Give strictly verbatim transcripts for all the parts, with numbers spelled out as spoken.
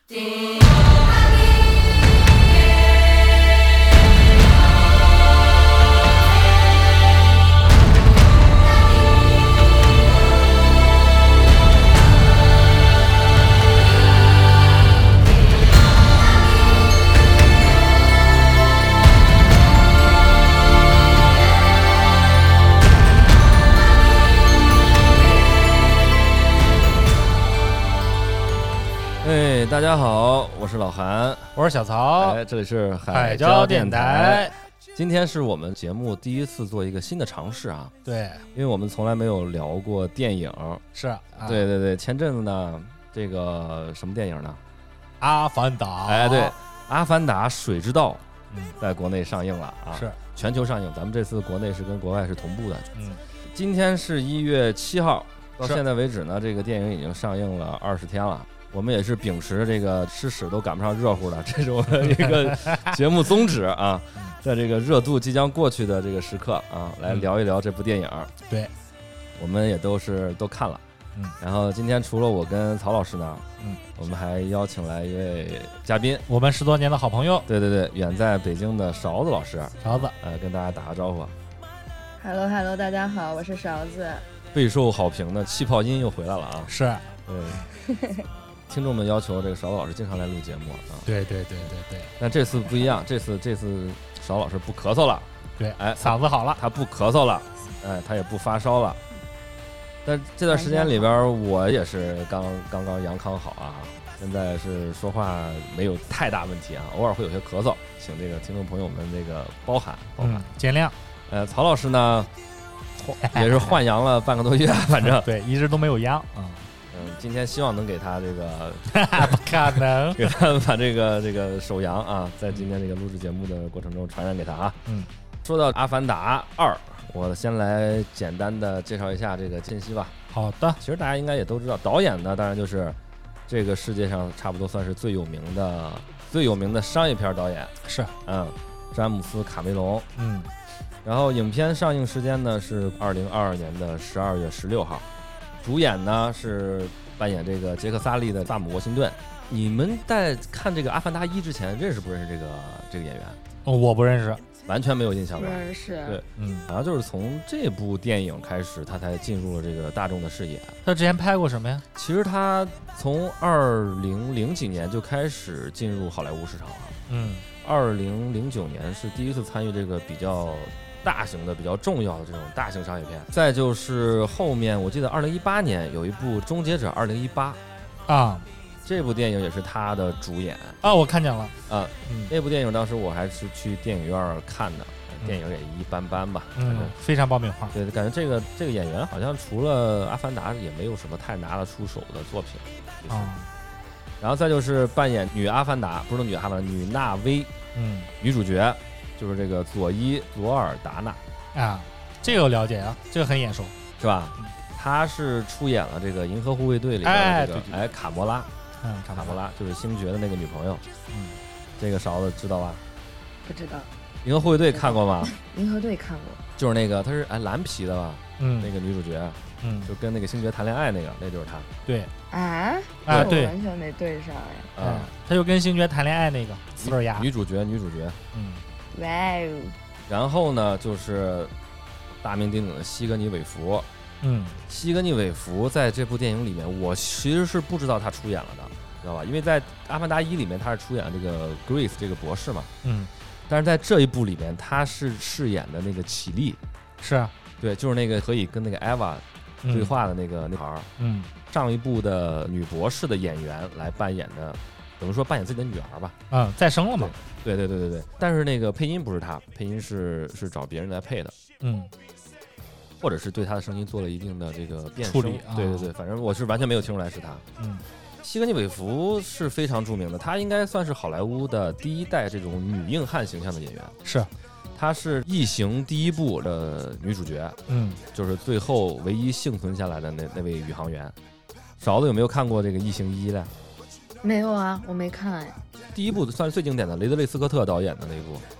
哎，大家好，我是老韩， 我是小曹， 哎，这里是海椒电台。 今天是我们节目第一次做一个新的尝试啊， 对， 因为我们从来没有聊过电影， 是，啊、 对对对，前阵子呢，这个什么电影呢？ 阿凡达， 哎，对，阿凡达水之道， 嗯， 在国内上映了啊， 是全球上映，咱们这次国内是跟国外是同步的， 嗯， 今天是一月七号，到现在为止呢，这个电影已经上映了二十天了。我们也是秉持这个吃屎都赶不上热乎的这种一个节目宗旨啊，在这个热度即将过去的这个时刻啊，来聊一聊这部电影。 对， 我们也都是都看了。 嗯， 然后今天除了我跟曹老师呢， 嗯，我们还邀请来一位嘉宾， 我们十多年的好朋友。 对对对，远在北京的勺子老师。 勺子， 呃，跟大家打个招呼。 Hello Hello， 大家好，我是勺子。 备受好评的气泡音又回来了啊！ 是， 对。听众们要求这个勺子老师经常来录节目啊， 对对对对对， 但这次不一样，这次这次勺老师不咳嗽了， 对， 哎， 嗓子好了， 他不咳嗽了，哎，他也不发烧了。但这段时间里边，我也是刚刚刚阳康好啊，现在是说话没有太大问题啊，偶尔会有些咳嗽，请这个听众朋友们这个包涵包涵、 嗯、见谅。 呃，曹老师呢，也是换阳了半个多月，反正对，一直都没有阳啊。嗯嗯，今天希望能给他这个不可能， 给他把这个这个手阳啊，在今天这个录制节目的过程中传染给他啊。 嗯， 说到《阿凡达二》，我先来简单的介绍一下这个信息吧。 好的， 其实大家应该也都知道，导演呢，当然就是这个世界上差不多算是最有名的、最有名的商业片导演， 是， 嗯，詹姆斯·卡梅隆。 嗯， 然后影片上映时间呢是二零二二年的十二月十六号。主演呢是扮演这个杰克萨利的萨姆·沃辛顿。你们在看这个《阿凡达一》之前认识不认识这个这个演员？ 哦，我不认识， 完全没有印象吧？ 不认识。 对， 嗯， 好像就是从这部电影开始，他才进入了这个大众的视野。 他之前拍过什么呀？ 其实他从二零零几年就开始进入好莱坞市场了。 嗯， 二零零九年是第一次参与这个比较大型的、比较重要的这种大型商业片。再就是后面，我记得二零一八年有一部《终结者二零一八》 啊， 这部电影也是他的主演啊，我看见了啊。 嗯， 那部电影当时我还是去电影院看的，嗯、电影也一般般吧， 嗯，非常爆米花。 对，感觉这个这个演员好像除了《阿凡达》也没有什么太拿得出手的作品啊。 嗯、 然后再就是扮演女阿凡达，不是女阿凡达，女纳威， 嗯， 女主角。就是这个佐伊·佐尔达纳啊，这个我了解啊，这个很眼熟， 是吧？嗯、她是出演了这个《银河护卫队》里边的这个 哎, 哎卡莫拉， 嗯， 卡莫拉就是星爵的那个女朋友， 嗯， 这个勺子知道吧？ 不知道。 《银河护卫队》看过吗？ 银河队看过， 就是那个她是哎蓝皮的吧？ 嗯， 那个女主角， 嗯， 就跟那个星爵谈恋爱那个，那就是她。 对啊啊，对， 完全没对上呀。 啊， 她就跟星爵谈恋爱那个斯尔雅女主角，女主角， 嗯。 哇哦！ 然后呢，就是大名鼎鼎的西格尼·韦弗。 嗯， 西格尼·韦弗在这部电影里面，我其实是不知道他出演了的，知道吧？因为在《阿凡达一》里面，他是出演这个 Grace 这个博士嘛。 嗯。 但是在这一部里面，他是饰演的那个绮丽。 是啊。 对，就是那个可以跟那个 Eva 对话的那个那孩儿。 嗯。 上一部的女博士的演员来扮演的。等于说扮演自己的女儿吧， 嗯，再生了嘛？ 对对对对对。但是那个配音不是他，配音是是找别人来配的， 嗯， 或者是对他的声音做了一定的这个变处理。 对对对，反正我是完全没有听出来是他。 嗯， 西格尼·韦弗是非常著名的，她应该算是好莱坞的第一代这种女硬汉形象的演员。 是， 她是《异形》第一部的女主角， 嗯， 就是最后唯一幸存下来的那那位宇航员。勺子有没有看过这个《异形一》的？ 没有啊，我没看哎。 第一部算是最经典的，雷德利·斯科特导演的那一部，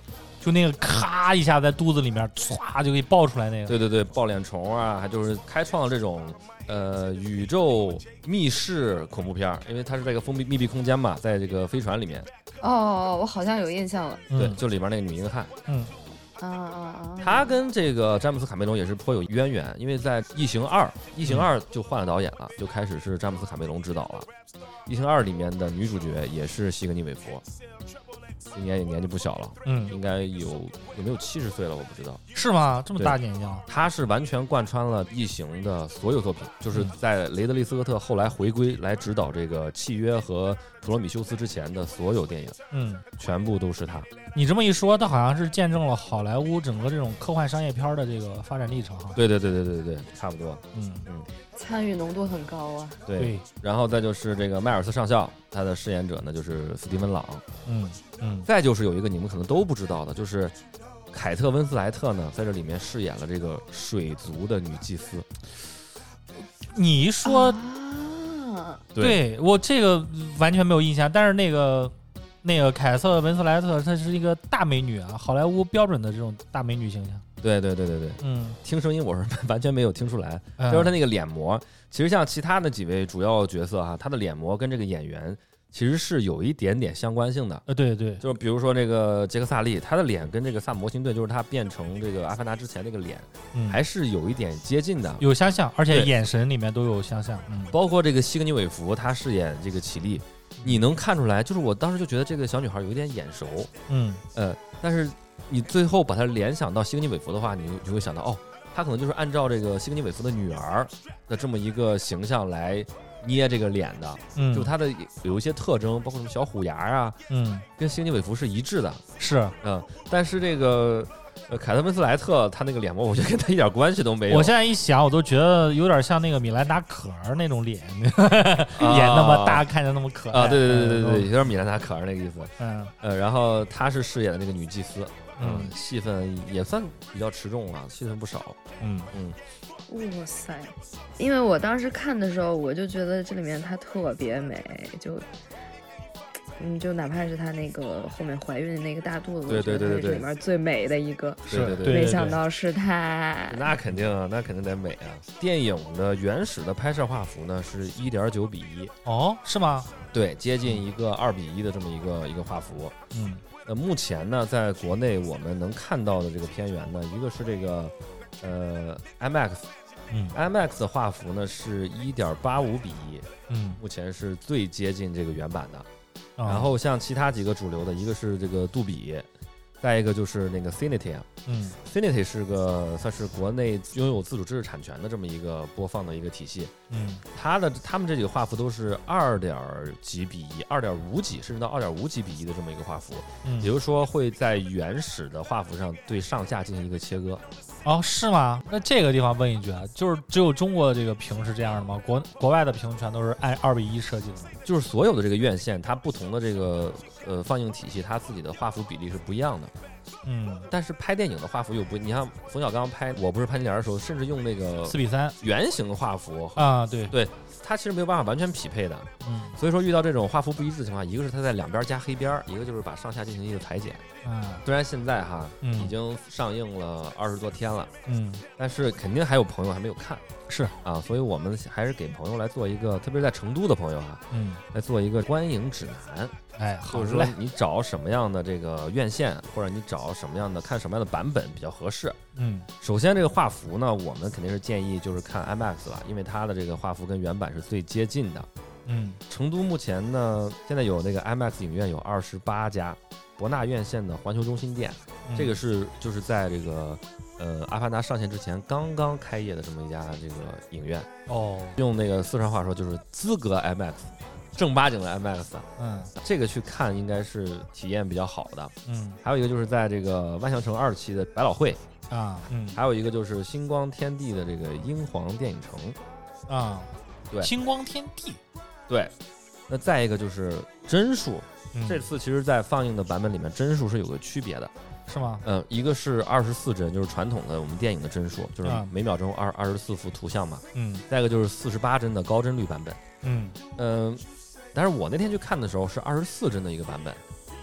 就那个咔一下在肚子里面唰就给爆出来那个。 对对对，爆脸虫啊，还就是开创了这种呃宇宙密室恐怖片，因为它是在一个封闭密闭空间嘛，在这个飞船里面。 哦，我好像有印象了。 嗯、 对，就里边那个女硬汉。 嗯。 啊啊啊！ 他跟这个詹姆斯卡梅隆也是颇有渊源，因为在《异形二》，《异形二》就换了导演了，就开始是詹姆斯卡梅隆执导了。《异形二》里面的女主角也是西格尼韦弗，今年也年纪不小了， 嗯， 应该有有没有七十岁了，我不知道。 是吗？这么大年纪啊？ 他是完全贯穿了《异形》的所有作品，就是在雷德利·斯科特后来回归来指导这个《契约》和《普罗米修斯》之前的所有电影， 嗯， 全部都是他。 你这么一说，他好像是见证了好莱坞整个这种科幻商业片的这个发展历程哈。 对对对对对对，差不多。 嗯嗯， 参与浓度很高啊。 对。 对， 然后再就是这个迈尔斯上校，他的饰演者呢就是斯蒂芬·朗。 嗯嗯。 再就是有一个你们可能都不知道的，就是凯特·温斯莱特呢，在这里面饰演了这个水族的女祭司。 你一说， 啊、 对, 对我这个完全没有印象，但是那个。那个凯瑟·文斯莱特，她是一个大美女啊，好莱坞标准的这种大美女形象。 对对对对对， 嗯， 听声音我是完全没有听出来，嗯、就是她那个脸模。其实像其他的几位主要角色哈，她的脸模跟这个演员其实是有一点点相关性的。 呃，对对， 就是比如说这个杰克萨利，他的脸跟这个萨姆·摩辛顿，就是他变成这个阿凡达之前那个脸，嗯、还是有一点接近的， 有相像，而且眼神里面都有相像。嗯， 包括这个西格尼·韦弗，他饰演这个绮丽。你能看出来，就是我当时就觉得这个小女孩有一点眼熟， 嗯， 呃，但是你最后把它联想到西格尼韦弗的话，你就会想到，哦，她可能就是按照这个西格尼韦弗的女儿的这么一个形象来捏这个脸的，嗯，就她的有一些特征，包括什么小虎牙啊， 嗯， 跟西格尼韦弗是一致的， 是， 嗯，但是这个。呃，凯特温斯莱特他那个脸模，我觉得跟他一点关系都没有。 我现在一想，我都觉得有点像那个米兰达可儿那种脸，眼那么大，看着那么可爱啊！对对对对对，有点米兰达可儿那个意思。 嗯呃，然后他是饰演的那个女祭司， 嗯， 嗯戏份也算比较持重啊，戏份不少。 嗯嗯。哇塞！因为我当时看的时候，我就觉得这里面她特别美，就。嗯，就哪怕是她那个后面怀孕的那个大肚子， 对对对对对， 里面最美的一个， 是，对对对， 没想到是她。 那肯定啊，那肯定得美啊！电影的原始的拍摄画幅呢是一点九比一， 哦，是吗？ 对，接近一个二比一的这么一个一个画幅。 嗯， 呃，目前呢，在国内我们能看到的这个片源呢，一个是这个呃 IMAX。 嗯 ，IMAX 的画幅呢是一点八五比一， 嗯， 目前是最接近这个原版的。 哦、 然后像其他几个主流的，一个是这个杜比，再一个就是那个 Cinity 啊， 嗯 ，Cinity 是个算是国内拥有自主知识产权的这么一个播放的一个体系。 嗯， 它的他们这几个画幅都是二点几比一、二点五几，甚至到二点五几比一的这么一个画幅。 嗯， 也就是说会在原始的画幅上对上下进行一个切割。 哦，是吗？那这个地方问一句啊，就是只有中国的这个屏是这样的吗？国国外的屏全都是按二比一设计的吗？ 就是所有的这个院线，它不同的这个呃放映体系，它自己的画幅比例是不一样的。 嗯， 但是拍电影的画幅又不，你像冯小刚拍《我不是潘金莲》的时候，甚至用那个四比三圆形画幅啊，对对，它其实没有办法完全匹配的。 嗯， 所以说遇到这种画幅不一致的情况，一个是它在两边加黑边，一个就是把上下进行一个裁剪。 嗯， 虽然现在哈、 嗯、 已经上映了二十多天了， 嗯， 但是肯定还有朋友还没有看。 是啊，所以我们还是给朋友来做一个，特别是在成都的朋友啊， 嗯， 来做一个观影指南。 哎， 就是说你找什么样的这个院线，或者你找什么样的看什么样的版本比较合适。 嗯， 首先这个画幅呢，我们肯定是建议就是看 IMAX 了，因为它的这个画幅跟原版是最接近的。 嗯， 成都目前呢，现在有那个 IMAX 影院有二十八家，博纳院线的环球中心店， 嗯、 这个是就是在这个。呃，阿凡达上线之前刚刚开业的这么一家这个影院哦， 用那个四川话说就是资格 IMAX， 正八经的 IMAX， 嗯， 这个去看应该是体验比较好的， 嗯， 还有一个就是在这个万象城二期的百老汇啊，嗯， 还有一个就是星光天地的这个英皇电影城啊， 对， 星光天地， 对，那再一个就是帧数， 嗯、 这次其实在放映的版本里面帧数是有个区别的。 是吗？ 嗯，一个是二十四帧，就是传统的我们电影的帧数，就是每秒钟二二十四幅图像嘛。 嗯。 再一个就是四十八帧的高帧率版本。 嗯。 嗯、呃，但是我那天去看的时候是二十四帧的一个版本，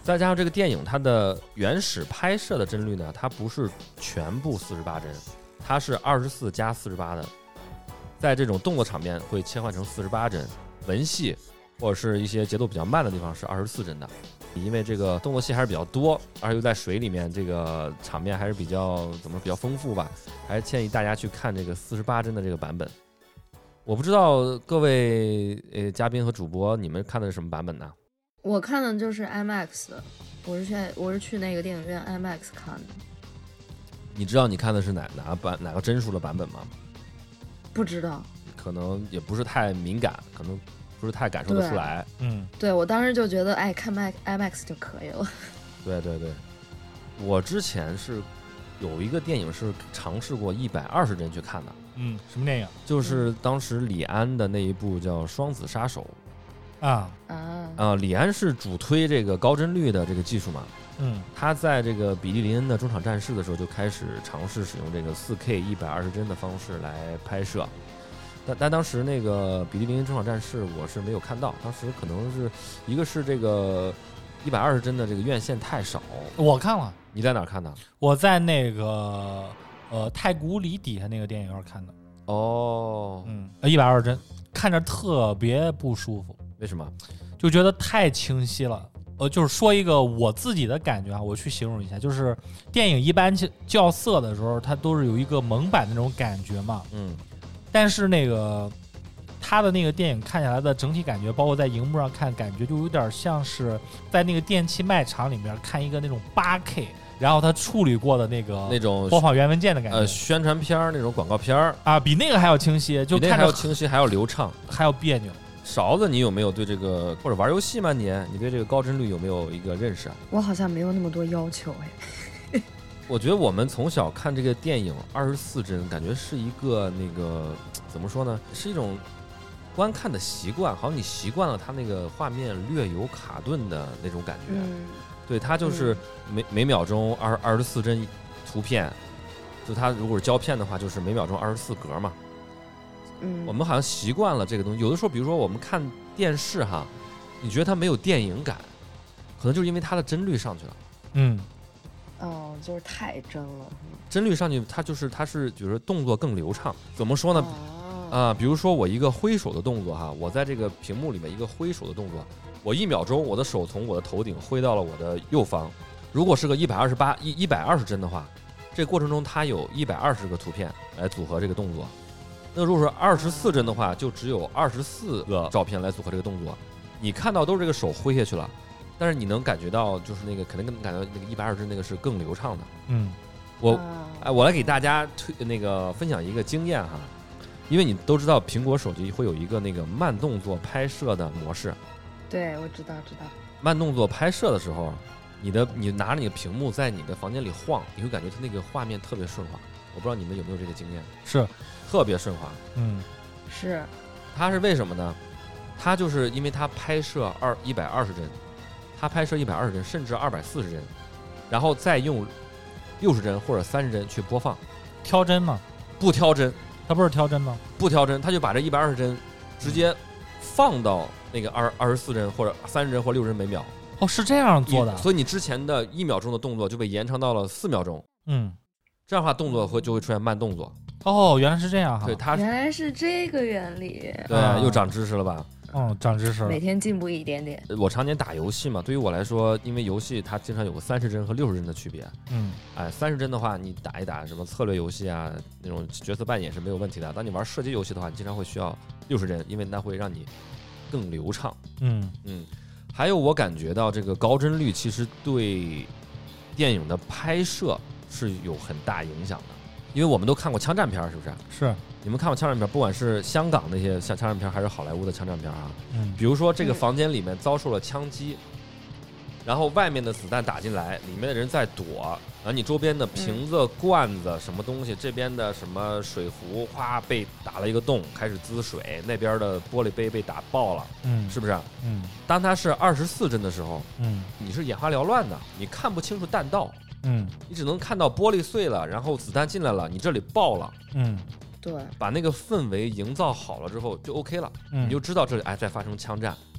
再加上这个电影它的原始拍摄的帧率呢，它不是全部四十八帧，它是二十四加四十八的，在这种动作场面会切换成四十八帧，文戏或者是一些节奏比较慢的地方是二十四帧的。因为这个动作戏还是比较多，而且又在水里面，这个场面还是比较怎么比较丰富吧，还是建议大家去看这个四十八帧的这个版本。我不知道各位呃嘉宾和主播，你们看的是什么版本呢？ 我看的就是 IMAX 的，我是去我是去那个电影院 IMAX 看的。 你知道你看的是哪哪版哪个帧数的版本吗？ 不知道， 可能也不是太敏感，可能不是太感受得出来。 嗯， 对我当时就觉得，哎，看 IMAX 就可以了。 对对对，我之前是有一个电影是尝试过一百二十帧去看的。 嗯，什么电影？ 就是当时李安的那一部叫《双子杀手》 啊啊啊、呃，李安是主推这个高帧率的这个技术嘛。 嗯， 他在这个比利林恩的中场战事的时候就开始尝试使用这个 四 K 一百二十帧的方式来拍摄。但但当时那个比利林恩中场战事我是没有看到，当时可能是一个是这个一百二十帧的这个院线太少。 我看了， 你在哪儿看的？ 我在那个呃太古里底下那个电影院看的。 哦， 嗯，一百二十帧，看着特别不舒服。 为什么？ 就觉得太清晰了。呃，就是说一个我自己的感觉啊，我去形容一下，就是电影一般校色的时候，它都是有一个蒙版的那种感觉嘛。 嗯。 但是那个他的那个电影看下来的整体感觉，包括在荧幕上看，感觉就有点像是在那个电器卖场里面看一个那种 八 K， 然后他处理过的那个那种播放原文件的感觉， 呃，宣传片那种广告片啊，比那个还要清晰，就看着还要清晰，还要流畅， 还要别扭。 勺子，你有没有对这个或者玩游戏吗？你你对这个高帧率有没有一个认识啊？ 我好像没有那么多要求哎。 我觉得我们从小看这个电影二十四帧，感觉是一个那个怎么说呢？是一种观看的习惯，好像你习惯了它那个画面略有卡顿的那种感觉。 嗯， 对，它就是每、嗯、每秒钟二二十四帧图片，就它如果是胶片的话，就是每秒钟二十四格嘛。 嗯， 我们好像习惯了这个东西。有的时候，比如说我们看电视哈，你觉得它没有电影感，可能就是因为它的帧率上去了。 嗯。 哦，就是太真了， 帧率上去，它就是它是就是动作更流畅。怎么说呢？啊、 哦呃，比如说我一个挥手的动作哈，我在这个屏幕里面一个挥手的动作，我一秒钟我的手从我的头顶挥到了我的右方。如果是个一百二十八一一百二十帧的话，这个过程中它有一百二十个图片来组合这个动作。那如果是二十四帧的话，就只有二十四个照片来组合这个动作。你看到都是这个手挥下去了。但是你能感觉到，就是那个肯定能感觉到那个一百二十帧那个是更流畅的。 嗯， 我哎，我来给大家推那个分享一个经验哈，因为你都知道苹果手机会有一个那个慢动作拍摄的模式。 对，我知道知道。 慢动作拍摄的时候，你的你拿着你的屏幕在你的房间里晃，你会感觉它那个画面特别顺滑。我不知道你们有没有这个经验？ 是， 特别顺滑。 嗯， 是。 它是为什么呢？它就是因为它拍摄二一百二十帧。它拍摄一百二十帧，甚至二百四十帧，然后再用六十帧或者三十帧去播放， 挑帧吗？ 不挑帧， 它不是挑帧吗？ 不挑帧，它就把这一百二十帧直接放到那个二二十四帧或者三十帧或六十帧每秒。 哦，是这样做的。 所以你之前的一秒钟的动作就被延长到了四秒钟。 嗯， 这样的话动作会就会出现慢动作。 哦，原来是这样哈。 对，它原来是这个原理。 对、啊，又长知识了吧？ 嗯，长知识了， 每天进步一点点。 我常年打游戏嘛，对于我来说，因为游戏它经常有个三十帧和六十帧的区别。 嗯， 哎，三十帧的话，你打一打什么策略游戏啊，那种角色扮演是没有问题的。当你玩射击游戏的话，你经常会需要六十帧，因为那会让你更流畅。 嗯嗯，还有我感觉到这个高帧率其实对电影的拍摄是有很大影响的，因为我们都看过枪战片，是不是？ 是。 你们看过枪战片，不管是香港那些像枪战片，还是好莱坞的枪战片啊， 嗯， 比如说这个房间里面遭受了枪击，然后外面的子弹打进来，里面的人在躲，然后你周边的瓶子、罐子什么东西，这边的什么水壶，哗被打了一个洞，开始滋水，那边的玻璃杯被打爆了， 嗯， 是不是？ 嗯， 当它是二十四帧的时候， 嗯， 你是眼花缭乱的，你看不清楚弹道， 嗯， 你只能看到玻璃碎了，然后子弹进来了，你这里爆了， 嗯。 对， 把那个氛围营造好了之后就 OK 了， 嗯、 你就知道这里哎在发生枪战，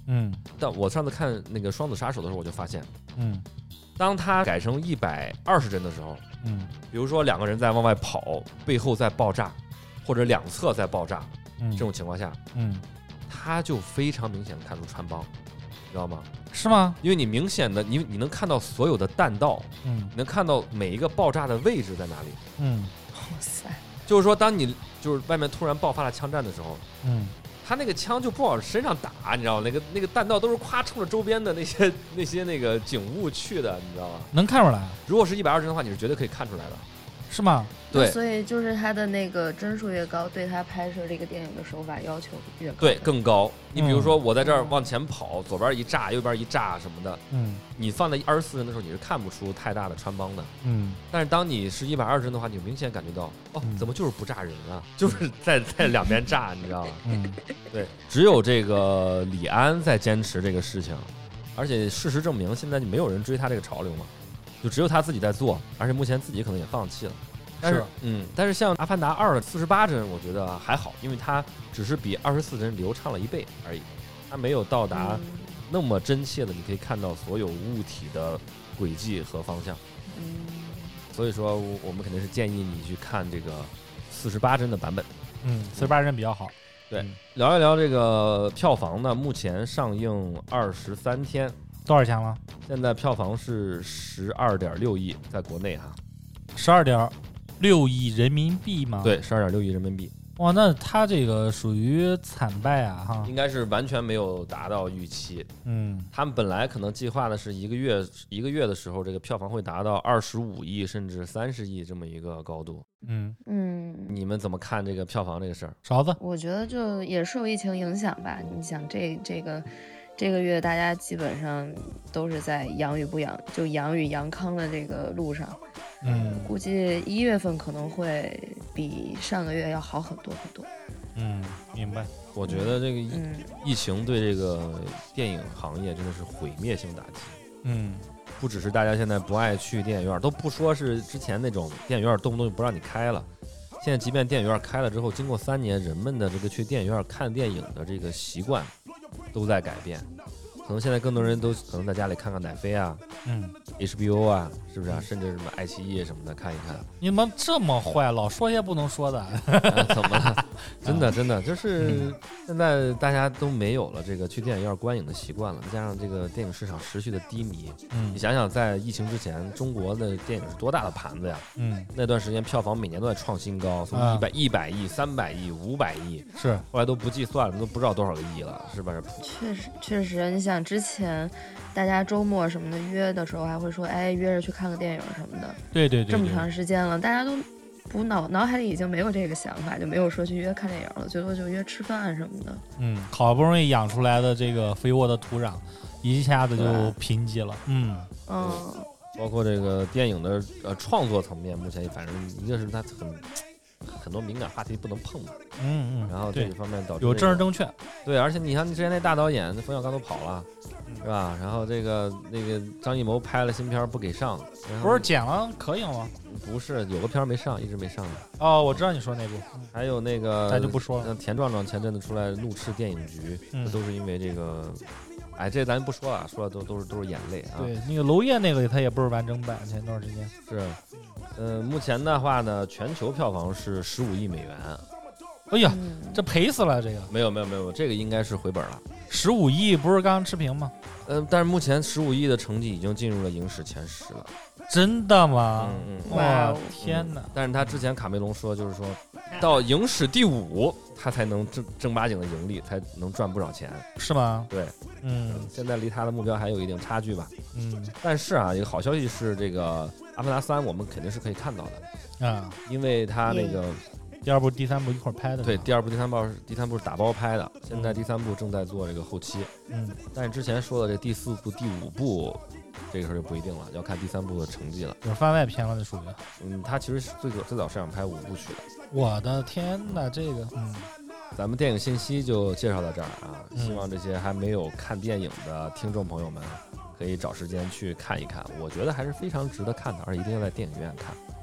嗯， 但我上次看那个《双子杀手》的时候，我就发现， 嗯， 当它改成一百二十帧的时候， 嗯， 比如说两个人在往外跑，背后在爆炸，或者两侧在爆炸， 嗯， 这种情况下， 嗯， 它就非常明显的看出穿帮，你知道吗？ 是吗？ 因为你明显的，你你能看到所有的弹道， 嗯， 你能看到每一个爆炸的位置在哪里。 嗯， 哇塞， 就是说，当你就是外面突然爆发了枪战的时候， 嗯， 他那个枪就不往身上打，你知道吗？那个那个弹道都是夸冲着周边的那些那些那个景物去的，你知道吗？ 能看出来。 如果是一百二十帧的话，你是绝对可以看出来的。 是吗？ 对， 所以就是他的那个帧数越高，对他拍摄这个电影的手法要求越高。 对，更高。你比如说，我在这儿嗯往前跑，左边一炸，右边一炸什么的， 嗯你放在二十四帧的时候，你是看不出太大的穿帮的。 嗯但是当你是一百二十帧的话，你明显感觉到，哦， 嗯怎么就是不炸人啊？就是在在两边炸，你知道吗？ 嗯， 对，只有这个李安在坚持这个事情，而且事实证明，现在就没有人追他这个潮流嘛，就只有他自己在做，而且目前自己可能也放弃了。但是， 是嗯，但是像《阿凡达二》的四十八帧，我觉得还好，因为它只是比二十四帧流畅了一倍而已，它没有到达嗯那么真切的，你可以看到所有物体的轨迹和方向。 嗯， 所以说，我们肯定是建议你去看这个四十八帧的版本。 嗯，四十八帧比较好。 对嗯聊一聊这个票房呢，目前上映二十三天， 多少钱了？ 现在票房是十二点六亿，在国内哈。 十二点六亿人民币吗？。 对，十二点六亿人民币， 哇，那它这个属于惨败啊，哈。 应该是完全没有达到预期。 嗯他们本来可能计划的是一个月一个月的时候，这个票房会达到二十五亿甚至三十亿这么一个高度。 嗯， 嗯， 你们怎么看这个票房这个事儿？ 勺子。 我觉得就也受疫情影响吧。你想这这个这个月大家基本上都是在阳与不阳，就阳与阳康的这个路上。 嗯估计一月份可能会比上个月要好很多很多。 嗯，明白。 我觉得这个疫嗯， 疫情对这个电影行业真的是毁灭性打击。 嗯不只是大家现在不爱去电影院，都不说是之前那种电影院动不动就不让你开了，现在即便电影院开了之后，经过三年，人们的这个去电影院看电影的这个习惯都在改变。可能现在更多人都可能在家里看看奶飞啊、 嗯， H B O 啊，是不是啊？甚至什么爱奇艺什么的看一看。 你们这么坏，老说些不能说的。 啊、怎么了？真的真的就是现在大家都没有了这个去电影院观影的习惯了，再加上这个电影市场持续的低迷。 嗯你想想，在疫情之前，中国的电影是多大的盘子呀？ 嗯， 那段时间票房每年都在创新高，从啊一百一百亿、三百亿、五百亿， 是。 后来都不计算了，都不知道多少个亿了，是吧？ 确实确实，你想之前大家周末什么的约的时候，还会说，哎，约着去看个电影什么的。 对对对对。 这么长时间了，大家都不脑脑海里已经没有这个想法，就没有说去约看电影了，最多就约吃饭什么的。 嗯，好不容易养出来的这个肥沃的土壤，一下子就对贫瘠了。嗯嗯， 包括这个电影的呃创作层面，目前反正一个是它很很多敏感话题不能碰嘛， 嗯嗯， 然后这对一方面导致、 有这个、 政治正确。 对，而且你像之前那大导演冯小刚都跑了， 嗯是吧？然后这个那个张艺谋拍了新片不给上，然后不是剪了可以了吗？ 不是有个片儿没上，一直没上的。 哦，我知道你说那部。 还有那个咱就不说了像田壮壮前阵子出来怒斥电影局， 嗯这都是因为这个，哎，这咱不说了，说的都都是都是眼泪啊。 对，那个娄烨那个他也不是完整版，前段时间。 是，呃，目前的话呢，全球票房是十五亿美元。 哎呀， 嗯这赔死了这个。 没有没有没有，这个应该是回本了。 十五亿不是刚刚持平吗？ 呃，但是目前十五亿的成绩已经进入了影史前十了。 真的吗？ 嗯嗯。 哇哇哦天哪！ 但是他之前卡梅隆说，就是说到影史第五，他才能正正八经的盈利，才能赚不少钱。 是吗？ 对， 嗯现在离他的目标还有一定差距吧。 嗯但是啊，一个好消息是，这个《阿凡达三》我们肯定是可以看到的， 啊， 因为他那个第二部、第三部一块儿拍的。 对，第二部、第三部是第三部是打包拍的，现在嗯第三部正在做这个后期。 嗯但是之前说的这第四部、第五部，这个时候就不一定了，要看第三部的成绩了。 有番外篇了，那属于。 嗯，他其实是最早最早是想拍五部曲的。 我的天哪，这个嗯咱们电影信息就介绍到这儿啊， 嗯希望这些还没有看电影的听众朋友们可以找时间去看一看，我觉得还是非常值得看的，而且一定要在电影院看。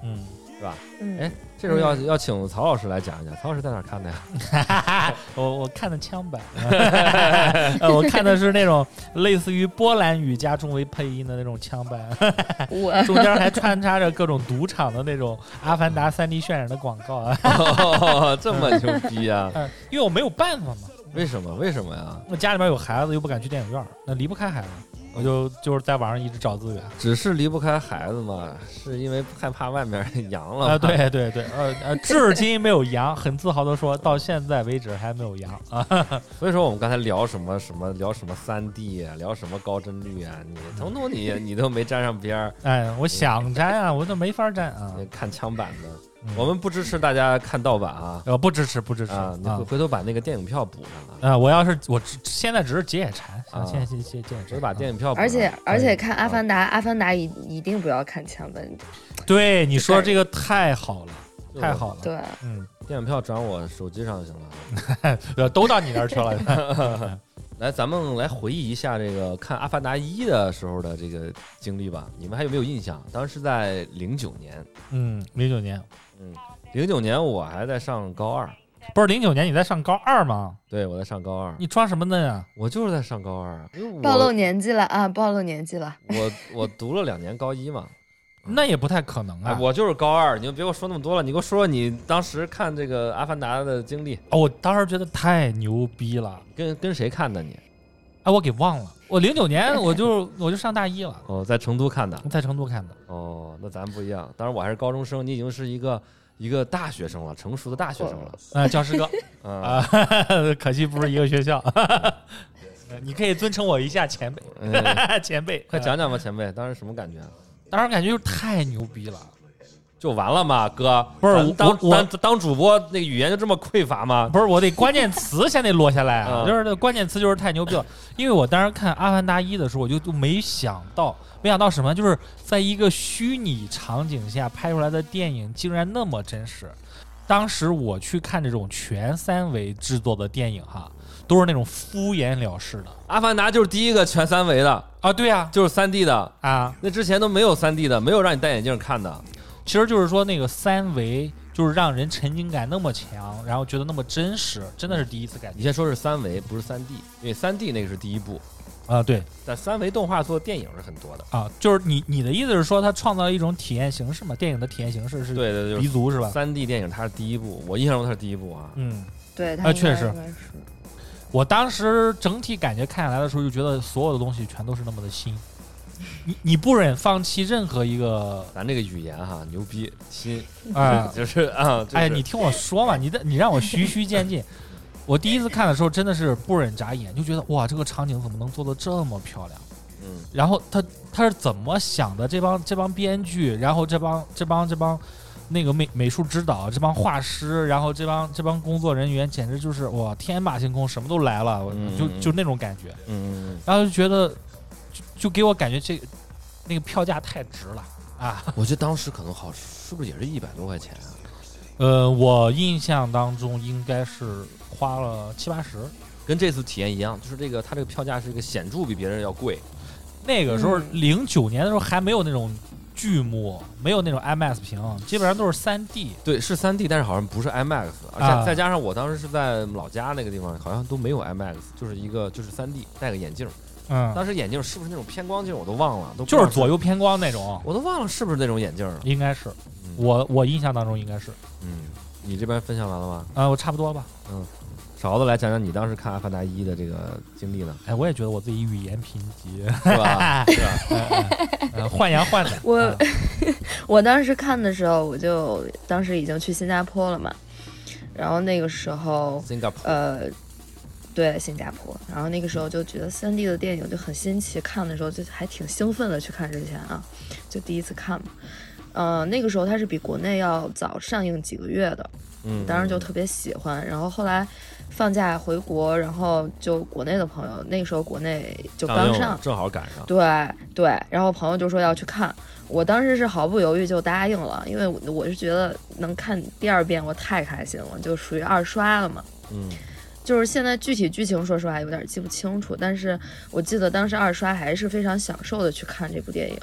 嗯， 是吧？ 嗯， 哎，这时候要、嗯、要请曹老师来讲一讲，曹老师在哪看的呀？ 我我看的枪版，呃，我看的是那种类似于波兰语加中文配音的那种枪版，中间还穿插着各种赌场的那种阿凡达 三 D 渲染的广告啊、 哦，这么牛逼啊、 嗯！因为我没有办法嘛。 为什么？为什么呀？ 我家里边有孩子，又不敢去电影院，那离不开孩子。我就就是在网上一直找资源， 只是离不开孩子嘛，是因为害怕外面阳了啊、呃？对对对，呃呃，至今没有阳，很自豪的说，到现在为止还没有阳啊。 所以说我们刚才聊什么什么聊什么三 D 啊，聊什么高帧率啊，你统统你你都没沾上边儿。 哎，我想沾啊，我都没法沾啊。 看枪版的。我们不支持大家看盗版啊！ 呃，不支持，不支持啊！你回头把那个电影票补上啊！呃，我要是我现在只是解解馋，啊，现在解解解只是把电影票补上。 而且而且看《阿凡达》，《阿凡达》一一定不要看枪版。 对，你说这个太好了，太好了。 对， 嗯， 电影票转我手机上就行了，都到你那儿去了。 来，咱们来回忆一下这个看《阿凡达一》的时候的这个经历吧。你们还有没有印象？当时在零九年， 嗯，零九年。 嗯，零九年我还在上高二， 不是零九年你在上高二吗？ 对，我在上高二。 你装什么嫩啊？ 我就是在上高二， 暴露年纪了啊！暴露年纪了。 我我读了两年高一嘛， 那也不太可能啊。 哎、我就是高二，你就别给我说那么多了，你给我说说你当时看这个《阿凡达》的经历。 哦，我当时觉得太牛逼了。 跟跟谁看的你？ 哎，我给忘了。我零九年我就我就上大一了。 哦，在成都看的。 在成都看的。 哦，那咱不一样。当然我还是高中生，你已经是一个一个大学生了，成熟的大学生了。 呃，教师哥啊，可惜不是一个学校。你可以尊称我一下前辈。嗯、前辈， 快讲讲吧，前辈，当时什么感觉？ 当时感觉就是太牛逼了。 就完了吗，哥？ 不是当我当当主播那个语言就这么匮乏吗？ 不是，我得关键词先得落下来啊！嗯、就是关键词就是太牛逼了，因为我当时看《阿凡达一》的时候，我就都没想到，没想到什么，就是在一个虚拟场景下拍出来的电影竟然那么真实。当时我去看这种全三维制作的电影哈，都是那种敷衍了事的。《 阿凡达》就是第一个全三维的啊，对啊， 就是三 D 的啊， 那之前都没有三 D 的，没有让你戴眼镜看的。 其实就是说那个三维就是让人沉浸感那么强，然后觉得那么真实，真的是第一次感觉。 你先说是三维，不是三 D， 因为三 D 那个是第一部啊，对。 但三维动画做电影是很多的啊，就是你你的意思是说，它创造了一种体验形式嘛？电影的体验形式是对对对， 鼻足是吧？ 三 D 电影它是第一部，我印象中它是第一部啊。 嗯， 对， 它确实。 是我当时整体感觉看下来的时候，就觉得所有的东西全都是那么的新。你你不忍放弃任何一个， 咱这个语言哈牛逼新啊， 就是啊，就是、 哎，你听我说嘛，你的你让我循序渐进。我第一次看的时候真的是不忍眨眼，就觉得哇，这个场景怎么能做得这么漂亮？ 嗯， 然后他他是怎么想的？这帮这帮编剧，然后这帮这帮这帮那个美美术指导，这帮画师，然后这帮这帮工作人员，简直就是哇，天马行空，什么都来了， 嗯、 就就那种感觉。 嗯嗯， 然后就觉得。就给我感觉这那个票价太值了啊！ 我觉得当时可能好，是不是也是一百多块钱啊？ 呃，我印象当中应该是花了七八十， 跟这次体验一样，就是这个它这个票价是一个显著比别人要贵。 那个时候零九年的时候还没有那种巨幕，没有那种 IMAX 屏，基本上都是三 D。 对，是三 D，但是好像不是 IMAX， 而且、啊、再加上我当时是在老家那个地方，好像都没有 IMAX， 就是一个就是三 D， 戴个眼镜。 嗯， 当时眼镜是不是那种偏光镜我都忘了，都就是左右偏光那种， 我都忘了是不是那种眼镜了。 应该是， 嗯、 我我印象当中应该是。 嗯，你这边分享完了吗？ 啊、呃，我差不多了吧。 嗯，勺子来讲讲你当时看《阿凡达一》的这个经历呢？ 哎，我也觉得我自己语言贫瘠， 是吧？是吧？ 呃呃、换阳换的。 我、 呃、 我当时看的时候，我就当时已经去新加坡了嘛，然后那个时候， 新加坡， 呃。对，新加坡，然后那个时候就觉得三 D 的电影就很新奇，看的时候就还挺兴奋的。去看之前啊，就第一次看嘛，呃，那个时候它是比国内要早上映几个月的， 嗯， 当时就特别喜欢。然后后来放假回国，然后就国内的朋友，那个时候国内就刚上， 正好赶上。 对对，然后朋友就说要去看，我当时是毫不犹豫就答应了，因为我我是觉得能看第二遍我太开心了，就属于二刷了嘛， 嗯。 就是现在具体剧情说实话有点记不清楚，但是我记得当时二刷还是非常享受的去看这部电影。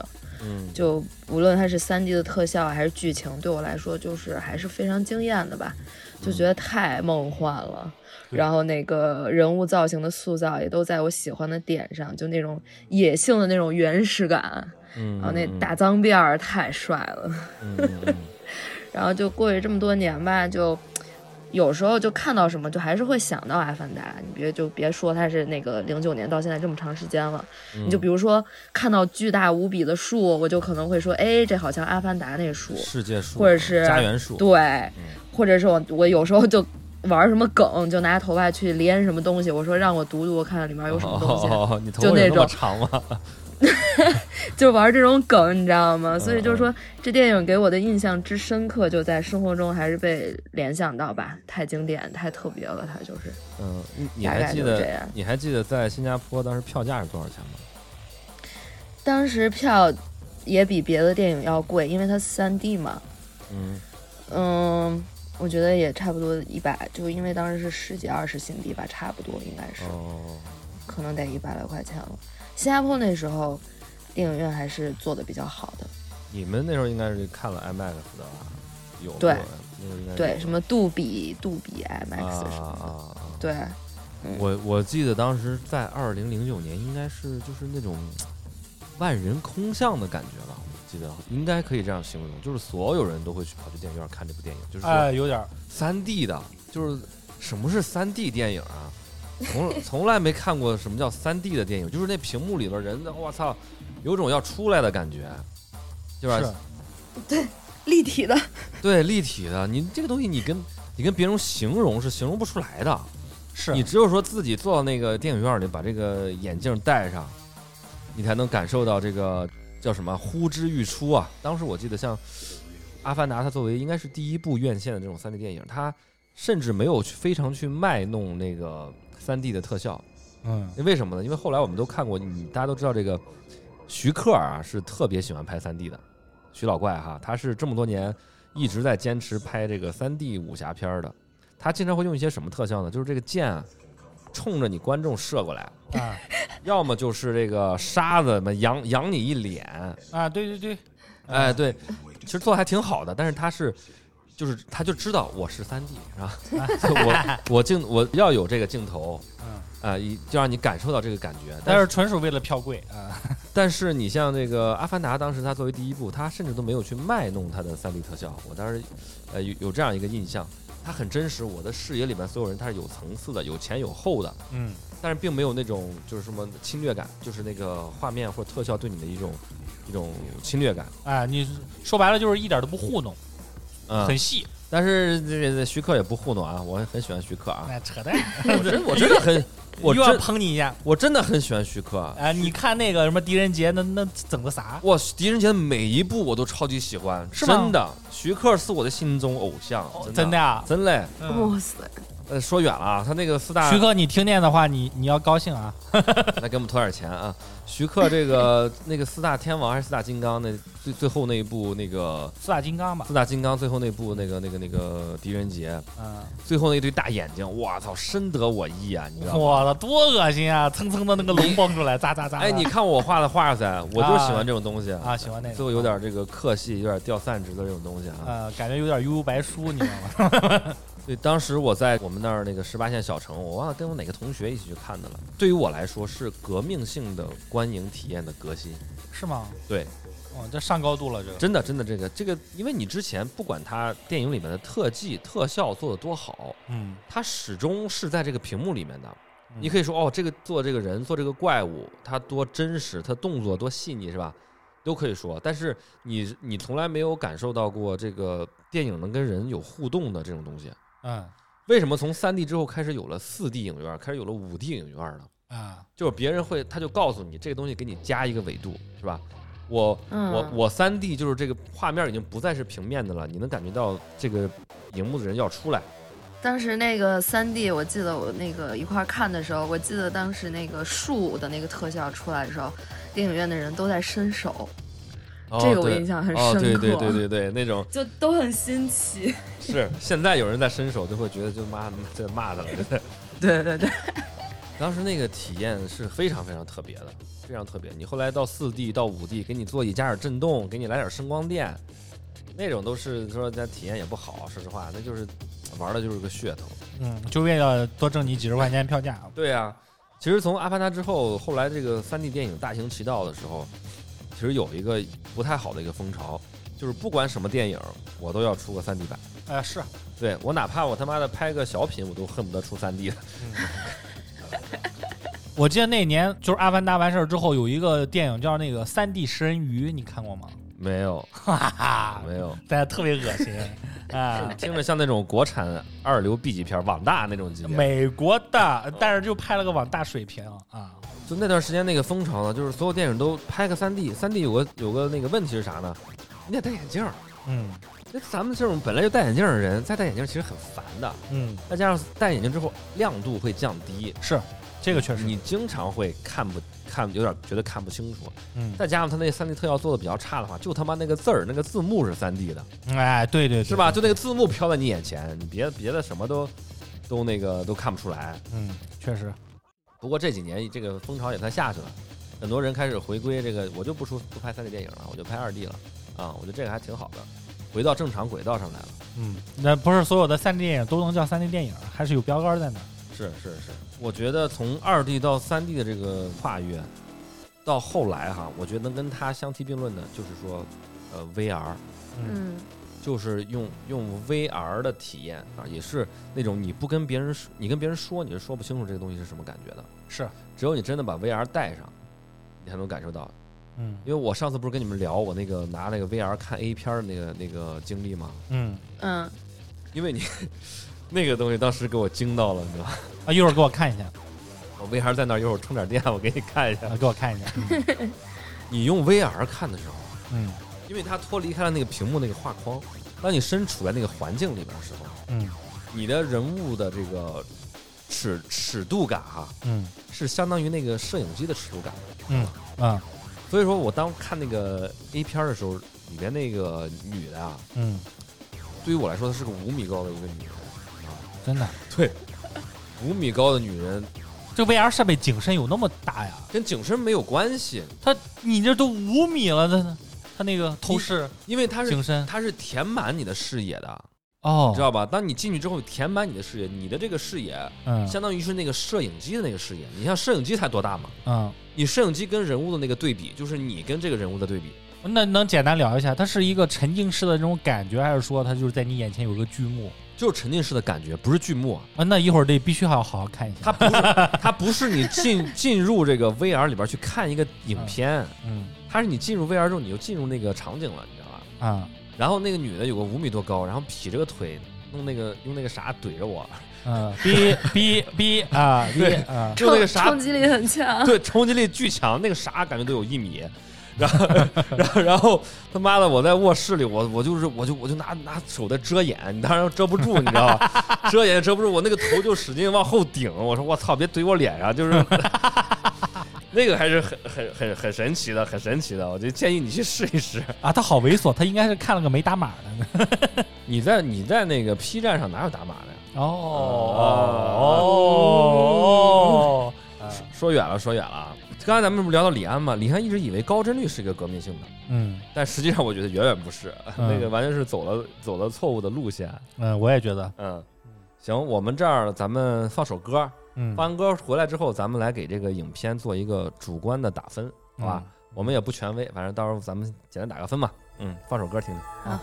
嗯， 就无论它是 三 D 的特效还是剧情，对我来说就是还是非常惊艳的吧，就觉得太梦幻了。然后那个人物造型的塑造也都在我喜欢的点上，就那种野性的那种原始感， 嗯， 然后那大脏辫儿太帅了， 嗯嗯嗯然后就过去这么多年吧，就有时候就看到什么就还是会想到阿凡达，你别就别说它是那个零九年到现在这么长时间了， 嗯， 你就比如说看到巨大无比的树，我就可能会说，哎，这好像阿凡达那树， 世界树， 或者是家园树， 对， 嗯， 或者是我我有时候就玩什么梗，就拿头发去连什么东西，我说让我读读，我看看里面有什么东西， 哦哦、你头发有那么长吗？ 就玩这种梗，你知道吗？ 嗯、 所以就是说，这电影给我的印象之深刻，就在生活中还是被联想到吧，太经典，太特别了，它就是。 嗯，你还记得？你还记得在新加坡当时票价是多少钱吗？ 当时票也比别的电影要贵，因为它 三 D 嘛。 嗯嗯，我觉得也差不多一百，就因为当时是十几二十新币吧，差不多应该是， 哦， 可能得一百来块钱了。新加坡那时候电影院还是做的比较好的。 你们那时候应该是看了 IMAX 的吧？有对， 那个应该对，什么杜比、杜比 IMAX 什么的。 啊啊啊对， 嗯、我我记得当时在二零零九年，应该是就是那种万人空巷的感觉吧。我记得应该可以这样形容，就是所有人都会去跑去电影院看这部电影，就是哎，有点三 D 的，就是什么是三 D 电影啊？从从来没看过什么叫三 D 的电影，就是那屏幕里边人，我操，有种要出来的感觉，对吧？ 是， 对，立体的， 对，立体的。你这个东西，你跟你跟别人形容是形容不出来的， 是你只有说自己坐到那个电影院里，把这个眼镜戴上，你才能感受到这个叫什么呼之欲出啊！当时我记得像《阿凡达》，它作为应该是第一部院线的这种三 D 电影，它甚至没有去非常去卖弄那个三 D 的特效。 嗯， 为什么呢？因为后来我们都看过，你大家都知道这个徐克啊是特别喜欢拍三 D 的，徐老怪哈，他是这么多年一直在坚持拍这个三 D 武侠片的。他经常会用一些什么特效呢？就是这个剑啊，冲着你观众射过来啊，要么就是这个沙子嘛扬扬你一脸啊，对对对， 哎对，其实做的还挺好的，但是他是。就是他就知道我是三 D 是吧？我我镜我要有这个镜头，嗯啊，就让你感受到这个感觉。 但是纯属为了票贵啊。 但是你像这个《阿凡达》，当时他作为第一部，他甚至都没有去卖弄他的三 D 特效。我当时呃有有这样一个印象，他很真实。我的视野里面所有人他是有层次的，有前有后的， 嗯，但是并没有那种就是什么侵略感，就是那个画面或特效对你的一种一种侵略感。 哎，你说白了就是一点都不糊弄。 嗯， 很细， 但是这个徐克也不糊弄啊，我很喜欢徐克啊。 哎，扯淡！ 我真我真的很，我又要捧你一下， 我真的很喜欢徐克啊。 哎，你看那个什么狄仁杰，那那整的啥？ 哇，狄仁杰的每一部我都超级喜欢， 是吗？ 真的，徐克是我的心中偶像， 哦、 真的呀， 真嘞！ 哇塞！ 呃，说远了啊，他那个四大徐克，你听见的话，你你要高兴啊！ 来给我们投点钱啊！徐克这个那个四大天王还是四大金刚那最最后那一部那个四大金刚吧？ 四大金刚最后那部那个那个那个狄仁杰， 嗯， 最后那对大眼睛，我操，深得我意啊！你知道吗？ 哇了，多恶心啊！蹭蹭的那个龙蹦出来，咋咋咋！ 哎，你看我画的画噻，我就喜欢这种东西啊，喜欢那个， 最后有点这个客戏，有点掉散值的这种东西啊， 呃，感觉有点悠悠白书，你知道吗？ 对，当时我在我们那儿那个十八线小城，我忘了跟我哪个同学一起去看的了。对于我来说，是革命性的观影体验的革新， 是吗？ 对， 哦，这上高度了，这个真的真的这个这个，因为你之前不管它电影里面的特技特效做得多好， 嗯， 它始终是在这个屏幕里面的。嗯、你可以说哦，这个做这个人做这个怪物，它多真实，它动作多细腻，是吧？都可以说，但是你你从来没有感受到过这个电影能跟人有互动的这种东西。 嗯， 为什么从三 D 之后开始有了四 D 影院，开始有了五 D 影院呢？ 啊， 就是别人会，他就告诉你这个东西给你加一个纬度，是吧？我、嗯、我我三 D 就是这个画面已经不再是平面的了，你能感觉到这个荧幕的人要出来。 当时那个三 D， 我记得我那个一块看的时候，我记得当时那个树的那个特效出来的时候，电影院的人都在伸手。 哦、 这个我印象很深刻， 哦、对对对对对，那种就都很新奇。 是，现在有人在伸手，就会觉得就骂这骂他了，对对对对。 当时那个体验是非常非常特别的，非常特别。你后来到四 D 到五 D， 给你座椅加点震动，给你来点声光电，那种都是说咱体验也不好，说实话，那就是玩的就是个噱头。 嗯，就为了多挣你几十块钱票价。 对啊，其实从阿凡达之后，后来这个 三 D 电影大行其道的时候，其实有一个不太好的一个风潮，就是不管什么电影，我都要出个 三 D 版。 呃，是， 对我哪怕我他妈的拍个小品，我都恨不得出 三 D 的。 嗯我记得那年就是《阿凡达》完事儿之后，有一个电影叫那个《三 D 食人鱼》，你看过吗？ 没有， 哈哈， 没有， 大家特别恶心啊！ 听着像那种国产二流 B 级片，网大那种级别。 美国的，但是就拍了个网大水平啊！ 就那段时间那个风潮呢，就是所有电影都拍个 三 D， 三 D 有个有个那个问题是啥呢？你得戴眼镜。 嗯， 那咱们这种本来就戴眼镜的人，再戴眼镜其实很烦的。 嗯， 再加上戴眼镜之后亮度会降低， 是。这个确实， 你经常会看不看，有点觉得看不清楚。 嗯， 再加上它那三 D 特效做的比较差的话，就他妈那个字儿、那个字幕是三 D 的。 哎，对对对， 是吧？就那个字幕飘在你眼前，你别别的什么都都那个都看不出来。 嗯，确实。 不过这几年这个风潮也快下去了，很多人开始回归这个，我就不出不拍三 D 电影了，我就拍二 D 了啊！我觉得这个还挺好的，回到正常轨道上来了。 嗯，那不是所有的三 D 电影都能叫三 D 电影，还是有标杆在那儿。 是是是，我觉得从二 D 到三 D 的这个跨越，到后来哈，我觉得能跟它相提并论的，就是说，呃 ，V R， 嗯， 就是用用 V R 的体验啊，也是那种你不跟别人说，你跟别人说，你是说不清楚这个东西是什么感觉的。 是， 只有你真的把 V R 带上，你才能感受到。 嗯， 因为我上次不是跟你们聊我那个拿那个 V R 看 A 片的那个那个经历吗？ 嗯嗯， 因为你那个东西当时给我惊到了，你知道吗？ 啊，一会儿给我看一下。 我 V R 在那儿，一会儿充点电，我给你看一下。 啊，给我看一下。 嗯、你用 V R 看的时候， 嗯， 因为它脱离开了那个屏幕那个画框，当你身处在那个环境里边的时候， 嗯， 你的人物的这个尺尺度感哈、啊， 嗯， 是相当于那个摄影机的尺度感。 嗯啊， 所以说我当看那个 A 片的时候，里边那个女的啊， 嗯， 对于我来说，她是个五米高的一个女人啊， 真的， 对，五米高的女人。 这 V R 设备景深有那么大呀？ 跟景深没有关系， 它你这都五米了，它它那个透视， 因为它是景深， 它是填满你的视野的哦， 你知道吧？当你进去之后，填满你的视野，你的这个视野， 嗯， 相当于是那个摄影机的那个视野。你像摄影机才多大嘛？ 嗯， 你摄影机跟人物的那个对比，就是你跟这个人物的对比。 那能简单聊一下，它是一个沉浸式的这种感觉，还是说它就是在你眼前有个剧目？ 就是沉浸式的感觉，不是剧目啊。那一会儿得必须还要好好看一下。 它不是，它不是你进进入这个 V R 里边去看一个影片， 嗯， 它是你进入 V R 之后，你就进入那个场景了，你知道吧？ 啊、嗯。 然后那个女的有个五米多高，然后劈着个腿，弄那个用那个啥怼着我， 嗯，哔哔哔啊， 对啊， 就那个啥冲击力很强， 对，冲击力巨强，那个啥感觉都有一米。然后，然后，然后他妈的，我在卧室里，我我就是我就我就拿拿手在遮掩，你当然遮不住，你知道吧？遮掩也遮不住，我那个头就使劲往后顶。我说我操，别怼我脸上，就是那个还是很很很很神奇的，很神奇的。我就建议你去试一试啊。他好猥琐，他应该是看了个没打码的。 你在你在那个 P 站上哪有打码的呀？ 哦哦哦，说远了，说远了。刚才咱们不是聊到李安嘛？李安一直以为高帧率是一个革命性的， 嗯， 但实际上我觉得远远不是， 嗯、 那个完全是走了走了错误的路线。 嗯，我也觉得。 嗯，行，我们这儿咱们放首歌， 嗯， 放完歌回来之后，咱们来给这个影片做一个主观的打分，好吧？ 嗯、 我们也不权威，反正到时候咱们简单打个分嘛。嗯，放首歌听听。 好。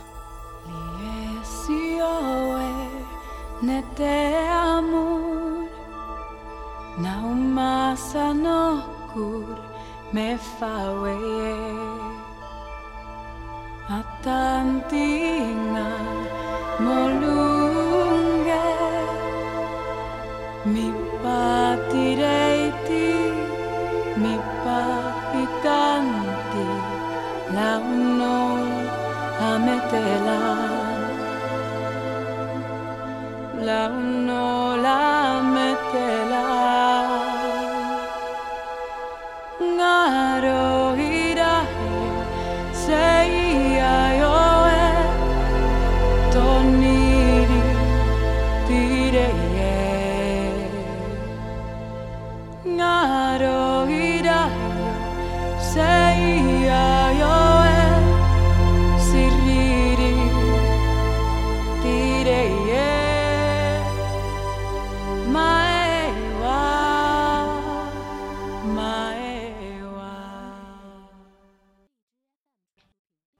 me fawe atantinga molunge mi patireiti mi papitanti launo ametela launo la metela ngaro hirahe seia yoe toniri tireye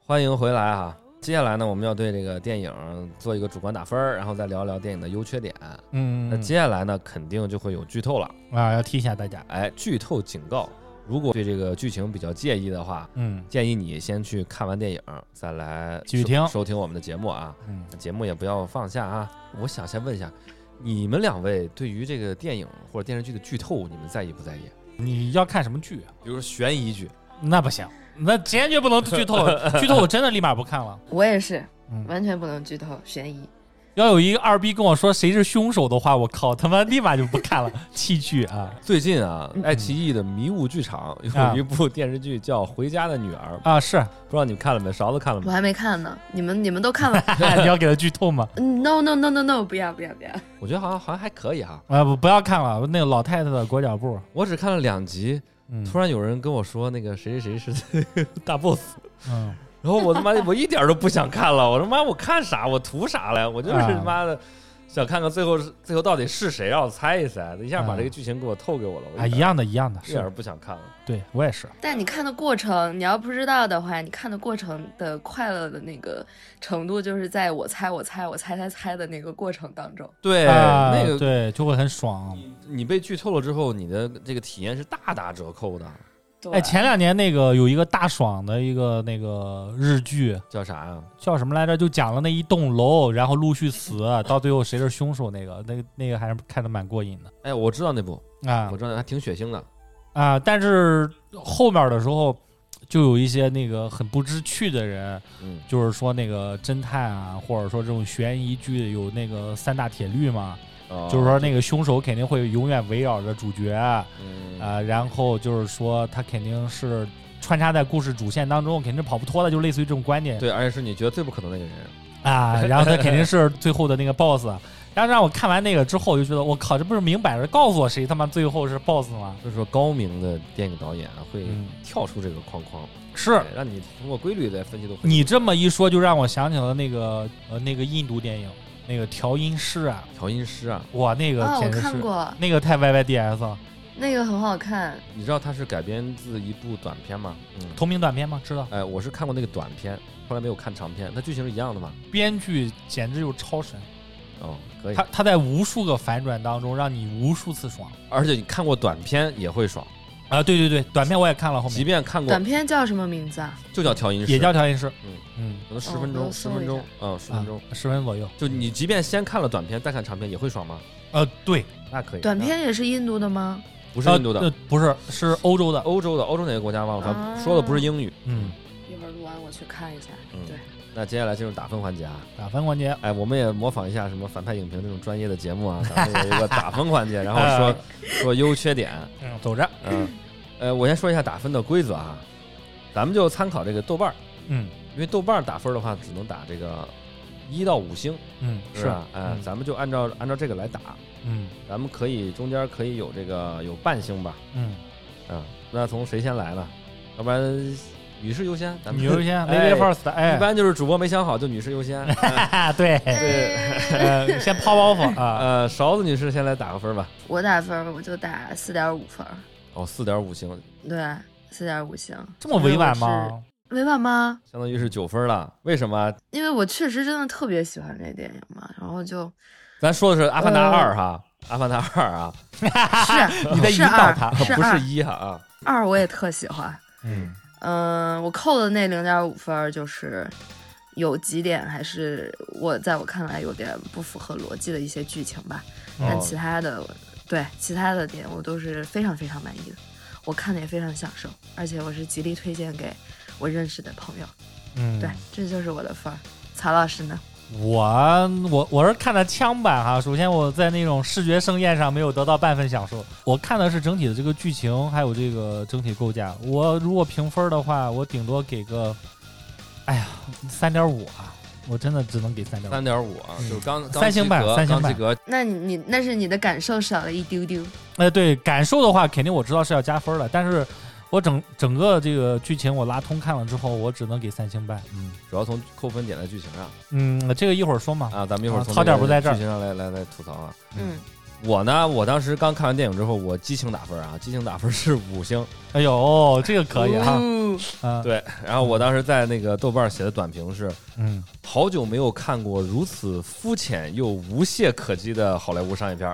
欢迎回来啊！接下来呢，我们要对这个电影做一个主观打分，然后再聊聊电影的优缺点。 嗯， 那接下来呢，肯定就会有剧透了啊，要提一下大家。 哎，剧透警告！如果对这个剧情比较介意的话， 嗯， 建议你先去看完电影，再来继续听收听我们的节目啊。 嗯， 节目也不要放下啊。我想先问一下，你们两位对于这个电影或者电视剧的剧透，你们在意不在意？ 你要看什么剧？ 比如说悬疑剧， 那不行。那坚决不能剧透，剧透我真的立马不看了。 我也是， 嗯、 完全不能剧透悬疑。 要有一个二逼跟我说谁是凶手的话，我靠，他妈立马就不看了，弃剧啊！ 最近啊，爱奇艺的迷雾剧场有一部电视剧叫《回家的女儿》 啊，是不知道你们看了没？勺子看了吗？ 我还没看呢，你们你们都看了？ 你要给他剧透吗 ？No No No No No， 不要不要不要！ 我觉得好像好像还可以哈。 啊不不要看了，那个老太太的裹脚布， 我只看了两集。 嗯、 突然有人跟我说那个谁谁谁是大 boss， 嗯， 然后我他妈我一点都不想看了，我他妈我看啥我图啥了？我就是他妈的想看看最后最后到底是谁，让我猜一猜，一下把这个剧情给我透给我了。 啊，一样的一样的， 一点儿不想看了。 对我也是。 但你看的过程，你要不知道的话，你看的过程的快乐的那个程度，就是在我猜我猜我猜猜猜的那个过程当中。 对， 啊、 那个对就会很爽。 你被剧透了之后，你的这个体验是大打折扣的。 哎，前两年那个有一个大爽的一个那个日剧叫啥呀？ 叫什么来着？就讲了那一栋楼，然后陆续死，到最后谁是凶手那个，那个那个还是看得蛮过瘾的。 哎，我知道那部啊， 我知道还挺血腥的啊，但是后面的时候就有一些那个很不知趣的人， 嗯， 就是说那个侦探啊，或者说这种悬疑剧有那个三大铁律嘛。 哦、 就是说那个凶手肯定会永远围绕着主角， 嗯呃，然后就是说他肯定是穿插在故事主线当中，肯定是跑不脱的，就类似于这种观点。 对，而且是你觉得最不可能那个人啊，然后他肯定是最后的那个 boss。然后让我看完那个之后，就觉得我靠，这不是明摆着告诉我谁他妈最后是 boss 吗？ 就是说高明的电影导演会跳出这个框框， 嗯、是让你通过规律来分析都。 你这么一说，就让我想起了那个呃那个印度电影。那个调音师啊， 调音师啊， 哇，那个简直是、 哦、我看过， 那个太 Y Y D S 了， 那个很好看。 你知道它是改编自一部短片吗？ 嗯，同名短片吗？知道。 哎，我是看过那个短片，后来没有看长片。它剧情是一样的吗？ 编剧简直就超神。 哦，可以。 他他在无数个反转当中让你无数次爽， 而且你看过短片也会爽。 啊，对对对，短片我也看了，后面即便看过短片叫什么名字啊？ 就叫调音师， 也叫调音师。 嗯嗯， 可能十分钟，十、哦、分钟，嗯，十分钟， 啊、十分左右。 就你即便先看了短片，再看长片，也会爽吗？ 呃，对， 那可以。 短片也是印度的吗？ 不是印度的， 呃、不是，是欧洲的。 欧洲的，欧洲哪个国家忘了？他、啊、说的不是英语。 嗯， 一会儿录完我去看一下。嗯，对。 那接下来进入打分环节啊， 打分环节， 哎，我们也模仿一下什么反派影评这种专业的节目啊，咱们有一个打分环节，然后说说优缺点。 嗯，走着。 嗯。呃，我先说一下打分的规则啊，咱们就参考这个豆瓣， 嗯， 因为豆瓣打分的话只能打这个一到五星， 嗯， 是吧？哎、呃嗯， 咱们就按照按照这个来打， 嗯， 咱们可以中间可以有这个有半星吧， 嗯， 啊，那从谁先来呢？要不然女士优先，咱们女士优先 ，lady first， 哎， 一般就是主播没想好就女士优先， 哎、对对，呃，先抛包袱啊， 呃，勺子女士先来打个分吧， 我打分我就打四点五分。 哦，四点五星， 对，四点五星， 这么委婉吗？ 委婉吗？ 相当于是九分了。为什么？ 因为我确实真的特别喜欢这电影嘛，然后就， 咱说的是《阿凡达二》哈，《阿凡达二》啊， 是你在引导他， 是不是一哈啊？ 二我也特喜欢， 嗯嗯、呃，我扣的那零点五分就是有几点还是我在我看来有点不符合逻辑的一些剧情吧， 哦、 但其他的。对其他的点我都是非常非常满意的，我看的也非常享受，而且我是极力推荐给我认识的朋友。 嗯， 对，这就是我的分儿。曹老师呢？ 我我我是看的枪版哈，首先我在那种视觉盛宴上没有得到半分享受，我看的是整体的这个剧情还有这个整体构架。我如果评分的话，我顶多给个，哎呀，三点五啊。我真的只能给三点五， 三点五啊，就是刚三星半，三星半。 那你你那是你的感受少了一丢丢。 哎，对，感受的话，肯定我知道是要加分的，但是我整整个这个剧情我拉通看了之后，我只能给三星半。 嗯，主要从扣分点在剧情上。 嗯，这个一会儿说嘛。 啊，咱们一会儿从槽点不在这儿， 剧情上来来来吐槽啊。 嗯， 我呢，我当时刚看完电影之后，我激情打分啊，激情打分是五星。 哎呦，这个可以哈。 哦啊， 对，然后我当时在那个豆瓣写的短评是， 嗯， 好久没有看过如此肤浅又无懈可击的好莱坞商业片儿。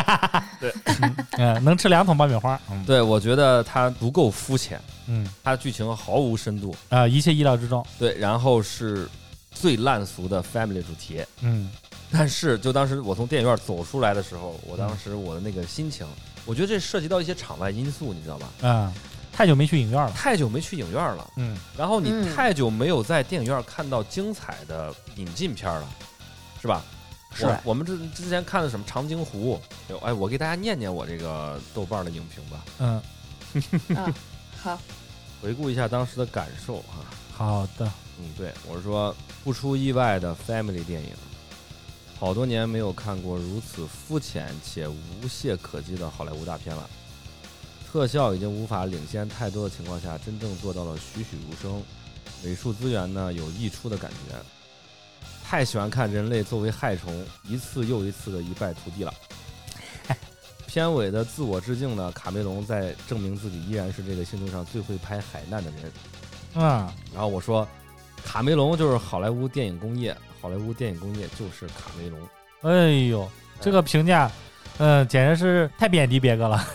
嗯，能吃两桶爆米花，嗯， 对，我觉得它不够肤浅， 嗯， 它的剧情毫无深度， 啊，一切意料之中， 对，然后是最烂俗的 family 主题。 嗯， 但是就当时我从电影院走出来的时候，我当时我的那个心情，我觉得这涉及到一些场外因素，你知道吧？ 啊，太久没去影院了， 太久没去影院了， 嗯， 然后你嗯太久没有在电影院看到精彩的引进片了，是吧？ 是我我们之之前看的什么《长津湖》，哎，我给大家念念我这个豆瓣的影评吧， 嗯， 啊，好， 回顾一下当时的感受哈。 好的， 嗯，对，我是说不出意外的 family 电影，好多年没有看过如此肤浅且无懈可击的好莱坞大片了。特效已经无法领先太多的情况下，真正做到了栩栩如生，美术资源呢有溢出的感觉。太喜欢看人类作为害虫一次又一次的一败涂地了。片尾的自我致敬呢，卡梅隆在证明自己依然是这个星球上最会拍海难的人。 嗯， 然后我说，卡梅隆就是好莱坞电影工业，好莱坞电影工业就是卡梅隆。 哎呦，这个评价，嗯，简直是太贬低别个了。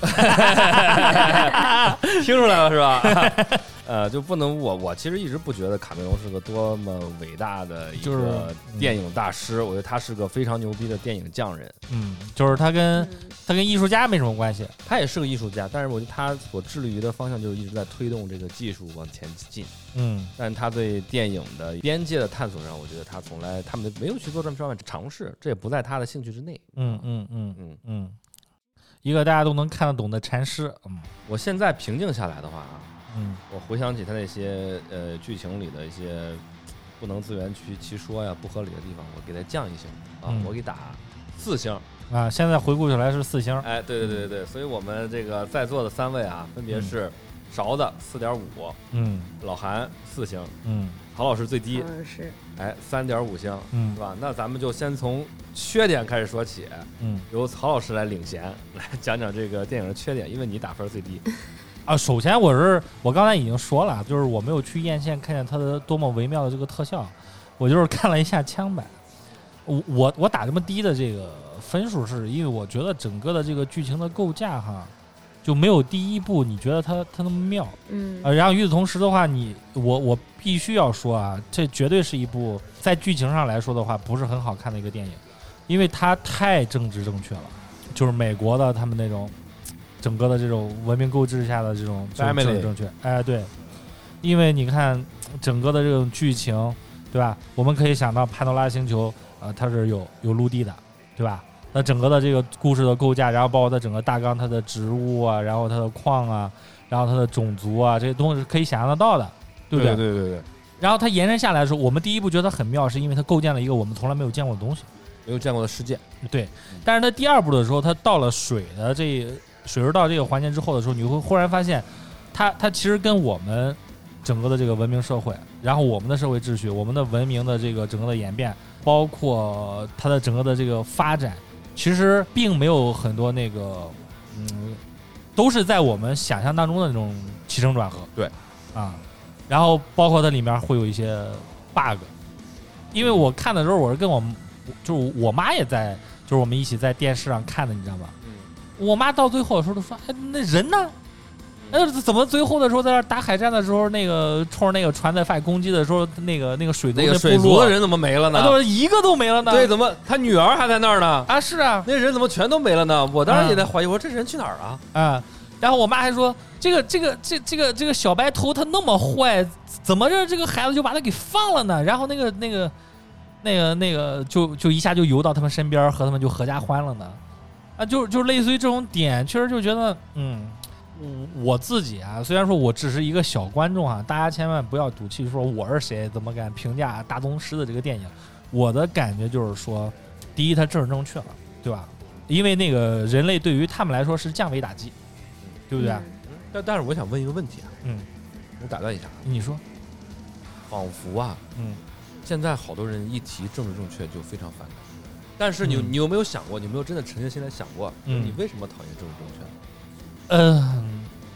听出来了是吧？呃，就不能我我其实一直不觉得卡梅隆是个多么伟大的一就是个电影大师，我觉得他是个非常牛逼的电影匠人。 嗯，就是他跟嗯他跟艺术家没什么关系。 他也是个艺术家，但是我觉得他所致力于的方向就是一直在推动这个技术往前进。 嗯但他对电影的边界的探索上，我觉得他从来他们没有去做这么方面尝试，这也不在他的兴趣之内。 嗯嗯嗯嗯， 嗯，一个大家都能看得懂的禅师。嗯我现在平静下来的话啊， 嗯我回想起他那些呃剧情里的一些不能自圆其其说呀、不合理的地方，我给他降一星啊， 嗯我给打四星。 啊，现在回顾起来是四星。 哎，对对对对对，所以我们这个在座的三位啊，分别是勺子四点五， 嗯老韩四星， 嗯郝老师最低， 嗯是， 哎三点五星， 嗯是吧？那咱们就先从缺点开始说起， 嗯由郝老师来领衔，来讲讲这个电影的缺点，因为你打分最低。 啊，首先我是我刚才已经说了，就是我没有去院线看见它的多么微妙的这个特效，我就是看了一下枪版。我我我打这么低的这个分数，是因为我觉得整个的这个剧情的构架哈，就没有第一部你觉得它它那么妙。 嗯呃，然后与此同时的话，你我我必须要说啊，这绝对是一部在剧情上来说的话不是很好看的一个电影，因为它太政治正确了，就是美国的他们那种整个的这种文明购置下的这种政治正确。哎，对，因为你看整个的这种剧情，对吧？我们可以想到潘多拉星球，呃，它是有有陆地的，对吧？那整个的这个故事的构架，然后包括它整个大纲，它的植物啊，然后它的矿啊，然后它的种族啊，这些东西是可以想象得到的，对不对？ 对对对对， 然后它延伸下来的时候，我们第一步觉得它很妙，是因为它构建了一个我们从来没有见过的东西， 没有见过的世界。 对。但是它第二步的时候，它到了水的这水入道这个环节之后的时候，你会忽然发现它，它其实跟我们整个的这个文明社会，然后我们的社会秩序，我们的文明的这个整个的演变，包括它的整个的这个发展，其实并没有很多那个，嗯，都是在我们想象当中的那种起承转合。 对， 啊，然后包括它里面会有一些 bug，因为我看的时候，我是跟我就是我妈也在，就是我们一起在电视上看的，你知道吗？ 嗯， 我妈到最后的时候都说：“哎，那人呢？呃，怎么最后的时候在那打海战的时候，那个冲着那个船在发起攻击的时候，那个那个水族那个水族的人怎么没了呢？ 啊，都是一个都没了呢。 对，怎么他女儿还在那儿呢？ 啊，是啊， 那人怎么全都没了呢？我当时也在怀疑，我说这人去哪儿了？ 啊，然后我妈还说，这个这个这这个这个小白头他那么坏，怎么着这个孩子就把他给放了呢？然后那个那个那个那个就就一下就游到他们身边，和他们就合家欢了呢。啊，就就类似于这种点，确实就觉得，嗯。我自己啊，虽然说我只是一个小观众啊，大家千万不要赌气说我是谁，怎么敢评价大宗师的这个电影。我的感觉就是说，第一，它政治正确了，对吧？因为那个人类对于他们来说是降维打击，对不对？ 嗯但但是我想问一个问题啊， 嗯， 我打断一下， 你说， 仿佛啊， 嗯， 现在好多人一提政治正确就非常反感，但是你、 嗯、 你有没有想过，你有没有真的沉下心来想过， 嗯、 你为什么讨厌政治正确？ 嗯、呃，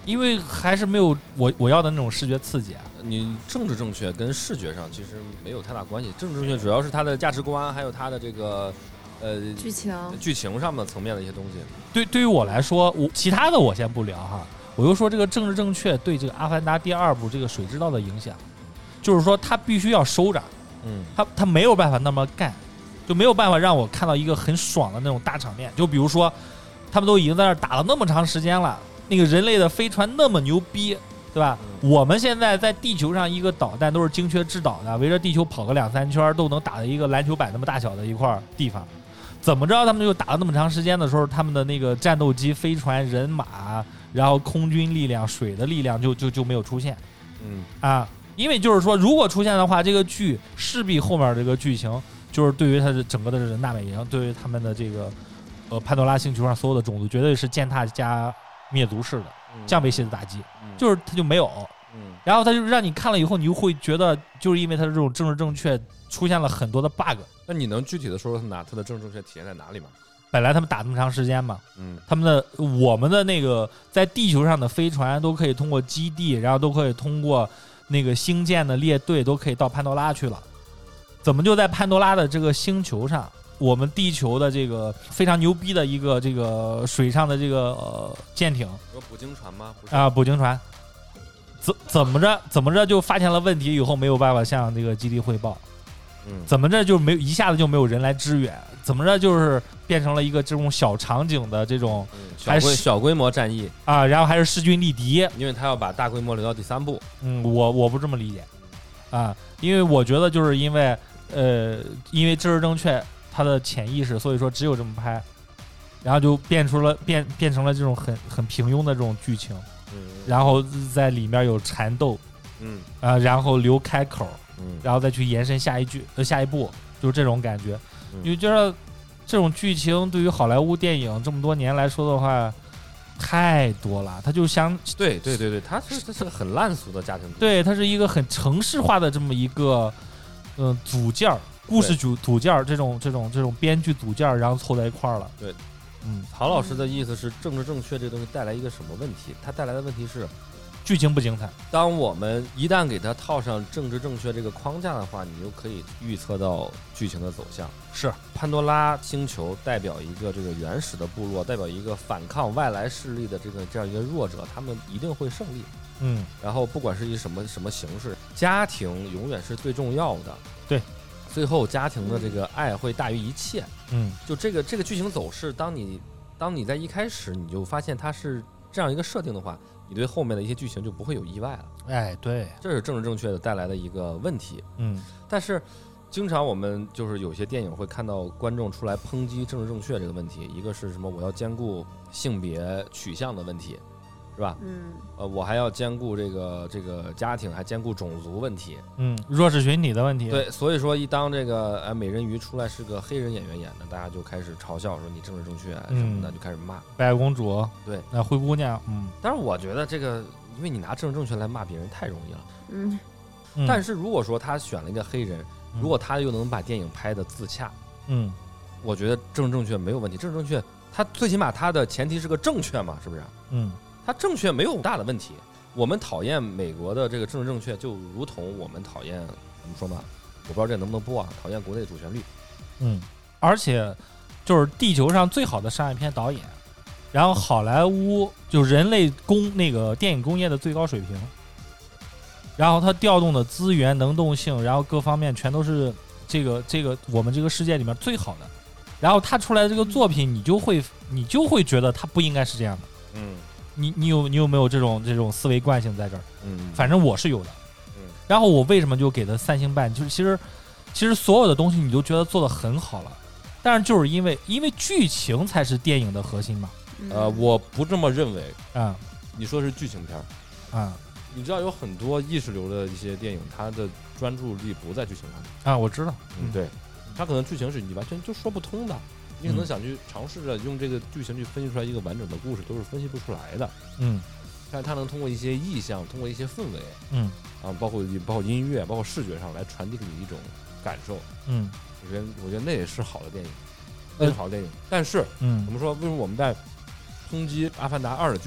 因为还是没有我我要的那种视觉刺激啊。 你政治正确跟视觉上其实没有太大关系，政治正确主要是它的价值观，还有它的这个呃剧情剧情上面层面的一些东西。 对，对于我来说，我其他的我先不聊哈，我就说这个政治正确对这个《阿凡达》第二部这个水之道的影响，就是说它必须要收着， 嗯， 它它没有办法那么干，就没有办法让我看到一个很爽的那种大场面。就比如说，他们都已经在那儿打了那么长时间了，那个人类的飞船那么牛逼，对吧？ 嗯、 我们现在在地球上一个导弹都是精确制导的，围着地球跑个两三圈都能打到一个篮球板那么大小的一块地方。怎么着他们就打了那么长时间的时候，他们的那个战斗机、飞船、人马，然后空军力量、水的力量就就就没有出现。 嗯啊，因为就是说，如果出现的话，这个剧势必后面这个剧情就是对于它的整个的人大本营，对于他们的这个呃潘多拉星球上所有的种族，绝对是践踏加灭族式的降维式的打击， 嗯、 就是它就没有。 嗯， 然后它就让你看了以后，你就会觉得，就是因为它的这种政治正确，出现了很多的 bug。 那你能具体的说说哪它的政治正确体现在哪里吗？ 本来他们打那么长时间嘛， 嗯， 他们的我们的那个在地球上的飞船都可以通过基地，然后都可以通过那个星舰的列队，都可以到潘多拉去了。怎么就在潘多拉的这个星球上，我们地球的这个非常牛逼的一个这个水上的这个、呃、舰艇， 有捕鲸船吗？不是啊，捕鲸船。怎怎么着怎么着就发现了问题以后没有办法向这个基地汇报， 嗯， 怎么着就没有一下子就没有人来支援，怎么着就是变成了一个这种小场景的这种， 嗯、小规小规模战役啊，然后还是势均力敌， 因为他要把大规模留到第三部。 嗯，我我不这么理解，啊，因为我觉得就是因为呃，因为政治正确它的潜意识，所以说只有这么拍，然后就变出了变变成了这种很很平庸的这种剧情。 嗯， 然后在里面有缠斗， 嗯啊、呃，然后留开口， 嗯， 然后再去延伸下一句呃下一步，就是这种感觉。 嗯、 你觉得这种剧情对于好莱坞电影这么多年来说的话，太多了。它就像对对对对，它是它是个很烂俗的家庭剧， 对，它是一个很程式化的这么一个嗯、呃、组件儿，故事组组件儿，这种这种这种编剧组件儿，然后凑在一块儿了。 对。 嗯， 曹老师的意思是，政治正确这东西带来一个什么问题？它带来的问题是， 剧情不精彩。 当我们一旦给它套上政治正确这个框架的话，你就可以预测到剧情的走向。 是潘多拉星球代表一个这个原始的部落，代表一个反抗外来势力的这个这样一个弱者，他们一定会胜利。 嗯， 然后不管是以什么什么形式，家庭永远是最重要的。 对。 最后，家庭的这个爱会大于一切。 嗯， 就这个这个剧情走势，当你当你在一开始你就发现它是这样一个设定的话，你对后面的一些剧情就不会有意外了。 哎，对， 这是政治正确的带来的一个问题。 嗯， 但是经常我们就是有些电影会看到观众出来抨击政治正确这个问题，一个是什么？我要兼顾性别取向的问题。是吧？ 嗯， 呃，我还要兼顾这个这个家庭，还兼顾种族问题， 嗯，弱势群体的问题。 对，所以说一当这个呃美人鱼出来是个黑人演员演的，大家就开始嘲笑说你政治正确什么的， 嗯、 就开始骂白雪公主， 对， 那灰姑娘，嗯。 但是我觉得这个，因为你拿政治正确来骂别人太容易了， 嗯。 嗯但是如果说他选了一个黑人，如果他又能把电影拍得自洽， 嗯， 我觉得政治正确没有问题。政治正确，它最起码它的前提是个正确嘛，是不是？ 嗯。 它正确没有大的问题。我们讨厌美国的这个政治正确，就如同我们讨厌怎么说呢？我不知道这能不能播啊？讨厌国内的主旋律。 嗯，而且就是地球上最好的商业片导演，然后好莱坞就人类工那个电影工业的最高水平，然后它调动的资源能动性，然后各方面全都是这个这个我们这个世界里面最好的。然后他出来的这个作品，你就会你就会觉得他不应该是这样的。 嗯。 你你有你有没有这种这种思维惯性在这儿？ 嗯， 反正我是有的。 嗯， 然后我为什么就给他三星半？就是其实其实所有的东西你都觉得做得很好了，但是就是因为因为剧情才是电影的核心嘛。 呃，我不这么认为啊、嗯。 你说的是剧情片啊、嗯？ 你知道有很多意识流的一些电影，它的专注力不在剧情上面啊，我知道。 嗯，对，它可能剧情是你完全就说不通的。你可能想去尝试着用这个剧情去分析出来一个完整的故事，都是分析不出来的。 嗯， 但是它能通过一些意象，通过一些氛围， 嗯， 啊，包括包括音乐，包括视觉上来传递给你一种感受。 嗯， 我觉得我觉得那也是好的电影，那是好的电影。但是， 嗯， 我们说为什么我们在抨击《阿凡达二》的剧情？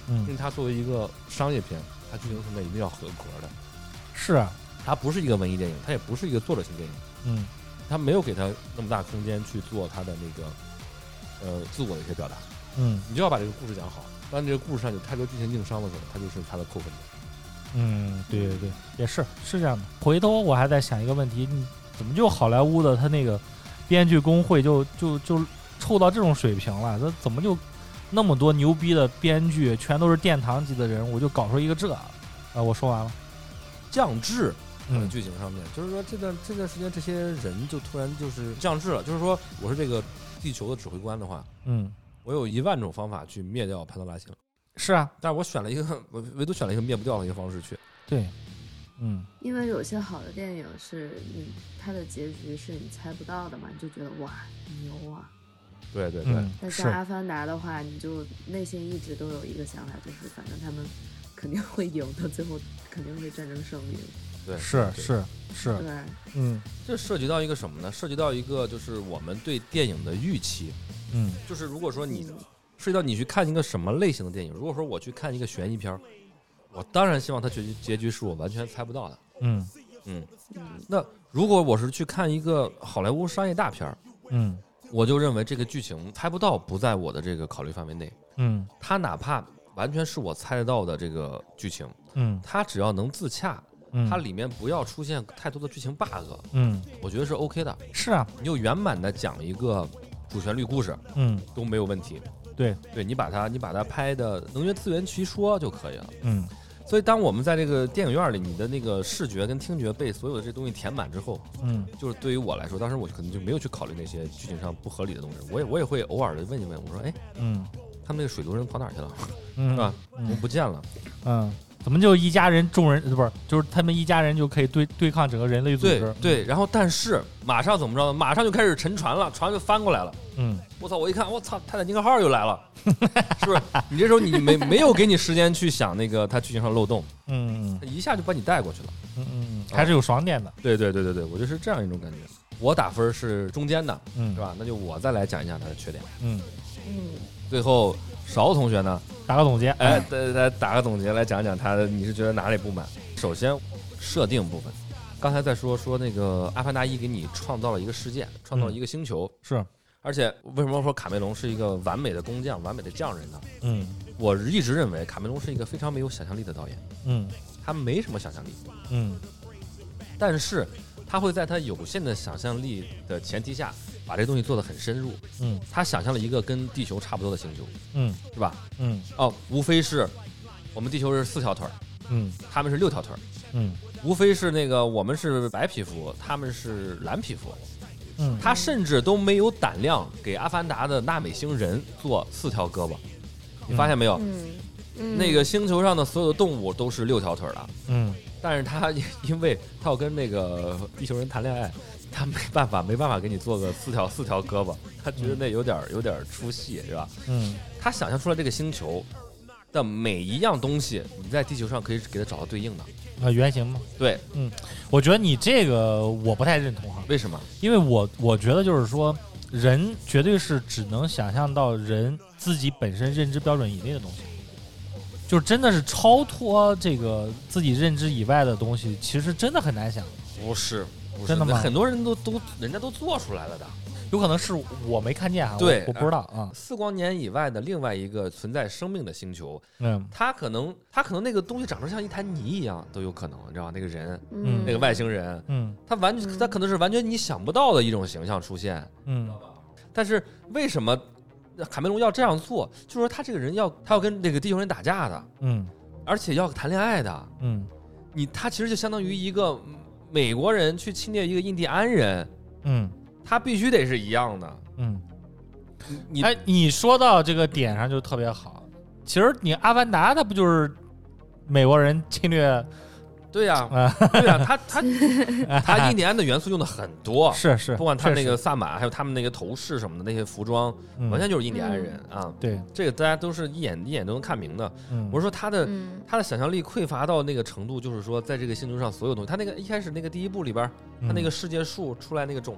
嗯因为它作为一个商业片，它剧情层面一定要合格的。 是啊， 它不是一个文艺电影，它也不是一个作者性电影， 嗯它没有给它那么大空间去做它的那个呃自我的一些表达。 嗯你就要把这个故事讲好，当这个故事上有太多剧情硬伤的时候，它就是它的扣分点。 嗯，对对对，也是是这样的。回头我还在想一个问题，你怎么就好莱坞的他那个编剧工会就就就臭到这种水平了？他怎么就那么多牛逼的编剧，全都是殿堂级的人，我就搞出一个这啊？我说完了。 降智， 嗯剧情上面就是说这段这段时间这些人就突然就是降智了，就是说我是这个地球的指挥官的话， 嗯， 我有一万种方法去灭掉潘多拉星， 是啊， 但是我选了一个，我唯独选了一个灭不掉的一个方式去。 对，嗯因为有些好的电影是你它的结局是你猜不到的嘛，你就觉得哇牛啊。 对对对， 嗯， 但是像阿凡达的话，你就内心一直都有一个想法，就是反正他们肯定会赢的，最后肯定会战争胜利的。 对， 是对， 是是， 对， 嗯这涉及到一个什么呢？涉及到一个就是我们对电影的预期， 嗯就是如果说你嗯涉及到你去看一个什么类型的电影，如果说我去看一个悬疑片儿，我当然希望它结局结局是我完全猜不到的。 嗯嗯， 嗯那如果我是去看一个好莱坞商业大片儿， 嗯我就认为这个剧情猜不到不在我的这个考虑范围内。 嗯它哪怕完全是我猜得到的这个剧情， 嗯它只要能自洽， 嗯， 它里面不要出现太多的剧情 bug， 嗯我觉得是 OK 的。 是啊， 你就圆满的讲一个主旋律故事嗯都没有问题。 对， 对你把它你把它拍的能源自圆其说就可以了。 嗯所以当我们在这个电影院里，你的那个视觉跟听觉被所有的这东西填满之后， 嗯就是对于我来说，当时我可能就没有去考虑那些剧情上不合理的东西。我也我也会偶尔的问一问，我说，哎， 嗯他们那个水族人跑哪儿去了？ 嗯， 是吧？我嗯不见了。 嗯，怎么就一家人众人不是，就是他们一家人就可以对对抗整个人类组对织？ 对，然后但是马上怎么着呢？马上就开始沉船了，船就翻过来了。 嗯我操！我一看，我操，泰坦尼克号又来了，是不是？你这时候你没没有给你时间去想那个它剧情上漏洞， 嗯它一下就把你带过去了。 嗯嗯嗯，还是有爽点的。 对对对对对，我就是这样一种感觉。我打分是中间的， 嗯是吧？那就我再来讲一下它的缺点。 嗯， 嗯， 最后勺子同学呢， 打个总结。 哎，来来打个总结，来讲讲他的，你是觉得哪里不满？首先，设定部分，刚才在说说那个《阿凡达一》给你创造了一个世界，创造了一个星球， 是， 而且为什么说卡梅隆是一个完美的工匠、完美的匠人呢？ 嗯我一直认为卡梅隆是一个非常没有想象力的导演， 嗯他没什么想象力， 嗯但是他会在他有限的想象力的前提下，把这东西做得很深入。 嗯他想象了一个跟地球差不多的星球， 嗯是吧？ 嗯哦，无非是我们地球是四条腿儿， 嗯他们是六条腿儿， 嗯无非是那个我们是白皮肤，他们是蓝皮肤。 嗯， 他甚至都没有胆量给阿凡达的纳美星人做四条胳膊，你发现没有？ 嗯嗯， 那个星球上的所有的动物都是六条腿的， 嗯但是他因为他要跟那个地球人谈恋爱，他没办法，没办法给你做个四条四条胳膊，他觉得那有点有点出戏，是吧？ 嗯他想象出来这个星球的每一样东西，你在地球上可以给它找到对应的。 呃，原型嘛。 对， 我觉得你这个我不太认同哈， 为什么？ 因为我我觉得就是说，人绝对是只能想象到人自己本身认知标准以内的东西，就是真的是超脱这个自己认知以外的东西，其实真的很难想。 不是，不是真的吗那很多人都都人家都做出来了的。 有可能是我没看见哈， 对我，我不知道啊。 四光年以外的另外一个存在生命的星球， 嗯它可能它可能那个东西长得像一滩泥一样都有可能，你知道吗？那个人， 嗯那个外星人， 嗯他完全他可能是完全你想不到的一种形象出现。 嗯但是为什么卡梅隆要这样做？就是说他这个人要他要跟那个地球人打架的， 嗯而且要谈恋爱的。 嗯你他其实就相当于一个美国人去侵略一个印第安人， 嗯他必须得是一样的。 嗯。 你你哎，你说到这个点上就特别好。其实你《阿凡达》它不就是美国人侵略？ 对呀、 啊， 对呀、他他他印第安的元素用的很多， 是是， 不管他确实那个萨满，还有他们那个头饰什么的那些服装， 嗯完全就是印第安人啊。 对， 这个大家都是一眼一眼都能看明的。 嗯， 我是说他的嗯他的想象力匮乏到那个程度，就是说在这个星球上所有东西，他那个一开始那个第一部里边，他那个世界树出来那个种子，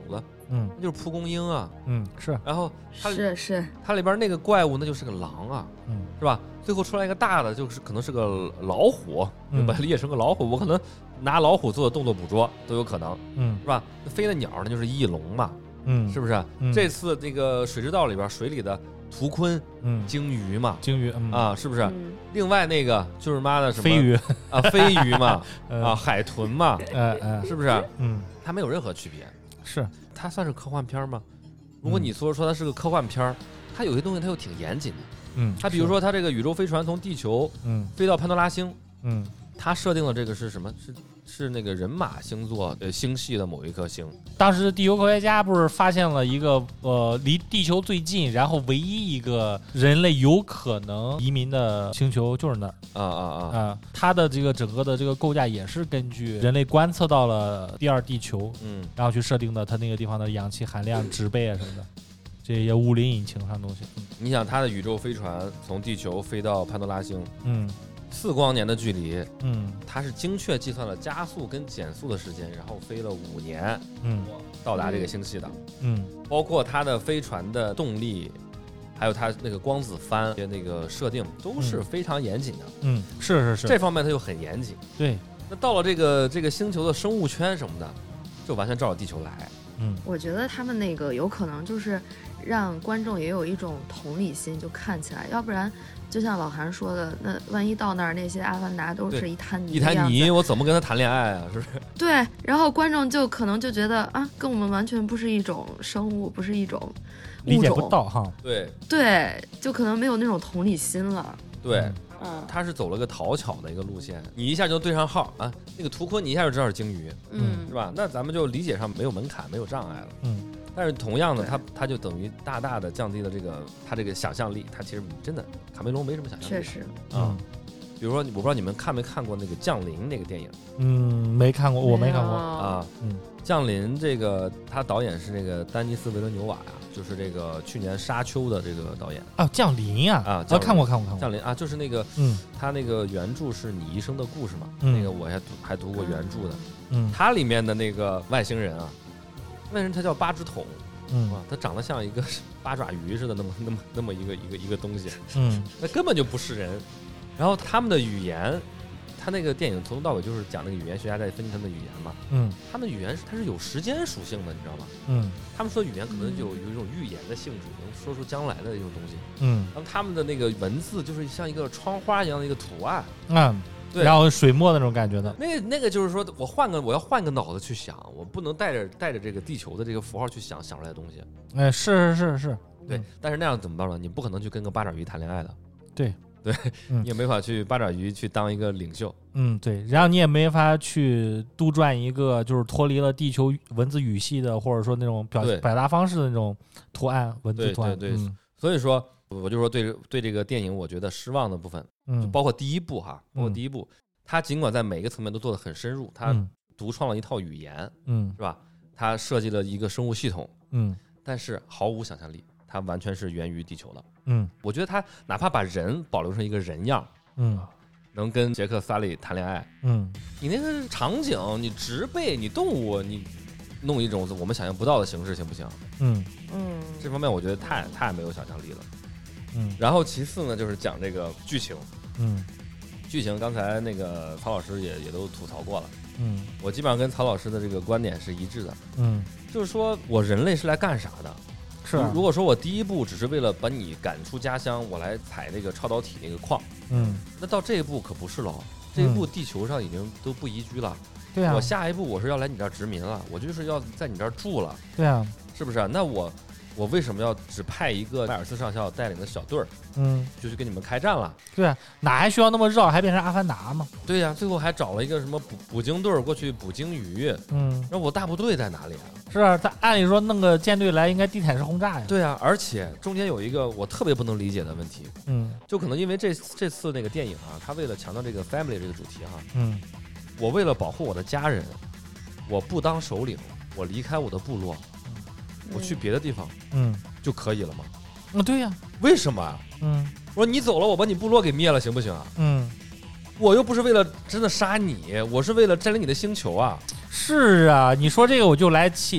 嗯那就是蒲公英啊。 嗯是然后它是是， 它里边那个怪物那就是个狼啊， 嗯是吧？最后出来一个大的，就是可能是个老虎， 嗯把它理解成个老虎，我可能拿老虎做的动作捕捉都有可能， 嗯是吧？那飞的鸟那就是翼龙嘛， 嗯是不是？ 嗯这次这个水之道里边水里的图鲲、 嗯鲸鱼嘛， 鲸鱼嗯啊，是不是？ 嗯另外那个就是妈的什么飞鱼啊，飞鱼嘛， 呃啊，海豚嘛， 呃呃是不是？ 嗯它没有任何区别， 是它算是科幻片吗？如果你说说它是个科幻片儿，它有些东西它又挺严谨的。 嗯它比如说它这个宇宙飞船从地球嗯飞到潘多拉星， 嗯它设定的这个是什么？是是那个人马星座呃星系的某一颗星。 当时地球科学家不是发现了一个呃离地球最近，然后唯一一个人类有可能移民的星球就是那儿啊啊啊！ 啊、它的这个整个的这个构架也是根据人类观测到了第二地球， 嗯， 然后去设定的它那个地方的氧气含量、植被啊什么的，这些物理引擎上的东西。 你想它的宇宙飞船从地球飞到潘多拉星， 嗯四光年的距离， 嗯它是精确计算了加速跟减速的时间，然后飞了五年嗯到达这个星系的。 嗯包括它的飞船的动力，还有它那个光子帆那个设定都是非常严谨的。 嗯，是是是， 这方面它就很严谨。 对， 那到了这个这个星球的生物圈什么的，就完全照着地球来。 嗯我觉得他们那个有可能就是让观众也有一种同理心，就看起来，要不然就像老韩说的，那万一到那儿那些阿凡达都是对一滩泥一的样子， 滩泥，我怎么跟他谈恋爱啊？是不是？ 对，然后观众就可能就觉得啊，跟我们完全不是一种生物，不是一种理解物种， 不到哈。 对对，就可能没有那种同理心了。 对， 嗯嗯他是走了个讨巧的一个路线，你一下就对上号啊。那个图鲲你一下就知道是鲸鱼， 嗯是吧？那咱们就理解上没有门槛，没有障碍了。 嗯但是同样的， 对它它就等于大大的降低了这个它这个想象力。它其实真的卡梅隆没什么想象力， 确实， 啊。 嗯比如说，我不知道你们看没看过那个《降临》那个电影嗯，没看过，我没看过。 啊？ 嗯 《降临》这个他导演是那个丹尼斯维伦纽瓦呀，就是这个去年《沙丘》的这个导演。 啊，降临呀啊降临看过看过看过。 降临啊，就是那个嗯他那个原著是你一生的故事嘛， 嗯那个我还读还读过原著的。 嗯它里面的那个外星人啊，外星人他叫八只桶， 嗯哇，他长得像一个八爪鱼似的，那么那么那么一个一个一个东西， 嗯那根本就不是人。然后他们的语言，他那个电影从头到尾就是讲那个语言学家在分析他们的语言嘛， 嗯他们的语言是它是有时间属性的，你知道吗？ 嗯他们说语言可能有有一种预言的性质，能说出将来的一种东西。 嗯然后他们的那个文字就是像一个窗花一样的一个图案， 嗯， 对然后水墨那种感觉的。 那个那个就是说我换个我要换个脑子去想，我不能带着带着这个地球的这个符号去想想出来的东西。 哎，是是是是， 对， 嗯但是那样怎么办呢？你不可能去跟个八爪鱼谈恋爱的。 对对， 嗯你也没法去八爪鱼去当一个领袖。 嗯对，然后你也没法去杜撰一个就是脱离了地球文字语系的，或者说那种表对表达方式的那种图案文字对图案。 对对嗯所以说，我就说对对这个电影，我觉得失望的部分，就嗯， 包括第一部哈，包括嗯第一部，它尽管在每个层面都做得很深入，它嗯独创了一套语言， 嗯是吧？它设计了一个生物系统， 嗯但是毫无想象力，它完全是源于地球的。 嗯我觉得他哪怕把人保留成一个人样， 嗯能跟杰克·萨利谈恋爱， 嗯你那个场景、你植被、你动物，你弄一种我们想象不到的形式，行不行？ 嗯嗯， 这方面我觉得太太没有想象力了。 嗯然后其次呢，就是讲这个剧情， 嗯剧情刚才那个曹老师也也都吐槽过了， 嗯我基本上跟曹老师的这个观点是一致的， 嗯， 就是说我人类是来干啥的？ 是啊如果说我第一步只是为了把你赶出家乡，我来采这个超导体那个矿， 嗯那到这一步可不是喽。这一步地球上已经都不宜居了， 对啊我下一步我是要来你这儿殖民了，我就是要在你这儿住了， 对啊是不是？那我我为什么要只派一个迈尔斯上校带领的小队儿嗯就去跟你们开战了？ 对啊，哪还需要那么绕，还变成阿凡达嘛？ 对呀、最后还找了一个什么捕捕鲸队儿过去捕鲸鱼， 嗯， 那我大部队在哪里啊？ 是啊，他按理说弄个舰队来应该地毯式轰炸呀。 对啊，而且中间有一个我特别不能理解的问题， 嗯就可能因为这这次那个电影啊，他为了强调这个 family 这个主题哈、 嗯我为了保护我的家人，我不当首领，我离开我的部落，我去别的地方嗯就可以了吗？ 嗯，对呀， 为什么啊？ 嗯我说你走了，我把你部落给灭了，行不行啊？ 嗯， 我又不是为了真的杀你，我是为了占领你的星球啊！ 是啊，你说这个我就来气。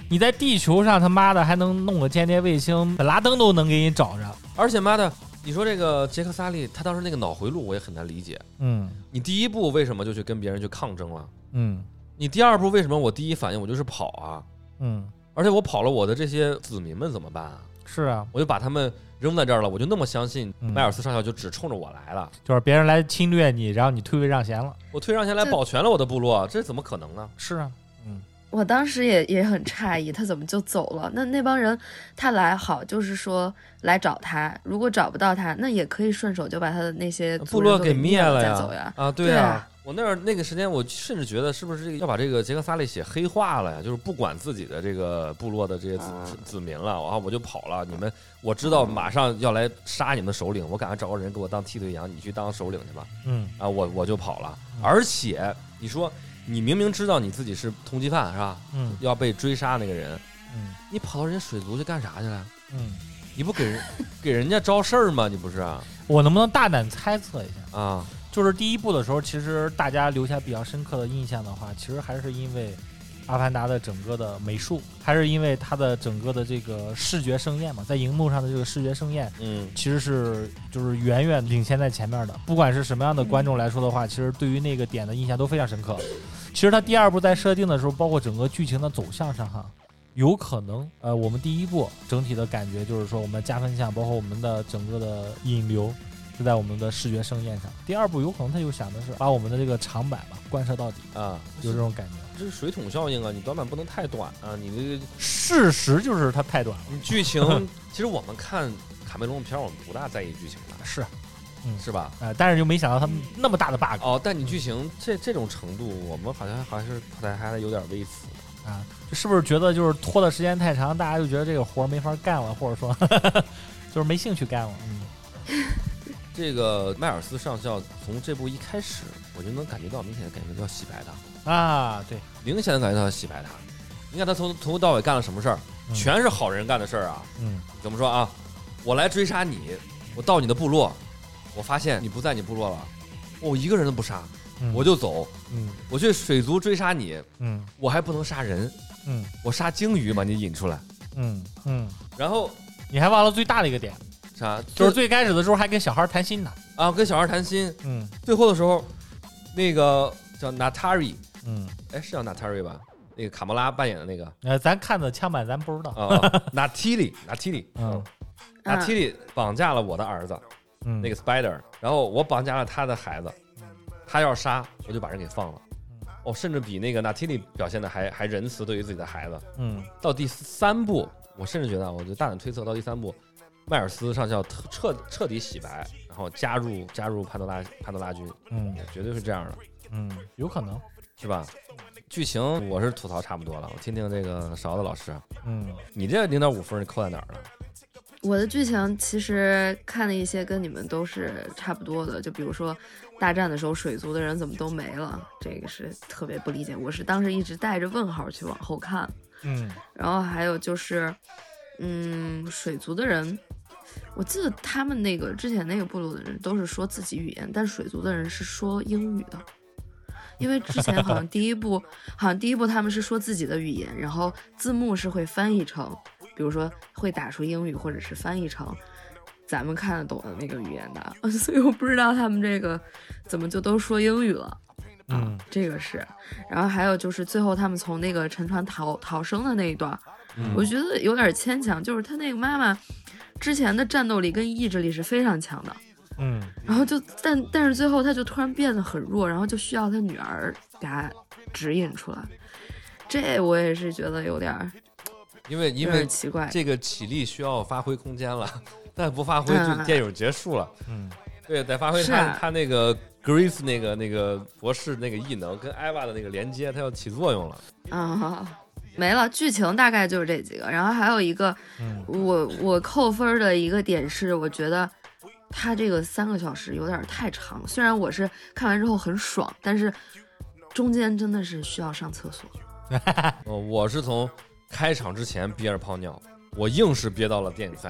你在地球上他妈的还能弄个间谍卫星，本拉登都能给你找着。 而且妈的，你说这个杰克萨利他当时那个脑回路我也很难理解。 嗯， 你第一步为什么就去跟别人去抗争了？ 嗯， 你第二步为什么我第一反应我就是跑啊？ 嗯， 而且我跑了，我的这些子民们怎么办啊？ 是啊， 我就把他们扔在这儿了，我就那么相信嗯迈尔斯上校就只冲着我来了， 就是别人来侵略你，然后你退位让贤了。 我退让前来保全了我的部落，这怎么可能呢？ 是啊，嗯， 我当时也也很诧异，他怎么就走了？那那帮人他来好，就是说来找他，如果找不到他，那也可以顺手就把他的那些部落给灭了呀！ 再走呀。 啊，对对啊，我那儿那个时间，我甚至觉得是不是这个要把这个杰克萨利写黑化了呀？就是不管自己的这个部落的这些子啊子子民了，然后我就跑了。你们我知道马上要来杀你们的首领，我赶快找个人给我当替罪羊，你去当首领去吧。 嗯啊，我我就跑了。 嗯而且你说你明明知道你自己是通缉犯是吧？ 嗯要被追杀那个人， 嗯你跑到人家水族去干啥去了？ 嗯， 你不给人给人家招事儿吗？你不是啊？ 我能不能大胆猜测一下？ 啊， 就是第一部的时候，其实大家留下比较深刻的印象的话，其实还是因为《阿凡达》的整个的美术，还是因为它的整个的这个视觉盛宴嘛，在荧幕上的这个视觉盛宴， 嗯， 其实是就是远远领先在前面的。不管是什么样的观众来说的话，其实对于那个点的印象都非常深刻。其实它第二部在设定的时候，包括整个剧情的走向上哈，有可能呃，我们第一部整体的感觉就是说，我们加分项，包括我们的整个的引流。是在我们的视觉盛宴上。第二部有可能他又想的是把我们的这个长板吧贯彻到底啊， 有这种感觉。 这是水桶效应啊！你短板不能太短啊！你这个事实就是它太短了。 你剧情，其实我们看卡梅隆的片儿，我们不大在意剧情的， 是，嗯， 是吧？ 啊、呃，但是就没想到他们那么大的 bug 哦。但你剧情这这种程度，我们好像还是还还有点微词啊，是不是觉得就是拖的时间太长，大家就觉得这个活儿没法干了，或者说呵呵就是没兴趣干了？嗯。 这个迈尔斯上校从这部一开始，我就能感觉到明显的感觉到洗白他啊，对， 明显的感觉到洗白他。你看他从从头到尾干了什么事儿， 嗯、 全是好人干的事儿啊。 嗯， 怎么说啊？我来追杀你，我到你的部落，我发现你不在你部落了，我一个人都不杀， 嗯、 我就走。 嗯， 我去水族追杀你， 嗯， 我还不能杀人， 嗯， 我杀鲸鱼把你引出来， 嗯嗯， 然后你还忘了最大的一个点。 啥？ 就是最开始的时候还跟小孩谈心呢啊，跟小孩谈心。 嗯， 最后的时候，那个叫 Natari， 嗯， 哎，是叫 Natari 吧？那个卡莫拉扮演的那个。 呃，咱看的枪版咱不知道。 啊 ，Natili，Natili， 嗯 ，Natili 绑架了我的儿子， 嗯， 那个 Spider， 然后我绑架了他的孩子，他要杀，我就把人给放了。哦，甚至比那个 Natili 表现的还还仁慈，对于自己的孩子。 嗯， 到第三部，我甚至觉得，我就大胆推测，到第三部。迈尔斯上校彻彻底洗白，然后加入加入潘多拉潘多拉军， 嗯， 绝对是这样的， 嗯，有可能是吧？剧情我是吐槽差不多了，我听听这个勺子老师， 嗯， 你这零点五分你扣在哪儿了？ 我的剧情其实看了一些跟你们都是差不多的，就比如说大战的时候水族的人怎么都没了，这个是特别不理解，我是当时一直带着问号去往后看， 嗯， 然后还有就是，嗯，水族的人。我记得他们那个之前那个部落的人都是说自己语言，但水族的人是说英语的，因为之前好像第一部，好像第一部他们是说自己的语言，然后字幕是会翻译成，比如说会打出英语，或者是翻译成咱们看得懂的那个语言的，所以我不知道他们这个怎么就都说英语了。 嗯， 这个是，然后还有就是最后他们从那个沉船逃逃生的那一段， 嗯、 我觉得有点牵强，就是他那个妈妈之前的战斗力跟意志力是非常强的， 嗯， 然后就但但是最后他就突然变得很弱，然后就需要他女儿给他指引出来，这我也是觉得有点， 因为因为奇怪， 这个体力需要发挥空间了，但不发挥就电影结束了， 嗯， 对，得发挥他、 啊、 他那个 Grace 那个那个博士那个异能跟艾娃的那个连接，它要起作用了啊。没了，剧情大概就是这几个，然后还有一个， 嗯、 我我扣分的一个点是，我觉得他这个三个小时有点太长，虽然我是看完之后很爽，但是中间真的是需要上厕所。 哦，我是从开场之前憋着泡尿，我硬是憋到了电影散场。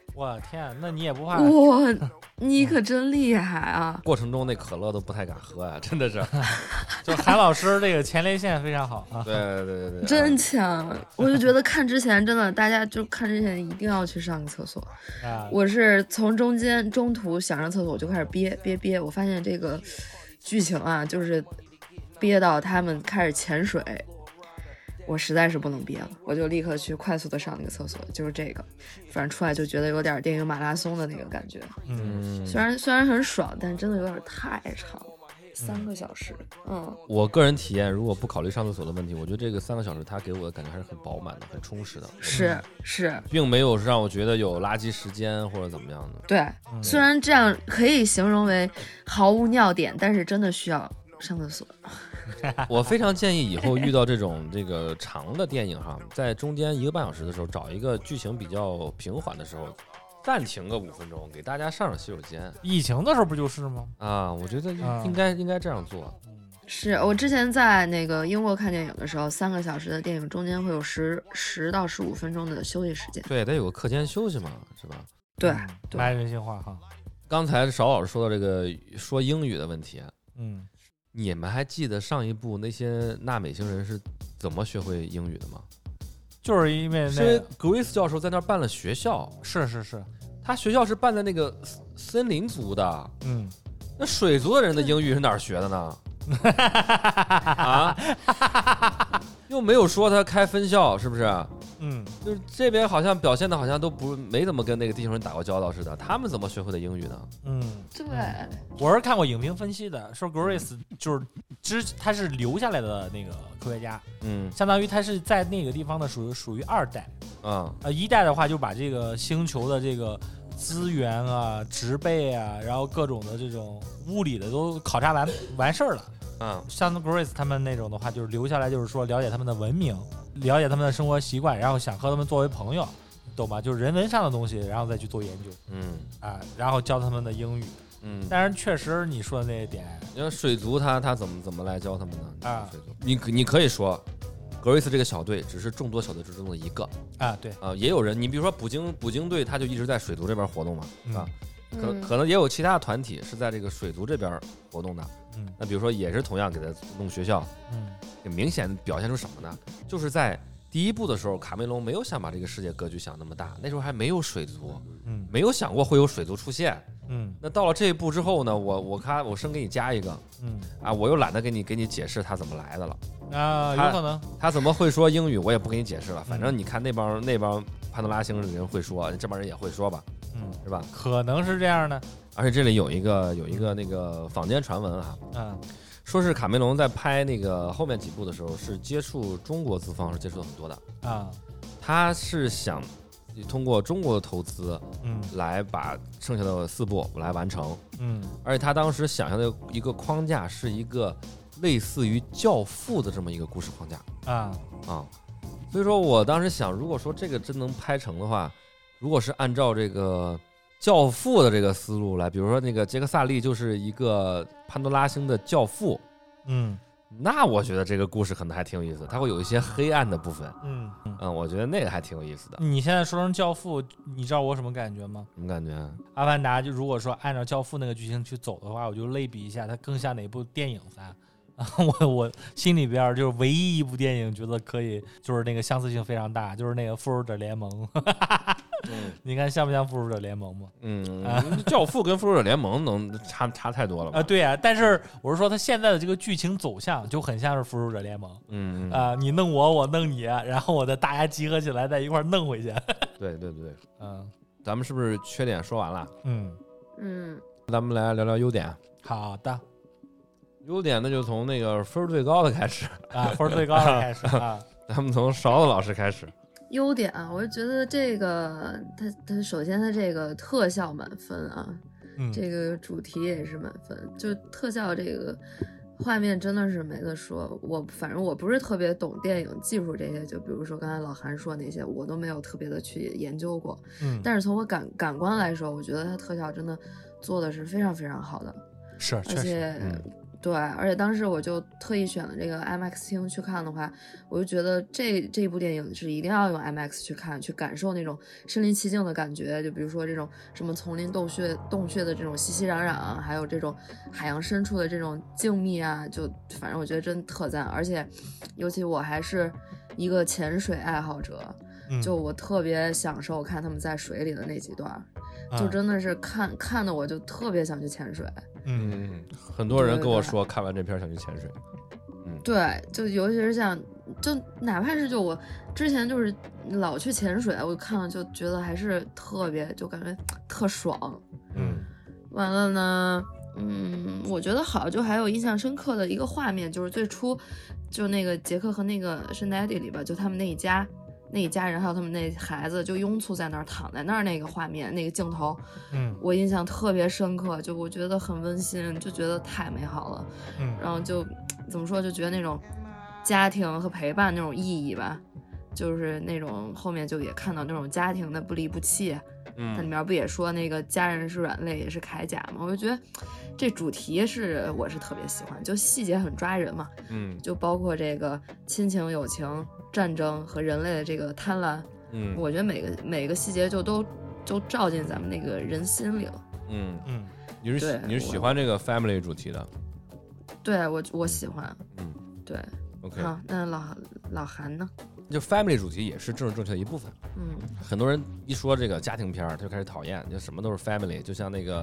我天，那你也不怕？ 哇，你可真厉害啊！ 过程中那可乐都不太敢喝呀，真的是。 就韩老师这个前列腺非常好啊。 对对对对， 真强！我就觉得看之前真的，大家就看之前一定要去上个厕所。 啊， 我是从中间中途想上厕所，我就开始憋憋憋。我发现这个剧情啊，就是憋到他们开始潜水。我实在是不能憋了，我就立刻去快速的上那个厕所，就是这个，反正出来就觉得有点电影马拉松的那个感觉。 嗯， 虽然虽然很爽，但真的有点太长了，三个小时。嗯， 我个人体验，如果不考虑上厕所的问题，我觉得这个三个小时它给我的感觉还是很饱满的，很充实的。 是是， 并没有让我觉得有垃圾时间或者怎么样的。 对， 嗯虽然这样可以形容为毫无尿点，但是真的需要上厕所。 我非常建议以后遇到这种这个长的电影哈，在中间一个半小时的时候，找一个剧情比较平缓的时候，暂停个五分钟，给大家上上洗手间。 疫情的时候不就是吗？ 啊，我觉得啊应该、应该这样做。 是我之前在那个英国看电影的时候，三个小时的电影中间会有十十到十五分钟的休息时间。 对，得有个课间休息嘛，是吧？ 对嗯对蛮人性化哈。 刚才邵老师说到这个说英语的问题， 嗯， 你们还记得上一部那些纳美星人是怎么学会英语的吗？ 就是因为是因为那格瑞斯教授在那儿办了学校， 是是是， 他学校是办在那个森林族的， 嗯， 那水族的人的英语是哪儿学的呢？啊，又没有说他开分校，是不是？ 嗯， 就是这边好像表现的好像都不没怎么跟那个地球人打过交道似的，他们怎么学会的英语呢？ 嗯， 对， 我是看过影评分析的，说 Grace 就是之他是留下来的那个科学家， 嗯相当于他是在那个地方的属于属于二代， 啊呃，一代的话就把这个星球的这个资源啊、植被啊，然后各种的这种物理的都考察完完事儿了。 啊像 Grace 他们那种的话，就是留下来，就是说了解他们的文明，了解他们的生活习惯，然后想和他们作为朋友，懂吗？就是人文上的东西，然后再去做研究嗯啊，然后教他们的英语。 嗯。 但是确实你说的那一点因为水族他他怎么怎么来教他们呢？ 啊水族，你你可以说，格瑞斯这个小队只是众多小队之中的一个啊，对， 啊，也有人，你比如说捕鲸捕鲸队，他就一直在水族这边活动嘛， 嗯啊，可嗯可能也有其他团体是在这个水族这边活动的。 嗯那比如说也是同样给他弄学校， 嗯也明显表现出什么呢？就是在第一部的时候，卡梅隆没有想把这个世界格局想那么大，那时候还没有水族， 嗯没有想过会有水族出现。 嗯那到了这一步之后呢，我我看我生给你加一个嗯啊，我又懒得给你给你解释他怎么来的了， 啊， 他有可能， 他怎么会说英语，我也不给你解释了，反正你看那帮那帮潘多拉星的人会说，这帮人也会说吧， 嗯， 是吧？ 可能是这样的， 而且这里有一个有一个那个坊间传闻啊， 嗯说是卡梅隆在拍那个后面几部的时候，是接触中国资方是接触的很多的， 啊他是想通过中国的投资嗯来把剩下的四部来完成， 嗯而且他当时想象的一个框架是一个类似于《教父》的这么一个故事框架啊啊，所以说我当时想，如果说这个真能拍成的话，如果是按照这个《教父》的这个思路来，比如说那个杰克萨利就是一个潘多拉星的教父， 嗯那我觉得这个故事可能还挺有意思，它会有一些黑暗的部分， 嗯嗯。 嗯，我觉得那个还挺有意思的。 你现在说成教父，你知道我什么感觉吗？ 什么感觉？ 阿凡达就如果说按照教父那个剧情去走的话，我就类比一下，它更像哪部电影噻？啊，我我心里边就是唯一一部电影觉得可以，就是那个相似性非常大，就是那个复仇者联盟。 嗯你看像不像复仇者联盟吗？ 嗯，教父跟复仇者联盟能差差太多了吧？ 啊，对啊，但是我是说它现在的这个剧情走向就很像是复仇者联盟。 嗯，嗯啊、你弄我，我弄你，然后我的大家集合起来在一块儿弄回去。 对对对， 嗯咱们是不是缺点说完了？ 嗯， 嗯， 咱们来聊聊优点。 好的优点那就从那个分儿最高的开始， 啊，分儿最高的开始啊。 咱们从勺子老师开始。 优点啊，我就觉得这个它它首先它这个特效满分啊， 嗯这个主题也是满分，就特效这个画面真的是没得说。我反正我不是特别懂电影技术这些，就比如说刚才老韩说那些，我都没有特别的去研究过。 嗯， 但是从我感感官来说，我觉得它特效真的做的是非常非常好的， 是确实， 而且嗯对，而且当时我就特意选了这个 I M A X 厅去看的话，我就觉得这这一部电影是一定要用 I M A X 去看，去感受那种身临其境的感觉。就比如说这种什么丛林洞穴、洞穴的这种熙熙攘攘，还有这种海洋深处的这种静谧啊，就反正我觉得真特赞。而且，尤其我还是一个潜水爱好者， 嗯、 就我特别享受看他们在水里的那几段。 啊、 就真的是看看的我就特别想去潜水。 嗯， 很多人跟我说看完这片想去潜水。嗯， 对，就尤其是像，就哪怕是就我之前就是老去潜水，我看了就觉得还是特别，就感觉特爽。 嗯， 完了呢，嗯，我觉得好，就还有印象深刻的一个画面，就是最初就那个杰克和那个圣代迪里吧，就他们那一家。那一家人还有他们那孩子就拥簇在那儿躺在那儿那个画面那个镜头， 嗯， 我印象特别深刻，就我觉得很温馨，就觉得太美好了， 嗯， 然后就怎么说，就觉得那种家庭和陪伴那种意义吧，就是那种后面就也看到那种家庭的不离不弃， 嗯， 它里面不也说那个家人是软肋也是铠甲嘛，我就觉得这主题是我是特别喜欢，就细节很抓人嘛， 嗯， 就包括这个亲情友情。战争和人类的这个贪婪， 嗯， 我觉得每个每个细节就都都照进咱们那个人心里了。 嗯嗯， 你是你是喜欢这个 family 主题的？ 对我我喜欢。 嗯， 对。 OK。 好，那老老韩呢？ 就 family 主题也是政治正确的一部分。 嗯， 很多人一说这个家庭片儿，他就开始讨厌，就什么都是 family， 就像那个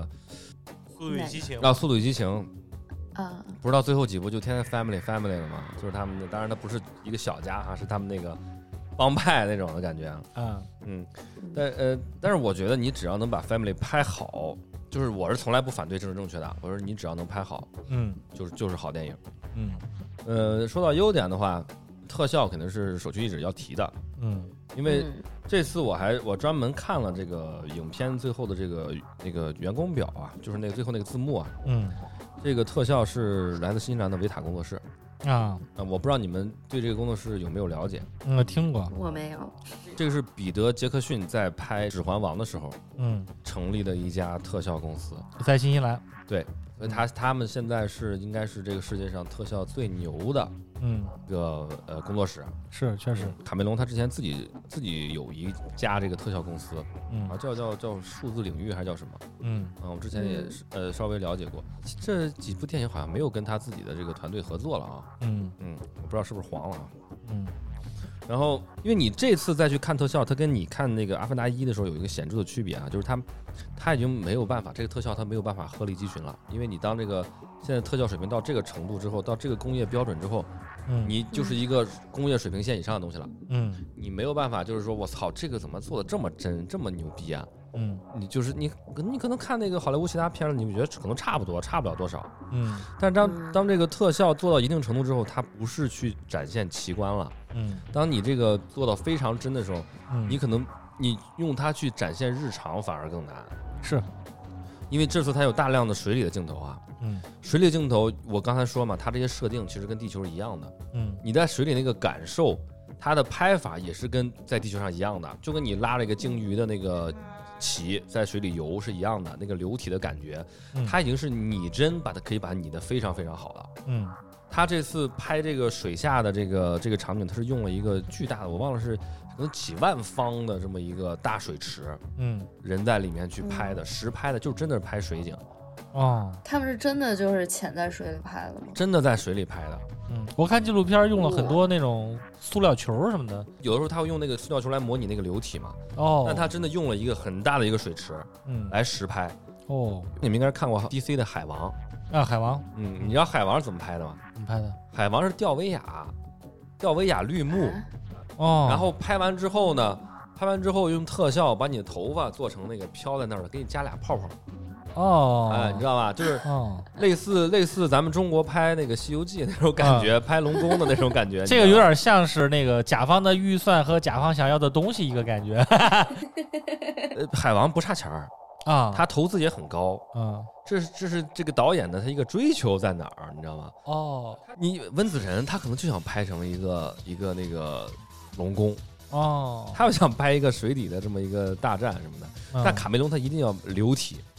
《速度与激情》 啊，《速度与激情》。 啊， 不是到最后几部就天天 family family 了吗？就是他们的，当然它不是一个小家哈，是他们那个帮派那种的感觉。 嗯嗯，但呃，但是我觉得你只要能把 family 拍好，就是我是从来不反对政治正确的，我说你只要能拍好， 嗯， 就是就是好电影。 嗯， 呃，说到优点的话，特效肯定是首屈一指要提的。 嗯， 因为这次我还我专门看了这个影片最后的这个那个员工表啊，就是那个最后那个字幕啊。 嗯。 这个特效是来自新西兰的维塔工作室啊， 啊，我不知道你们对这个工作室有没有了解？ 嗯，听过， 我没有。 这个是彼得·杰克逊在拍《指环王》的时候， 嗯， 成立的一家特效公司， 在新西兰。 对，所以他他们现在是应该是这个世界上特效最牛的， 嗯， 一个呃工作室。 是，确实。 卡梅隆他之前自己自己有一家这个特效公司， 嗯啊，叫叫叫数字领域还是叫什么？ 嗯， 啊，我之前也是呃稍微了解过，这几部电影好像没有跟他自己的这个团队合作了啊。 嗯嗯，我不知道是不是黄了啊。 嗯。 然后，因为你这次再去看特效，它跟你看那个《阿凡达一》的时候有一个显著的区别啊，就是它，它已经没有办法，这个特效它没有办法鹤立鸡群了，因为你当这个现在特效水平到这个程度之后，到这个工业标准之后， 嗯， 你就是一个工业水平线以上的东西了， 嗯， 你没有办法，就是说我操，这个怎么做的这么真，这么牛逼啊？ 嗯， 你就是你，你可能看那个好莱坞其他片儿，你觉得可能差不多，差不了多少。 嗯， 但是当当这个特效做到一定程度之后，它不是去展现奇观了。 嗯， 当你这个做到非常真的时候， 嗯， 你可能你用它去展现日常反而更难。 是， 因为这次它有大量的水里的镜头啊。 嗯， 水里的镜头，我刚才说嘛，它这些设定其实跟地球是一样的。 嗯， 你在水里那个感受，它的拍法也是跟在地球上一样的，就跟你拉了一个鲸鱼的那个鳍在水里游是一样的，那个流体的感觉，它已经是拟真，把它可以把它拟得非常非常好了。 嗯， 他这次拍这个水下的这个这个场景，他是用了一个巨大的，我忘了是可能几万方的这么一个大水池， 嗯， 人在里面去拍的，实拍的，就真的是拍水景。 哦， 他们是真的就是潜在水里拍的吗？ 真的在水里拍的。 嗯，我看纪录片用了很多那种塑料球什么的， 有的时候他会用那个塑料球来模拟那个流体嘛。 哦， 但他真的用了一个很大的一个水池， 嗯， 来实拍。 哦， 你们应该看过 D C 的海王啊，海王， 嗯，你知道海王是怎么拍的吗？ 怎么拍的？ 海王是吊威亚，吊威亚绿幕， 哦， 然后拍完之后呢，拍完之后用特效把你的头发做成那个飘在那儿的，给你加俩泡泡。 哦， 哎，你知道吧？就是哦， 类似类似咱们中国拍那个《西游记》那种感觉，拍龙宫的那种感觉。 这个有点像是那个甲方的预算和甲方想要的东西一个感觉。 呃，海王不差钱儿啊， 他投资也很高。 嗯， 这是这是这个导演的他一个追求在哪儿，你知道吗？ 哦， 你温子仁他可能就想拍成一个一个那个龙宫。 哦， 他又想拍一个水底的这么一个大战什么的， 嗯、 但卡梅隆他一定要流体。 嗯，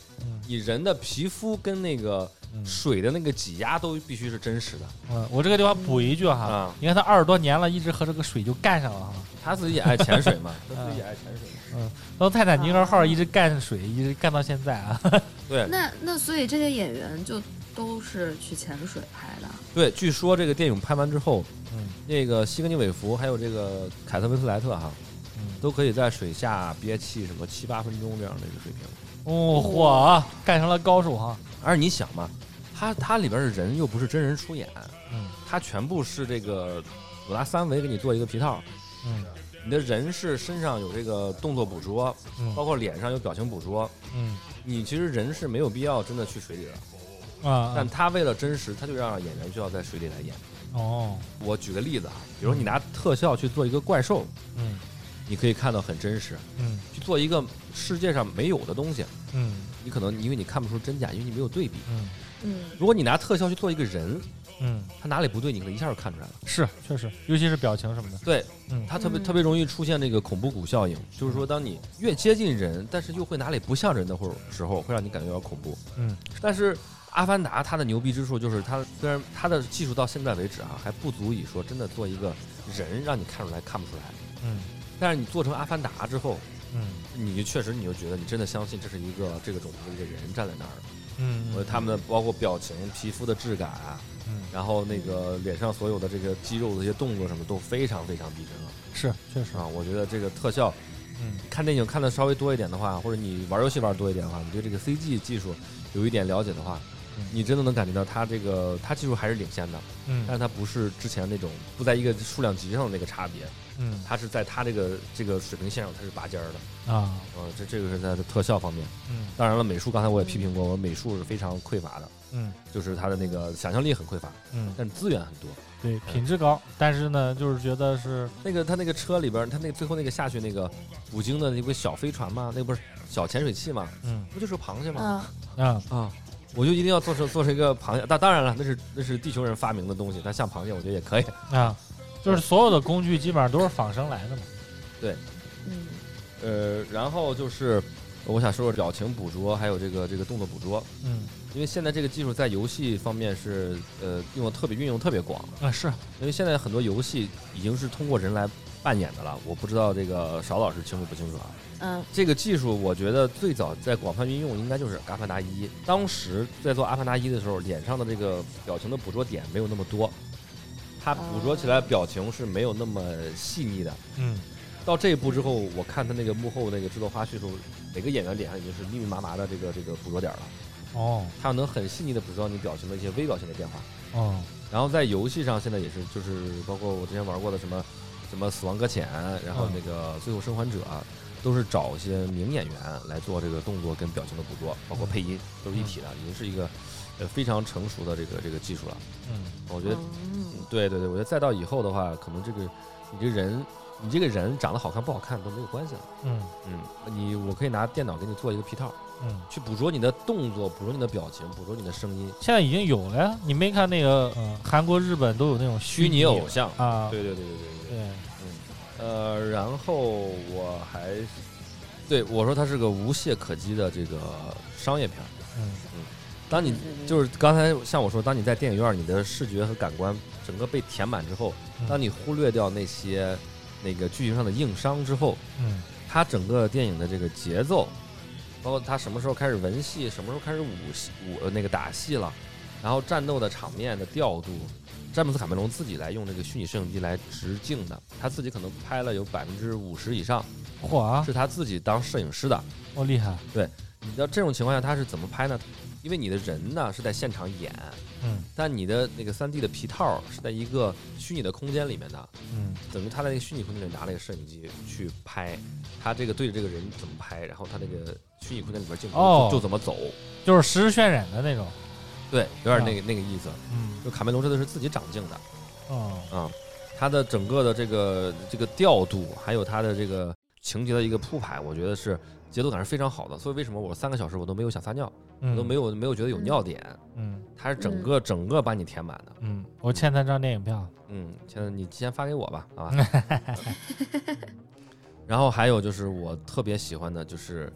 你人的皮肤跟那个水的那个挤压都必须是真实的。 嗯，我这个地方补一句哈， 啊、 你看他二十多年了，一直和这个水就干上了哈。 他自己也爱潜水嘛，他自己也爱潜水。 嗯，从泰坦尼克号一直干水，一直干到现在啊。 对， 那那所以这些演员就都是去潜水拍的。 对，据说这个电影拍完之后， 嗯， 那个西格尼韦弗还有这个凯特温斯莱特哈， 嗯， 都可以在水下憋气什么七八分钟这样的一个水平。 哦，嚯，干成了高手哈！ 而你想嘛，它它里边的人又不是真人出演， 嗯， 它全部是这个我拿三维给你做一个皮套， 嗯， 你的人是身上有这个动作捕捉， 嗯， 包括脸上有表情捕捉， 嗯， 你其实人是没有必要真的去水里的， 啊， 但他为了真实，他就让演员需要在水里来演。 哦， 我举个例子啊，比如你拿特效去做一个怪兽， 嗯， 你可以看到很真实， 嗯， 去做一个世界上没有的东西， 嗯， 你可能因为你看不出真假，因为你没有对比， 嗯嗯， 如果你拿特效去做一个人， 嗯， 他哪里不对，你可能一下就看出来了。 是，确实，尤其是表情什么的。 对， 嗯， 他特别嗯特别容易出现这个恐怖谷效应，就是说，当你越接近人，但是又会哪里不像人的或者时候，会让你感觉有点恐怖。 嗯， 但是《阿凡达》它的牛逼之处就是它虽然它的技术到现在为止啊还不足以说真的做一个人让你看出来看不出来， 嗯， 但是你做成阿凡达之后， 嗯， 你就确实你就觉得你真的相信这是一个这个种族的一个人站在那儿， 嗯， 呃，他们的包括表情、皮肤的质感， 嗯， 然后那个脸上所有的这个肌肉的一些动作什么都非常非常逼真了。 是，确实啊，我觉得这个特效， 嗯， 看电影看的稍微多一点的话，或者你玩游戏玩多一点的话，你对这个 C G 技术有一点了解的话， 嗯你真的能感觉到它这个它技术还是领先的， 嗯， 但是它不是之前那种不在一个数量级上的那个差别， 嗯， 它是在它这个这个水平线上它是拔尖儿的啊， 呃，这这个是它的特效方面。 嗯， 当然了，美术刚才我也批评过，我美术是非常匮乏的， 嗯， 就是它的那个想象力很匮乏， 嗯， 但是资源很多。 对，品质高，但是呢，就是觉得是那个他那个车里边，他那最后那个下去那个捕鲸的那个小飞船嘛，那不是小潜水器嘛， 嗯， 不就是螃蟹吗？ 啊， 啊， 啊，我就一定要做成做成一个螃蟹。但当然了，那是那是地球人发明的东西，但像螃蟹，我觉得也可以。 啊，就是所有的工具基本上都是仿生来的嘛。 对， 嗯， 呃，然后就是我想说说表情捕捉，还有这个这个动作捕捉， 嗯， 因为现在这个技术在游戏方面是呃用的特别运用特别广， 啊是， 因为现在很多游戏已经是通过人来扮演的了。我不知道这个邵老师清楚不清楚啊？ 嗯， 这个技术我觉得最早在广泛运用应该就是《阿凡达一》。当时在做《阿凡达一》的时候，脸上的这个表情的捕捉点没有那么多，它捕捉起来表情是没有那么细腻的。 嗯， 到这一步之后，我看他那个幕后那个制作花絮的时候，每个演员脸上已经是密密麻麻的这个这个捕捉点了。 哦， 他能很细腻的捕捉到你表情的一些微表情的变化。 哦， 然后在游戏上现在也是，就是包括我之前玩过的什么什么《死亡搁浅》，然后那个《最后生还者》。都是找一些名演员来做这个动作跟表情的捕捉，包括配音都是一体的，已经是一个呃非常成熟的这个这个技术了。 嗯， 我觉得， 嗯， 对对对，我觉得再到以后的话，可能这个你这人，你这个人长得好看不好看都没有关系了。 嗯嗯，你我可以拿电脑给你做一个皮套， 嗯， 去捕捉你的动作，捕捉你的表情，捕捉你的声音。 现在已经有了呀，你没看那个呃韩国、日本都有那种虚拟拟偶像啊？ 对对对对对对。 对， 呃，然后我还，对我说它是个无懈可击的这个商业片。 嗯嗯，当你就是刚才像我说，当你在电影院，你的视觉和感官整个被填满之后， 嗯当你忽略掉那些那个剧情上的硬伤之后， 嗯它整个电影的这个节奏，包括它什么时候开始文戏，什么时候开始武戏武那个打戏了，然后战斗的场面的调度。詹姆斯·卡梅隆自己来用这个虚拟摄影机来直镜的，他自己可能拍了有百分之五十以上， 嚯啊， 是他自己当摄影师的。 哦厉害， 你知道这种情况下他是怎么拍呢？因为你的人呢是在现场演， 嗯但你的那个 三 D 的皮套是在一个虚拟的空间里面的， 嗯等于他在那个虚拟空间里拿了一个摄影机去拍，他这个对着这个人怎么拍，然后他那个虚拟空间里边镜头哦就就怎么走， 就是实时渲染的那种， 对，有点那个那个意思。 嗯就卡梅隆真的是自己长镜的。 哦啊，它的整个的这个这个调度，还有它的这个情节的一个铺排，我觉得是节奏感是非常好的。所以为什么我三个小时我都没有想撒尿， 嗯我都没有没有觉得有尿点， 嗯它是整个整个把你填满的。 嗯，我欠他张电影票， 嗯，现在你先发给我吧，啊。然后还有就是我特别喜欢的就是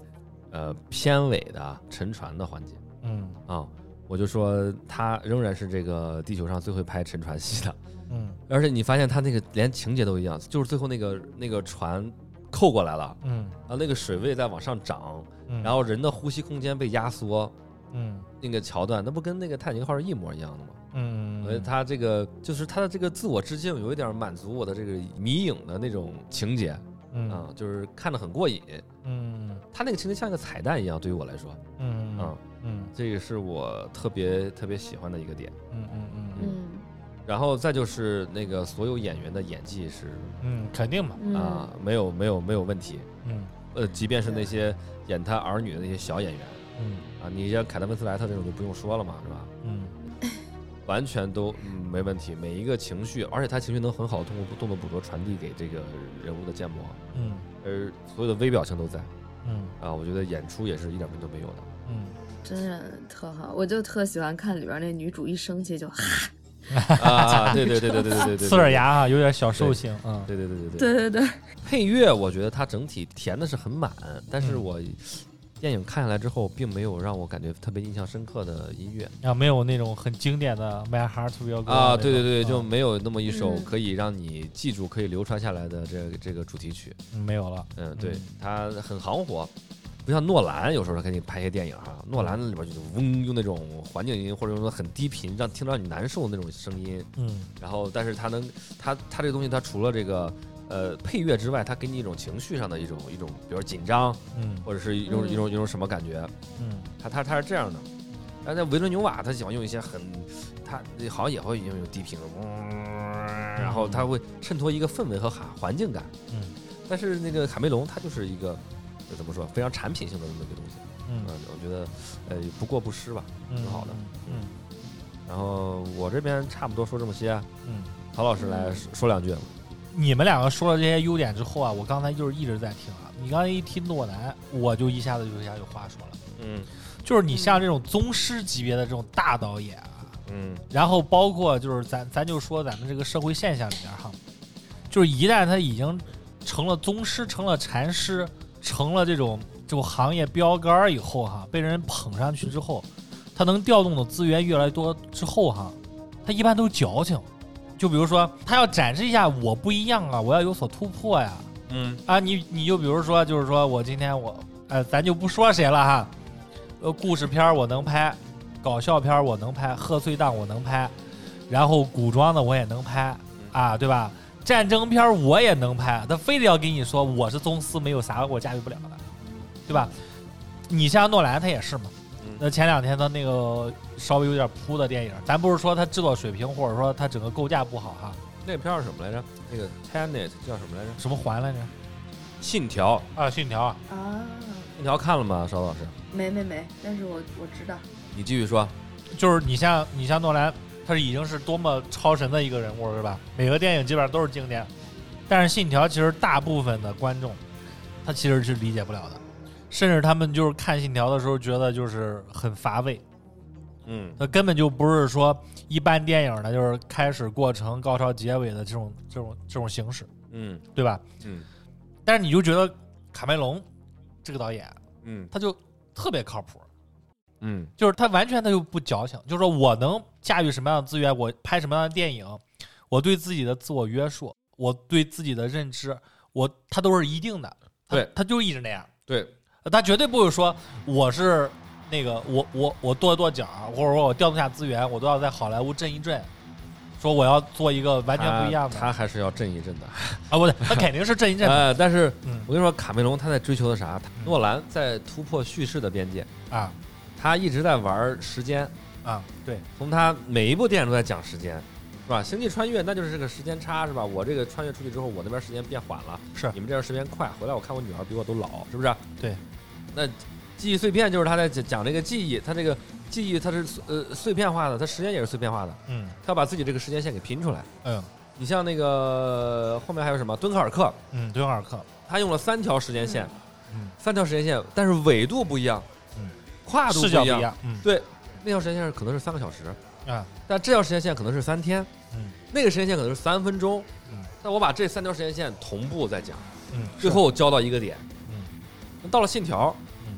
呃片尾的沉船的环节嗯啊，我就说他仍然是这个地球上最会拍沉船戏的， 嗯而且你发现他那个连情节都一样，就是最后那个那个船扣过来了， 嗯， 然后那个水位在往上涨， 嗯然后人的呼吸空间被压缩， 嗯那个桥段，那不跟那个泰坦尼克号是一模一样的吗？ 嗯， 我觉得他这个就是他的这个自我致敬，有一点满足我的这个迷影的那种情节， 嗯啊，就是看得很过瘾。 嗯他那个情节像一个彩蛋一样，对于我来说， 嗯啊， 嗯这个是我特别特别喜欢的一个点。 嗯嗯嗯嗯然后再就是那个所有演员的演技是嗯，肯定嘛， 嗯啊，没有没有没有问题。 嗯呃，即便是那些演他儿女的那些小演员嗯啊，你像凯特温斯莱特这种就不用说了嘛，是吧？ 嗯完全都、嗯、没问题，每一个情绪，而且他情绪能很好的通过动作捕捉传递给这个人物的建模， 嗯而所有的微表情都在嗯啊，我觉得演出也是一点问题都没有的。 嗯真的特好，我就特喜欢看里边那女主一生气就哈， 啊，对对对对对对对对， 呲着牙啊，有点小兽性，嗯对对对对对。 对对对， 配乐我觉得它整体填的是很满，但是嗯我电影看下来之后，并没有让我感觉特别印象深刻的音乐啊，没有那种很经典的 My Heart Will Go On 啊， 那种对对对，就嗯没有那么一首嗯可以让你记住、可以流传下来的这个这个主题曲。 嗯没有了， 嗯，对嗯， 它很行活，不像诺兰，有时候他给你拍一些电影哈，诺兰里边就是嗡用那种环境音或者用很低频，让听着让你难受的那种声音。 嗯然后，但是它能，它它这个东西，它除了这个呃配乐之外，它给你一种情绪上的一种一种，比如紧张， 嗯或者是一种、 嗯一种一种什么感觉， 嗯它它它是这样的。但在维伦纽瓦，他喜欢用一些很，他好像也会用有低频的，嗡，然后他会衬托一个氛围和环环境感。 嗯但是那个卡梅隆，他就是一个呃怎么说，非常产品性的这么一个东西。 嗯嗯，我觉得呃不过不失吧， 嗯挺好的。 嗯然后我这边差不多说这么些， 嗯， 曹老师来说说两句。 你们两个说了这些优点之后啊，我刚才就是一直在听啊，你刚才一提诺兰，我就一下子就一下有话说了， 嗯就是你像这种宗师级别的这种大导演啊， 嗯然后包括就是咱咱就说咱们这个社会现象里面哈，就是一旦他已经成了宗师，成了禅师，成了这种这种行业标杆以后哈，被人捧上去之后，他能调动的资源越来越多之后哈，他一般都矫情。就比如说，他要展示一下我不一样啊，我要有所突破呀。 嗯啊，你你就比如说，就是说我今天我，呃，咱就不说谁了哈，呃，故事片儿我能拍，搞笑片儿我能拍，贺岁档我能拍，然后古装的我也能拍啊，对吧？战争片儿我也能拍，他非得要跟你说我是宗师，没有啥我驾驭不了的，对吧？你像诺兰他也是嘛。那前两天他那个稍微有点扑的电影，咱不是说他制作水平或者说他整个构架不好哈， 那片儿是什么来着？那个 Tenet 叫什么来着？ 什么环来着？ 信条。 啊，信条啊， 啊， 信条看了吗？邵老师， 没没没，但是我我知道， 你继续说。 就是你像你像诺兰，他已经是多么超神的一个人物是吧？每个电影基本上都是经典，但是信条其实大部分的观众他其实是理解不了的，甚至他们就是看信条的时候觉得就是很乏味， 嗯他根本就不是说一般电影的就是开始过程高潮结尾的这种这种这种形式， 嗯对吧？ 嗯但是你就觉得卡梅隆这个导演嗯他就特别靠谱。 嗯就是他完全他就不矫情，就是说我能驾驭什么样的资源，我拍什么样的电影，我对自己的自我约束，我对自己的认知，我他都是一定的，他对他就一直那样， 对， 他绝对不会说我是那个我我我跺跺脚，或者说我调动下资源，我都要在好莱坞震一震，说我要做一个完全不一样的， 他他还是要震一震的。 啊不对，他肯定是震一震的， 呃，但是嗯我跟你说，卡梅隆他在追求的啥？诺兰在突破叙事的边界， 啊他一直在玩时间。 啊对， 从他每一部电影都在讲时间，是吧？星际穿越那就是这个时间差，是吧？我这个穿越出去之后，我那边时间变缓了， 是你们这边时间快。回来我看我女儿比我都老，是不是？ 对。 那记忆碎片就是他在讲讲这个记忆，他这个记忆它是呃碎片化的，他时间也是碎片化的， 嗯他要把自己这个时间线给拼出来。 嗯你像那个后面还有什么敦刻尔克， 嗯，敦刻尔克， 他用了三条时间线， 嗯三条时间线，但是纬度不一样， 嗯， 跨度不一样， 视角不一样，嗯对，那条时间线可能是三个小时， 啊但这条时间线可能是三天， 嗯那个时间线可能是三分钟， 嗯那我把这三条时间线同步再讲， 嗯， 最后交到一个点， 嗯那到了信条， 嗯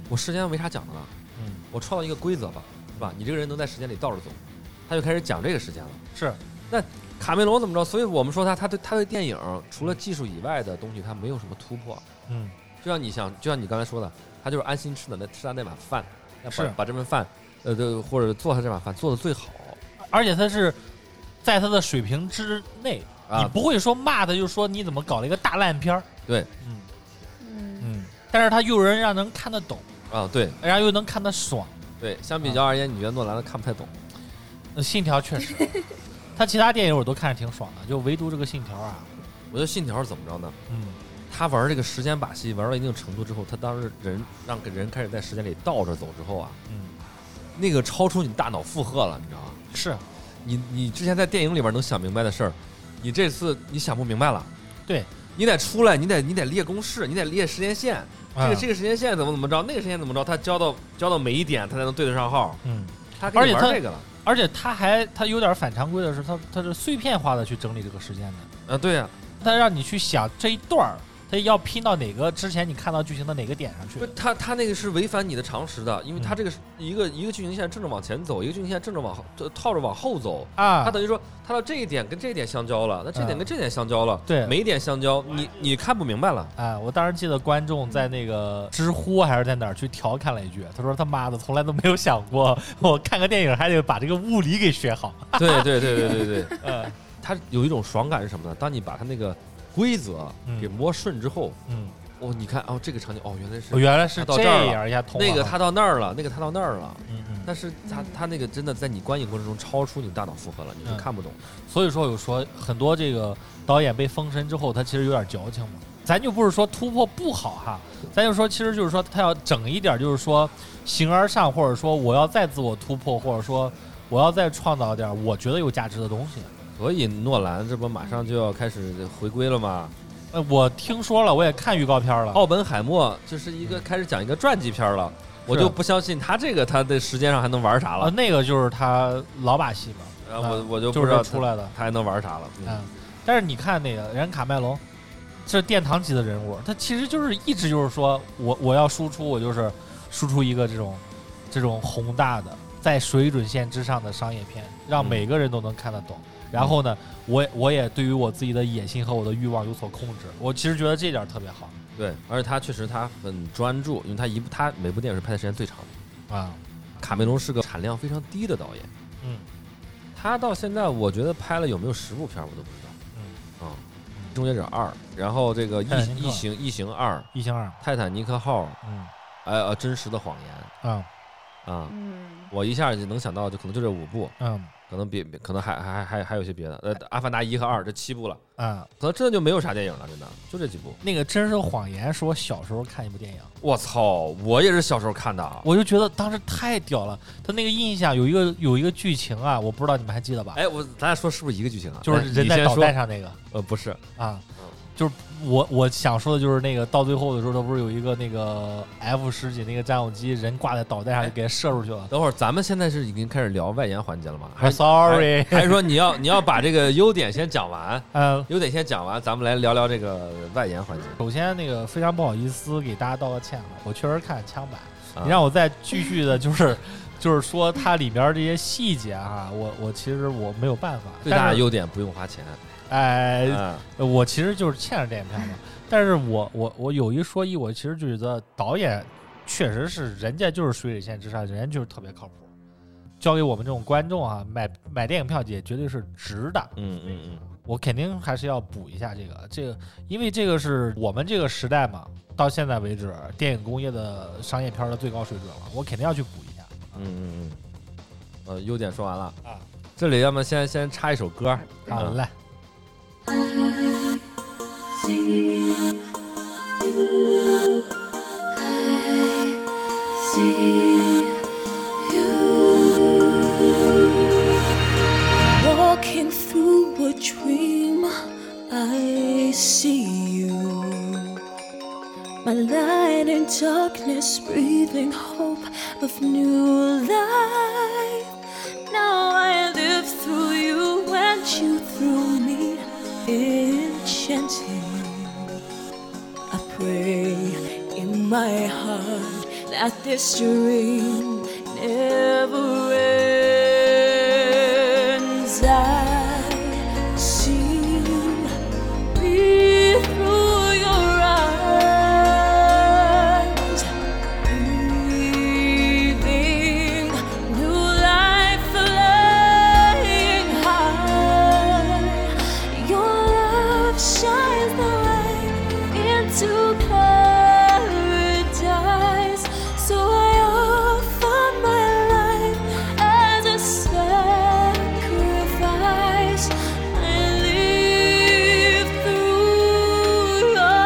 我时间没啥讲的了， 嗯， 我创造一个规则吧，是吧？你这个人能在时间里倒着走，他就开始讲这个时间了。 是， 那卡梅隆怎么着？所以我们说他，他对他对电影除了技术以外的东西，他没有什么突破。 嗯， 就像你想，就像你刚才说的，他就是安心吃的那吃他那碗饭，把是把这份饭，呃，对，或者做他这碗饭做的最好。 而且他是在他的水平之内， 啊你不会说骂他，就说你怎么搞了一个大烂片儿。 对， 嗯嗯嗯，但是他又能让人看得懂， 啊，对然后又能看得爽。 对，相比较而言，你觉得诺兰的看不太懂？ 那信条确实，他其他电影我都看着挺爽的，就唯独这个信条啊， 我觉得信条是怎么着呢？ 嗯， 他玩这个时间把戏玩到一定程度之后，他当时人让个人开始在时间里倒着走之后啊， 嗯， 那个超出你大脑负荷了，你知道吗？ 是你你之前在电影里边能想明白的事儿，你这次你想不明白了。 对， 你得出来，你得你得列公式，你得列时间线。这个啊这个时间线怎么怎么着，那个时间怎么着，他交到交到每一点，他才能对得上号。 嗯， 他给你而且他玩这个了而且他还他有点反常规的是，他他是碎片化的去整理这个时间的， 啊，对呀、 他让你去想这一段儿，他要拼到哪个之前你看到剧情的哪个点上去不，。他他那个是违反你的常识的，因为他嗯这个是一个一个剧情线正着往前走，一个剧情线正着往后套着往后走。 啊， 他等于说，他到这一点跟这一点相交了，那这点跟这点相交了， 对每一点相交，你你看不明白了。 啊，我当时记得观众在那个知乎还是在哪儿去调侃了一句，他说他妈的从来都没有想过，我看个电影还得把这个物理给学好。 对对对对对对， 嗯他有一种爽感是什么呢？当你把他那个规则嗯给摸顺之后， 嗯， 哦，你看哦，这个场景哦，原来是我原来是这他到这儿了样，一下通了那个他到那儿了，那个他到那儿了。 嗯嗯， 但是他他那个真的在你观影过程中超出你大脑负荷了，你是嗯看不懂的。 所以说有说很多这个导演被封神之后，他其实有点矫情嘛。咱就不是说突破不好哈，咱就说其实就是说他要整一点，就是说形而上，或者说我要再自我突破，或者说我要再创造点我觉得有价值的东西。 所以诺兰这不马上就要开始回归了吗？ 呃，我听说了，我也看预告片了。 奥本海默就是一个开始讲一个传记片了，我就不相信他这个他的时间上还能玩啥啊， 了。 那个就是他老把戏嘛， 然后我我就就是不知道出来的。 他还能玩啥了。 嗯，但是你看那个人卡麦隆，这是殿堂级的人物，他其实就是一直就是说我我要输出，我就是输出一个这种这种宏大的在水准线之上的商业片，让每个人都能看得懂。然后呢，我也我也对于我自己的野心和我的欲望有所控制。我其实觉得这点特别好对，而且他确实他很专注，因为他一部他每部电影是拍的时间最长的。 啊。 卡梅隆是个产量非常低的导演， 嗯他到现在我觉得拍了有没有十部片我都不知道。 嗯， 啊，《终结者二》，然后这个异泰坦尼克异形异形二， 一星二， 泰坦尼克号， 嗯哎呃，真实的谎言啊啊， 嗯， 我一下就能想到，就可能就这五部， 嗯可能别可能还还还还还有些别的，呃，《阿凡达一》和二这七部了， 啊， 可能真的就没有啥电影了，真的就这几部。 那个《真实谎言》是我小时候看一部电影。 我操，我也是小时候看的。 我就觉得当时太屌了，他那个印象有一个有一个剧情啊，我不知道你们还记得吧？ 哎，我咱俩说是不是一个剧情啊？ 就是来人在导你先说弹上那个呃，不是， 啊，就是我我想说的就是那个到最后的时候，他不是有一个那个 F 十几那个战斗机人挂在导弹上就给它射出去了。 等会儿咱们现在是已经开始聊外延环节了吗？还啊是 Sorry， 还是说你要你要把这个优点先讲完？ 嗯， 优点先讲完，咱们来聊聊这个外延环节。 首先那个非常不好意思给大家道个歉了，我确实看枪版， 啊你让我再继续的就是就是说它里边这些细节啊，我我其实我没有办法。 最大但是的优点不用花钱。 哎。 嗯我其实就是欠着电影票嘛，但是我我我有一说一，我其实就觉得导演确实是人家就是水准线之上，人家就是特别靠谱，交给我们这种观众啊，买买电影票也绝对是值的。 嗯嗯嗯， 我肯定还是要补一下这个这个，因为这个是我们这个时代嘛，到现在为止电影工业的商业片的最高水准了，我肯定要去补一下。 嗯嗯嗯，呃，优点说完了啊， 这里要么先先插一首歌。 好嘞。 Walking through a dream, I see you. My light in darkness, breathing hope of new life. Now I live through you and you through me, enchanting. I pray in my heart that this dream never ends. I see me through your eyes, breathing new life, flying high. Your love shines the way into paradise. So I offer my life as a sacrifice. I live through your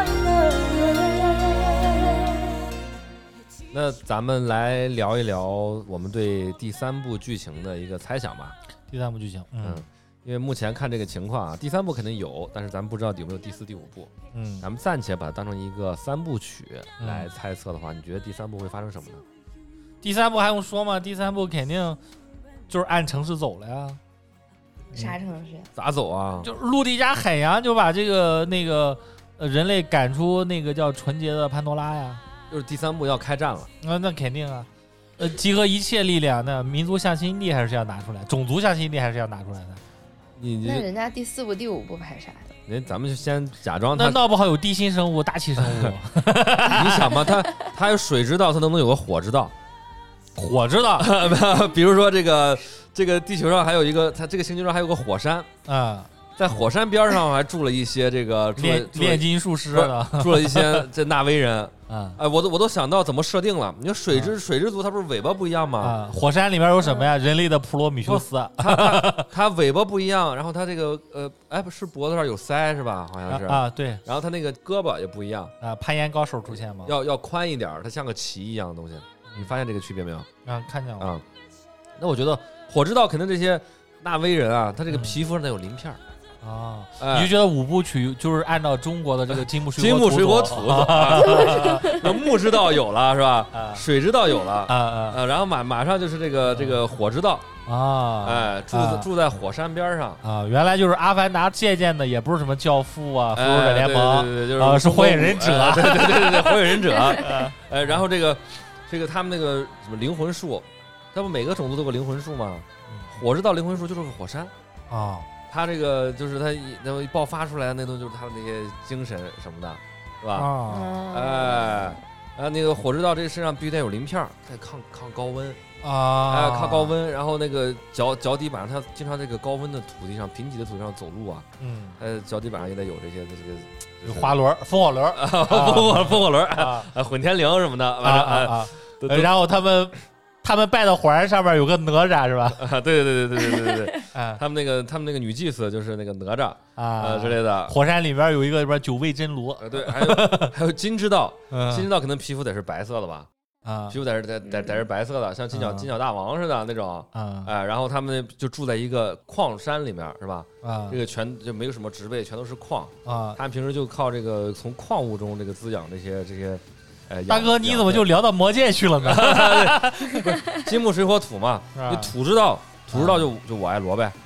love. 那咱们来聊一聊我们对第三部剧情的一个猜想吧。 第三部剧情，嗯嗯，因为目前看这个情况啊，第三部肯定有，但是咱们不知道有没有第四、第五部。 嗯， 咱们暂且把它当成一个三部曲嗯来猜测的话，你觉得第三部会发生什么呢？ 第三部还用说吗？第三部肯定就是按城市走了呀， 啥城市？ 咋走啊？ 就是陆地加海洋就把这个那个呃人类赶出那个叫纯洁的潘多拉呀。 就是第三部要开战了。 啊，那肯定啊，呃，集合一切力量，那民族向心力还是要拿出来，种族向心力还是要拿出来的。 你那你人家第四部、第五部拍啥的？ 人咱们就先假装他那，闹不好有地心生物、大气生物， 你想吧，他他有水之道，他能不能有个火之道？ 火知道比如说这个这个地球上还有一个，它这个星球上还有个火山， 啊， 在火山边上还住了一些这个住了炼住了炼金术师的住了一些这纳威人。 啊哎，我都我都想到怎么设定了。你说水之水之族，它不是尾巴不一样吗？ 啊！火山里面有什么呀？人类的普罗米修斯它尾巴不一样，然后它这个呃，哎，不是脖子上有鳃是吧？好像是。 啊，对然后它那个胳膊也不一样， 啊，攀岩高手出现吗？ 要要宽一点儿，它像个旗一样的东西。你发现这个区别没有？ 啊，看见了啊，那我觉得火之道肯定这些纳威人啊，他这个嗯皮肤上得有鳞片儿。 啊！ 哎你就觉得五部曲就是按照中国的这个金木水金木水火土走啊，那木之道有了是吧？ 啊水之道有了啊啊呃，然后马马上就是这个这个火之道， 啊！ 哎，住啊住在火山边上。 啊，原来就是阿凡达借鉴的，也不是什么教父啊、复仇者哎联盟， 对对对，就是啊是火影忍者哎对对对对对，火影忍者。哎，然后这个这个他们那个什么灵魂树，他不每个种族都有个灵魂树吗？火之道灵魂树就是个火山。 啊他这个就是他一那么一爆发出来的那东西，就是他的那些精神什么的，是吧？ 啊嗯， 哎，啊，那个火之道这身上必须得有鳞片儿，得抗抗高温， 啊！ 哎，抗高温。然后那个脚脚底板上，他经常这个高温的土地上、贫瘠的土地上走路啊， 嗯， 呃，脚底板上也得有这些这个有滑轮、风火轮、 风火风火轮、 啊啊混天绫什么的， 啊反正哎， 啊啊！ 都都然后他们他们拜的火山上面有个哪吒是吧？ 啊，对对对对对对对对， 啊他们那个他们那个女祭司就是那个哪吒啊啊之类的。 火山里面有一个什么九味真炉， 呃，对，还有还有金之道， 嗯金之道可能皮肤得是白色的吧？ 啊皮肤得是得得得是白色的，像金角啊金角大王似的那种。 啊哎，然后他们就住在一个矿山里面，是吧？ 啊这个全就没有什么植被，全都是矿。 啊！ 他们平时就靠这个从矿物中这个滋养这些这些，呃， 大哥，你怎么就聊到魔界去了呢？ 金木水火土嘛？ 啊你土之道，土之道就就我爱罗呗。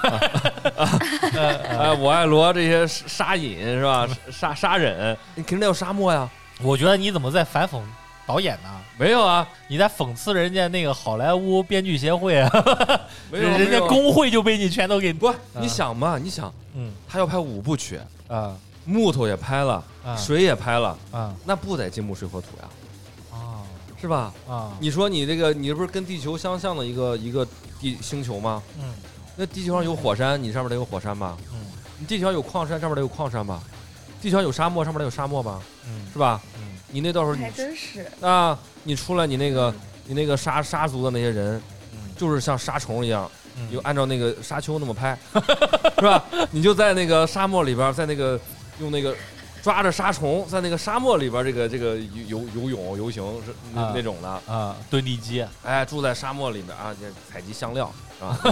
哎，我爱罗这些沙隐是吧？沙沙忍，你肯定得有沙漠呀。 我觉得你怎么在反讽导演呢？ 没有啊， 你在讽刺人家那个好莱坞编剧协会啊？ 没有， 人家没有工会就被你全都给不，你想嘛，你想， 嗯他要拍五部曲， 啊木头也拍了， 啊水也拍了， 啊那不得金木水火土呀， 啊是吧？ 啊！ 你说你这个，你这不是跟地球相像的一个一个地星球吗？ 嗯那地球上有火山，你上面得有火山吧？ 嗯你地球上有矿山，上面得有矿山吧？地球上有沙漠，上面得有沙漠吧？ 嗯是吧？ 嗯你那到时候还你真是。 啊，你出来你那个你那个沙沙族的那些人， 嗯就是像沙虫一样， 嗯就按照那个沙丘那么拍，是吧？你就在那个沙漠里边，在那个用那个抓着沙虫，在那个沙漠里边，这个这个游游游泳游行是那啊那种的， 啊，蹲地鸡哎，住在沙漠里面啊，这采集香料是吧？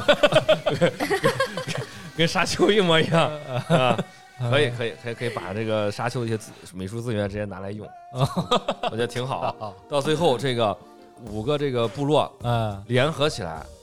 跟沙丘一模一样啊。可以，可以，可以，可以把这个沙丘的一些资美术资源直接拿来用，我觉得挺好。到最后，这个五个这个部落嗯联合起来，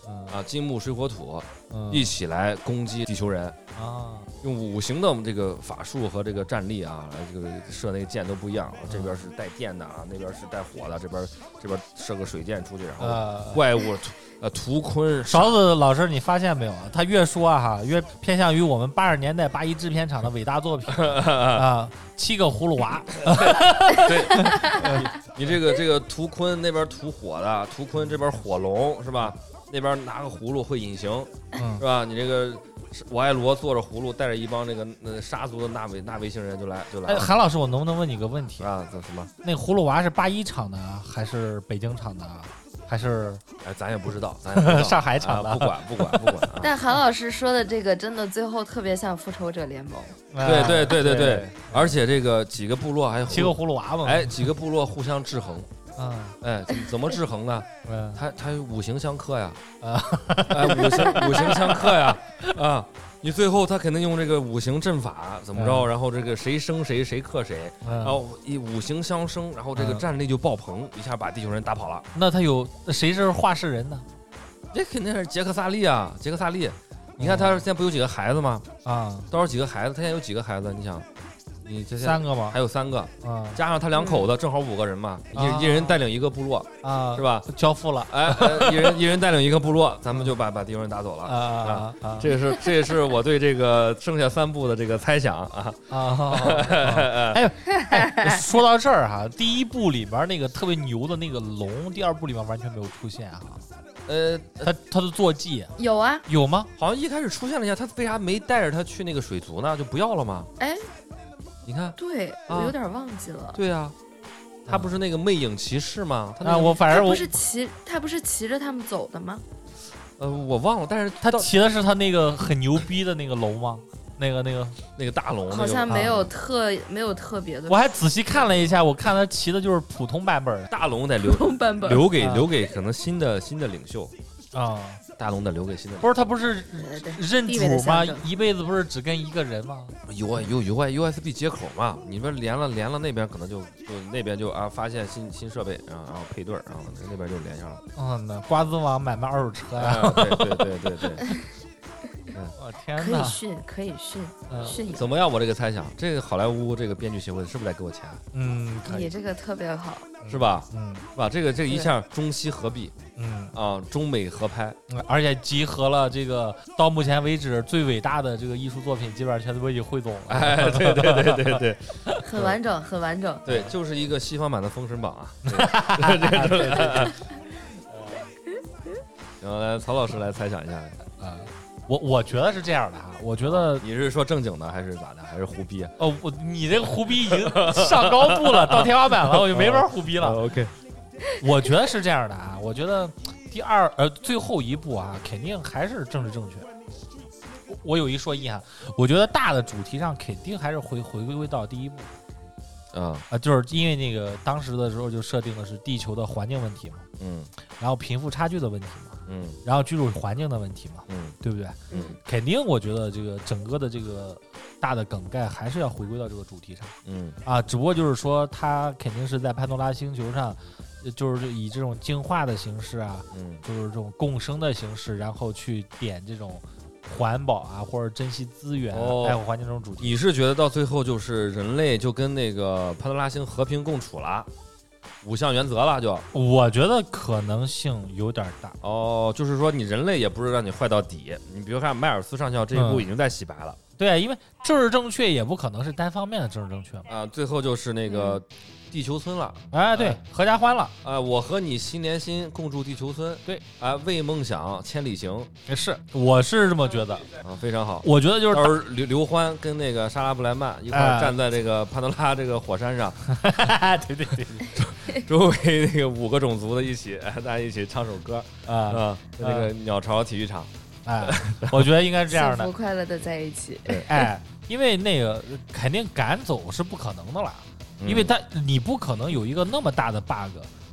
嗯啊，金木水火土嗯一起来攻击地球人， 啊， 用五行的这个法术和这个战力啊，来这个射那个箭都不一样，这边是带电的啊，那边是带火的，这边这边射个水箭出去，然后呃， 怪物呃图坤勺子老师，你发现没有？他越说啊哈，越偏向于我们八十年代八一制片厂的伟大作品啊，七个葫芦娃。 对，你这个这个图坤那边图火的，图坤这边火龙是吧？那边拿个葫芦会隐形， 嗯是吧？你这个我爱罗坐着葫芦，带着一帮那个那杀族的纳维纳维星人就来就来哎， 了。 韩老师，我能不能问你个问题？ 啊，这什么？ 那葫芦娃是八一厂的啊还是北京厂的啊还是哎，咱也不知道，咱也不知道上海厂的啊不管不管不管啊。 但韩老师说的这个真的最后特别像复仇者联盟， 对对对对对对，而且这个几个部落还七个葫芦娃嘛？ 哎，几个部落互相制衡， 嗯哎，怎怎么制衡呢？ 嗯他他五行相克呀， 啊， 哎，五行五行相克呀，啊，你最后他肯定用这个五行阵法怎么着， 嗯然后这个谁生谁谁克谁，然嗯， 后一五行相生，然后这个嗯战力就爆棚，一下把地球人打跑了。 那他有那谁是话事人呢？ 这肯定是杰克萨利啊，杰克萨利，你看他现在不有几个孩子吗？ 啊， 多少几个孩子？他现在有几个孩子？你想，你这三个吗？ 还有三个， 啊加上他两口子，正好五个人嘛，一人啊一人带领一个部落， 啊， 是吧？ 交付了哎，哎一人一人带领一个部落，咱们就把把地球人打走啊了。 啊啊！ 这也是这也是我对这个剩下三部的这个猜想啊。 啊！哎哎，说到这儿哈，第一部里边那个特别牛的那个龙，第二部里面完全没有出现哈。 呃， 他他的坐骑有啊， 有吗？ 好像一开始出现了一下，他为啥没带着他去那个水族呢？就不要了吗？ 哎， 你看， 对我有点忘记了。 对呀、他不是那个魅影骑士吗？他那啊， 个我反正我他不是骑，他不是骑着他们走的吗？ 呃我忘了，但是到他骑的是他那个很牛逼的那个龙吗？那个那个， 那个大龙， 好像没那有特没有特别的我还仔细看了一下，我看他骑的就是普通版本的个大龙得留版本。 留给啊留给可能新的新的领袖， 啊。 大龙得留给新的。 不是他不是对对认地位的主吗象征？ 一辈子不是只跟一个人吗？ 有啊有有外 U S B 接口嘛？你们连了连了那边可能就就那边就啊发现新新设备，然后然后配对儿，然后那边就连上了。 嗯，那瓜子网买卖二手车呀！ 啊，对对对对对。 我天哪！ 可以训，可以训嗯训一下。 怎么样？我这个猜想，这个好莱坞这个编剧协会是不是得给我钱？ 嗯，可以， 你这个特别好， 是吧？ 嗯是吧？这个这个一下中西合璧嗯啊，中美合拍。 嗯，而且集合了这个到目前为止最伟大的这个艺术作品，基本上全都已经汇总了。 哎，对对对对对很完整，很完整。 对，就是一个西方版的《封神榜》啊。 对对对然后来曹老师来猜想一下， 啊，我我觉得是这样的哈，我觉得你是说正经的还是咋的？还是胡逼？ 哦，我你这个胡逼已经上高度了，到天花板了，我就没法胡逼了。 OK， 我觉得是这样的啊，我觉得第二呃最后一步啊，肯定还是政治正确。我我有一说一哈，我觉得大的主题上肯定还是回回归到第一步啊， 啊，就是因为那个当时的时候就设定的是地球的环境问题嘛， 嗯然后贫富差距的问题嘛， 嗯然后居住环境的问题嘛， 嗯对不对？ 嗯肯定我觉得这个整个的这个大的梗概还是要回归到这个主题上嗯啊，只不过就是说它肯定是在潘多拉星球上，呃就是以这种进化的形式啊， 嗯就是这种共生的形式，然后去点这种环保啊或者珍惜资源、 哦爱护环境这种主题。 你是觉得到最后就是人类就跟那个潘多拉星和平共处了，五项原则了就？ 我觉得可能性有点大。 哦，就是说你人类也不是让你坏到底，你比如看迈尔斯上校这一步嗯已经在洗白了。 对啊，因为政治正确也不可能是单方面的政治正确嘛。 啊，最后就是那个地球村了。 哎，对，合家欢了。 啊，我和你心连心，共筑地球村。 对， 啊，为梦想千里行。 是，我是这么觉得。 啊，非常好。 我觉得就是到时候刘刘欢跟那个莎拉布莱曼一块儿哎站在这个潘多拉这个火山上， 对对对周围那个五个种族的一起，哎大家一起唱首歌啊啊，在那个鸟巢体育场。 哎，我觉得应该是这样的幸福。快乐的在一起。 哎，因为那个肯定赶走是不可能的了， 嗯因为它你不可能有一个那么大的 bug，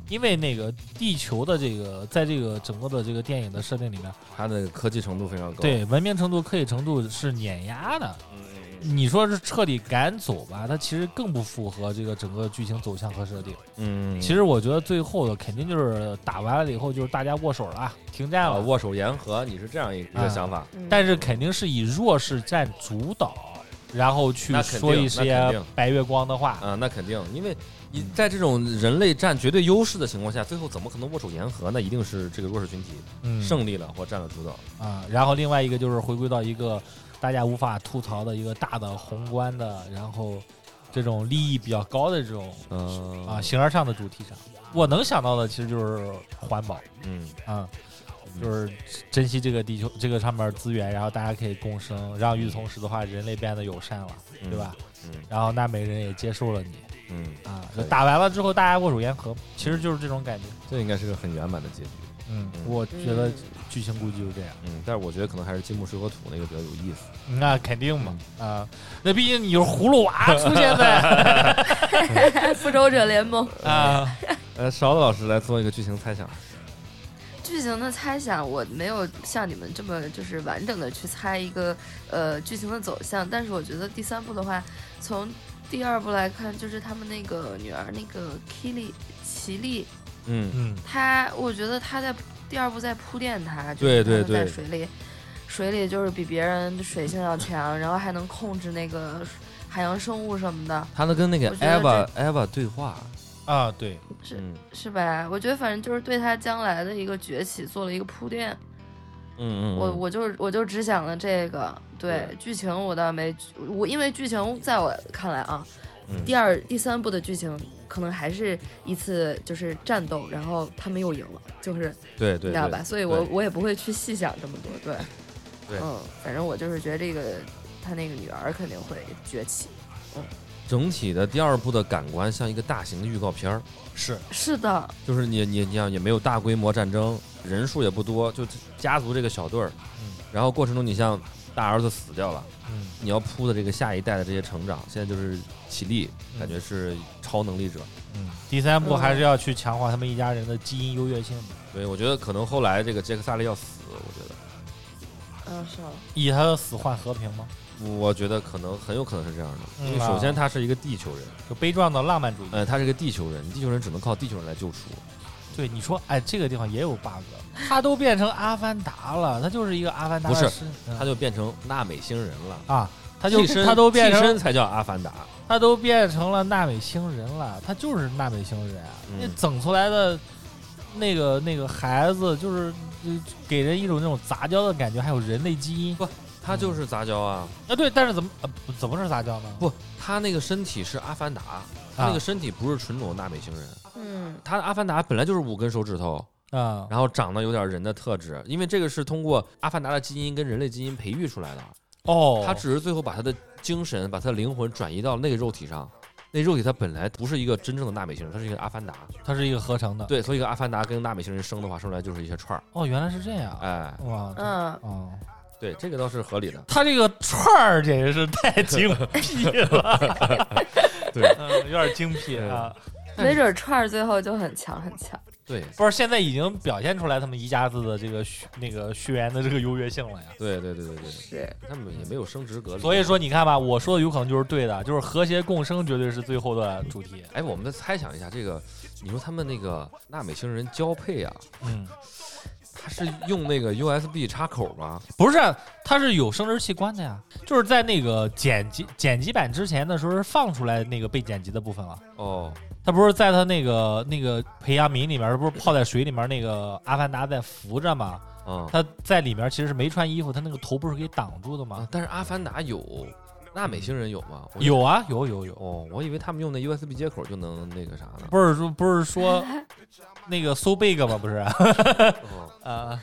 因为那个地球的这个，在这个整个的这个电影的设定里面， 它的科技程度非常高， 对文明程度、科技程度是碾压的。 嗯你说是彻底赶走吧，它其实更不符合这个整个剧情走向和设定。 嗯， 其实我觉得最后的肯定就是打完了以后就是大家握手了，停战了， 啊握手言和，你是这样一个、啊、一个想法， 嗯、 但是肯定是以弱势占主导，然后去说一些白月光的话啊，那肯定，因为你在这种人类占绝对优势的情况下，最后怎么可能握手言和？那一定是这个弱势群体胜利了、嗯、或占了主导啊。然后另外一个就是回归到一个大家无法吐槽的一个大的宏观的，然后这种利益比较高的这种、嗯、啊形而上的主题上，我能想到的其实就是环保， 嗯啊，就是珍惜这个地球这个上面资源，然后大家可以共生，让与此同时的话，人类变得友善了， 嗯、 对吧？ 嗯， 然后纳美人也接受了你， 嗯啊，打完了之后大家握手言和，其实就是这种感觉。 这应该是个很圆满的结局。 嗯，我觉得剧情估计就是这样。 嗯，但是我觉得可能还是金木水火土那个比较有意思。 那肯定嘛，嗯、啊，那毕竟你是葫芦娃出现在复仇者联盟啊。 呃，勺子老师来做一个剧情猜想。 剧情的猜想，我没有像你们这么就是完整的去猜一个呃剧情的走向，但是我觉得第三部的话，从第二部来看，就是他们那个女儿那个 Kili 奇丽。 嗯嗯， 他我觉得他在第二部在铺垫他， 对对对， 在水里，水里就是比别人水性要强，然后还能控制那个海洋生物什么的。 他能跟那个 Eva Eva 对话啊，对， 是、 嗯、 是吧？我觉得反正就是对他将来的一个崛起做了一个铺垫。 嗯嗯， 我我就我就只想了这个，对剧情我倒没，我因为剧情在我看来啊。 嗯、 第二、第三部的剧情可能还是一次就是战斗，然后他们又赢了，就是对 对, 对， 你知道吧？所以我我也不会去细想这么多，对， 对， 嗯，反正我就是觉得这个他那个女儿肯定会崛起，嗯。 整体的第二部的感官像一个大型的预告片儿， 是是的， 就是你你你想也没有大规模战争，人数也不多，就家族这个小队儿， 嗯， 然后过程中你像大儿子死掉了。 嗯， 你要铺的这个下一代的这些成长，现在就是起立，感觉是超能力者。 嗯，第三部还是要去强化他们一家人的基因优越性的。 对，我觉得可能后来这个杰克萨利要死，我觉得。 嗯，是吗？ 以他的死换和平吗？ 我觉得可能很有可能是这样的，因为首先他是一个地球人， 就悲壮的浪漫主义。 呃，他是个地球人，地球人只能靠地球人来救赎。 对，你说，哎，这个地方也有 bug， 他都变成阿凡达了，他就是一个阿凡达， 不是，他就变成纳美星人了啊，他就他都变成替身才叫阿凡达， 他都变成了纳美星人了，他就是纳美星人啊，嗯、那整出来的那个那个孩子就是给人一种那种杂交的感觉，还有人类基因， 不，他就是杂交啊， 啊对，但是怎么呃怎么是杂交呢？ 不，他那个身体是阿凡达，他那个身体不是纯种纳美星人。 嗯， 他阿凡达本来就是五根手指头啊、嗯， 然后长得有点人的特质，因为这个是通过阿凡达的基因跟人类基因培育出来的。 哦， 他只是最后把他的精神、把他的灵魂转移到那个肉体上，那肉体他本来不是一个真正的纳美星人，他是一个阿凡达， 他是一个合成的。 对，所以一个阿凡达跟纳美星人生的话，生出来就是一些串儿。 哦，原来是这样。 哎， 哇， 嗯， 哦。 对，这个倒是合理的。 他这个串儿简直是太精辟了， 对、 嗯，有点精辟啊。 没准串儿最后就很强很强。 对， 不是现在已经表现出来他们一家子的这个血那个血缘的这个优越性了呀。 对对对对对， 是他们也没有生殖隔离。 所以说你看吧，我说的有可能就是对的，就是和谐共生绝对是最后的主题。 哎，我们再猜想一下，这个你说他们那个纳美星人交配啊， 嗯。 他是用那个 U S B 插口吗？ 不是，他是有生殖器官的呀，就是在那个剪辑剪辑版之前的时候是放出来那个被剪辑的部分了。 哦， 他不是在他那个那个培养皿里面，不是泡在水里面那个阿凡达在浮着吗？ 嗯， 他在里面其实是没穿衣服，他那个头不是给挡住的吗？ 啊、但是阿凡达有。纳美星人有吗？ 有啊，有有有。 哦，我以为他们用那 U S B 接口就能那个啥呢。 不是说不是说那个 so big 吗？不是。 哦、 啊。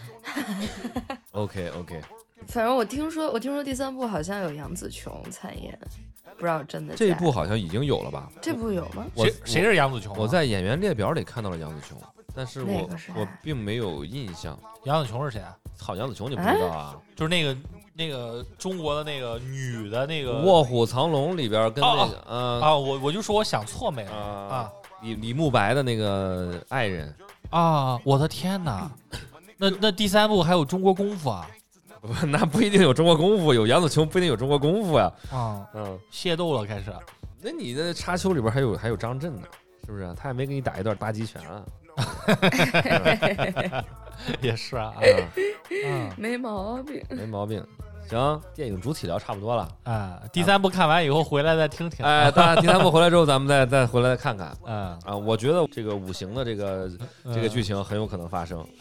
OK OK。 反正我听说，我听说第三部好像有杨紫琼参演，不知道真的。 这一部好像已经有了吧？ 这部有吗？ 谁谁是杨紫琼、啊？ 我在演员列表里看到了杨紫琼，但是我、 那是我并没有印象。 杨紫琼是谁啊？ 操，杨紫琼你不知道啊？ 就是那个。那个中国的那个女的那个 《卧虎藏龙》里边跟那个啊、呃、啊，我我就说我想错没了啊， 李李慕白的那个爱人啊！我的天哪，那那第三部还有中国功夫啊？ 那不一定有中国功夫，有杨紫琼不一定有中国功夫呀。 啊， 嗯， 械斗了开始。 那你的沙丘里边还有还有张震呢，是不是？他还没给你打一段八极拳啊？ 也是啊， 嗯，没毛病， 没毛病。行，电影主体聊差不多了啊。第三部看完以后回来再听听。 哎，当然第三部回来之后，咱们再再回来看看。 嗯啊，我觉得这个五行的这个这个剧情很有可能发生。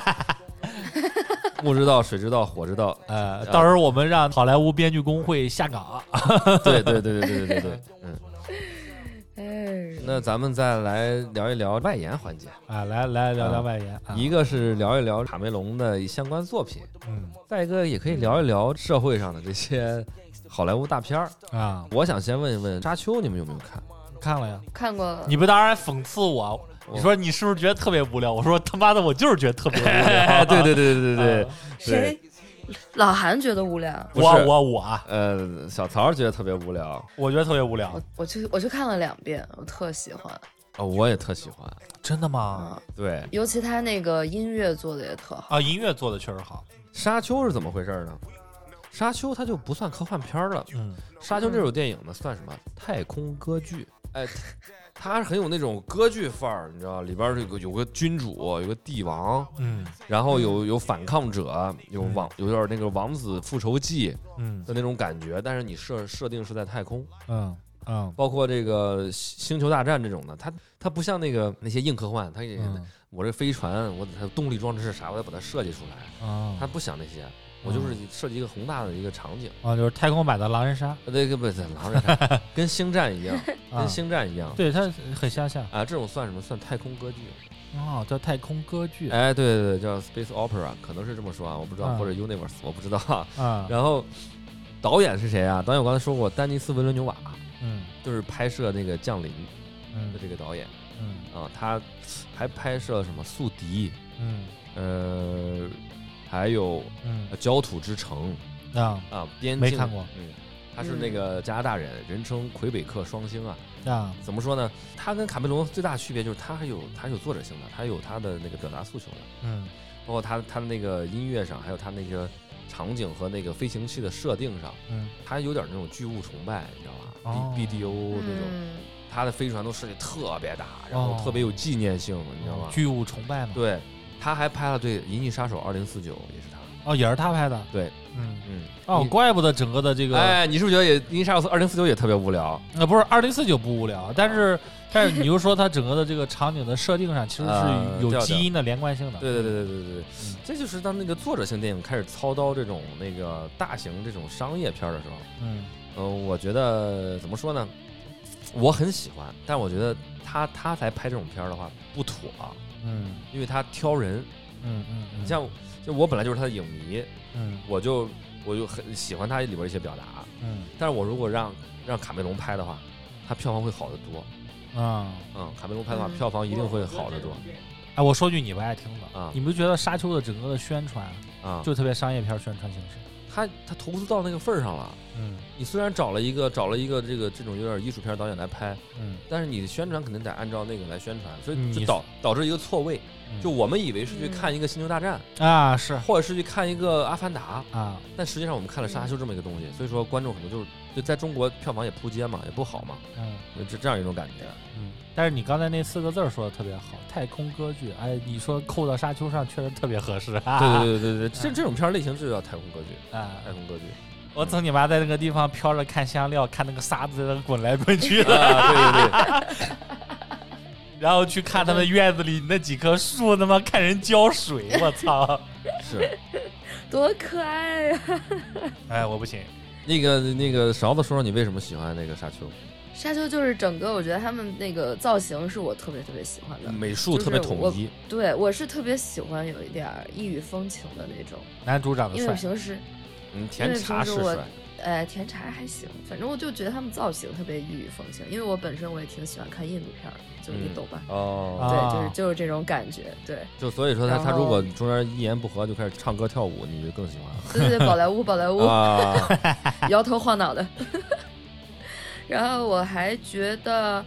木之道、水之道、火之道， 呃，到时候我们让好莱坞编剧工会下岗。 对对对对对对对对，嗯。 哎， 那咱们再来聊一聊外延环节啊，来来聊聊外延、啊。 一个是聊一聊卡梅隆的相关作品， 嗯， 再一个也可以聊一聊社会上的这些好莱坞大片儿啊。 我想先问一问《沙丘》，你们有没有看？ 看了呀， 看过。 你不当然讽刺我。你说你是不是觉得特别无聊？我说他妈的，我就是觉得特别无聊。 对对对对对对， 啊、谁？老韩觉得无聊。 我我我， 呃，小曹觉得特别无聊。 我觉得特别无聊。 我我去我去看了两遍，我特喜欢。 哦，我也特喜欢。 真的吗？ 嗯、 对， 尤其他那个音乐做的也特好。 啊，音乐做的确实好。 沙丘是怎么回事呢？沙丘它就不算科幻片了。 嗯， 沙丘这种电影呢，算什么？太空歌剧。哎。它很有那种歌剧范儿，你知道，里边有个有个君主，有个帝王， 嗯， 然后有有反抗者，有王有点那个王子复仇记， 嗯的那种感觉。但是你设设定是在太空， 嗯嗯， 包括这个星球大战这种的，它它不像那个那些硬科幻，它也、嗯、我这飞船，我它动力装置是啥，我得把它设计出来， 啊， 它不想那些。我就是设计一个宏大的一个场景啊，就是太空版的狼人杀， 这个不是狼人杀，跟星战一样，跟星战一样， 对，它很相像啊。这种算什么？算太空歌剧哦，叫太空歌剧。 哎，对对对，叫 Space Opera， 可能是这么说啊，我不知道，或者 Universe， 我不知道啊。 然后导演是谁啊？导演我刚才说过，丹尼斯·维伦纽瓦， 嗯， 就是拍摄那个《降临》 的这个导演， 嗯啊，他还拍摄什么《宿敌》， 嗯， 呃。还有， 嗯， 焦土之城啊啊，边境没看过， 嗯，他是那个加拿大人，人称魁北克双星啊。 啊， 怎么说呢？他跟卡梅隆最大区别就是他还有他有作者性的，他有他的那个表达诉求的， 嗯， 包括他他的那个音乐上，还有他那个场景和那个飞行器的设定上， 嗯， 他有点那种巨物崇拜，你知道吧？ 哦 B D O 那种， 嗯、 他的飞船都设计特别大，然后特别有纪念性， 哦、 你知道吗？ 巨物崇拜嘛。 对。他还拍了对《银翼杀手二零四九》，也是他哦，也是他拍的。 对， 嗯嗯， 哦，怪不得整个的这个， 哎，你是不是觉得也《银翼杀手二零四九》也特别无聊？ 那、呃、不是二零四九不无聊，但是但是你又说它整个的这个场景的设定上其实是有基因的连贯性的。 呃、对对对对对对，嗯、这就是当那个作者性电影开始操刀这种那个大型这种商业片的时候， 嗯嗯、呃，我觉得怎么说呢？我很喜欢，但我觉得他他才拍这种片的话不妥， 嗯， 因为他挑人。 嗯嗯， 你像就我本来就是他的影迷， 嗯， 我就我就很喜欢他里边一些表达， 嗯， 但是我如果让让卡梅隆拍的话，他票房会好得多， 啊， 嗯，卡梅隆拍的话，票房一定会好得多。 哎，我说句你不爱听的啊， 你不觉得沙丘的整个的宣传啊， 就特别商业片宣传形式？ 他他投资到那个份儿上了， 嗯， 你虽然找了一个找了一个这个这种有点艺术片导演来拍， 嗯， 但是你的宣传肯定得按照那个来宣传，所以就导导致一个错位。就我们以为是去看一个《星球大战》 啊，是， 或者是去看一个《阿凡达》 啊， 但实际上我们看了《沙丘》这么一个东西，所以说观众可能就是就在中国票房也扑街嘛，也不好嘛， 嗯， 就这样一种感觉。 嗯，但是你刚才那四个字说的特别好，太空歌剧，哎，你说扣到沙丘上确实特别合适。啊、 对对对对对，这这种片类型就叫太空歌剧啊， 太空歌剧。 我曾你妈在那个地方飘着看香料，看那个沙子在那滚来滚去的， 啊、对对对。 然后去看他们院子里那几棵树，他妈看人浇水，我操！ 是， 多可爱呀、啊！ 哎，我不行。 那个那个勺子说说你为什么喜欢那个沙丘？ 沙丘就是整个，我觉得他们那个造型是我特别特别喜欢的， 美术特别统一。 对，我是特别喜欢有一点异域风情的那种。 男主长得帅， 因为平时， 嗯，甜茶是帅。 呃，甜茶还行，反正我就觉得他们造型特别异域风情，因为我本身我也挺喜欢看印度片的，就是你懂吧？ 嗯、哦， 对，就是就是这种感觉，对。 就所以说他他如果中间一言不合就开始唱歌跳舞，你就更喜欢了。 对对对，宝莱坞宝莱坞， 啊、 摇头晃脑的。然后我还觉得，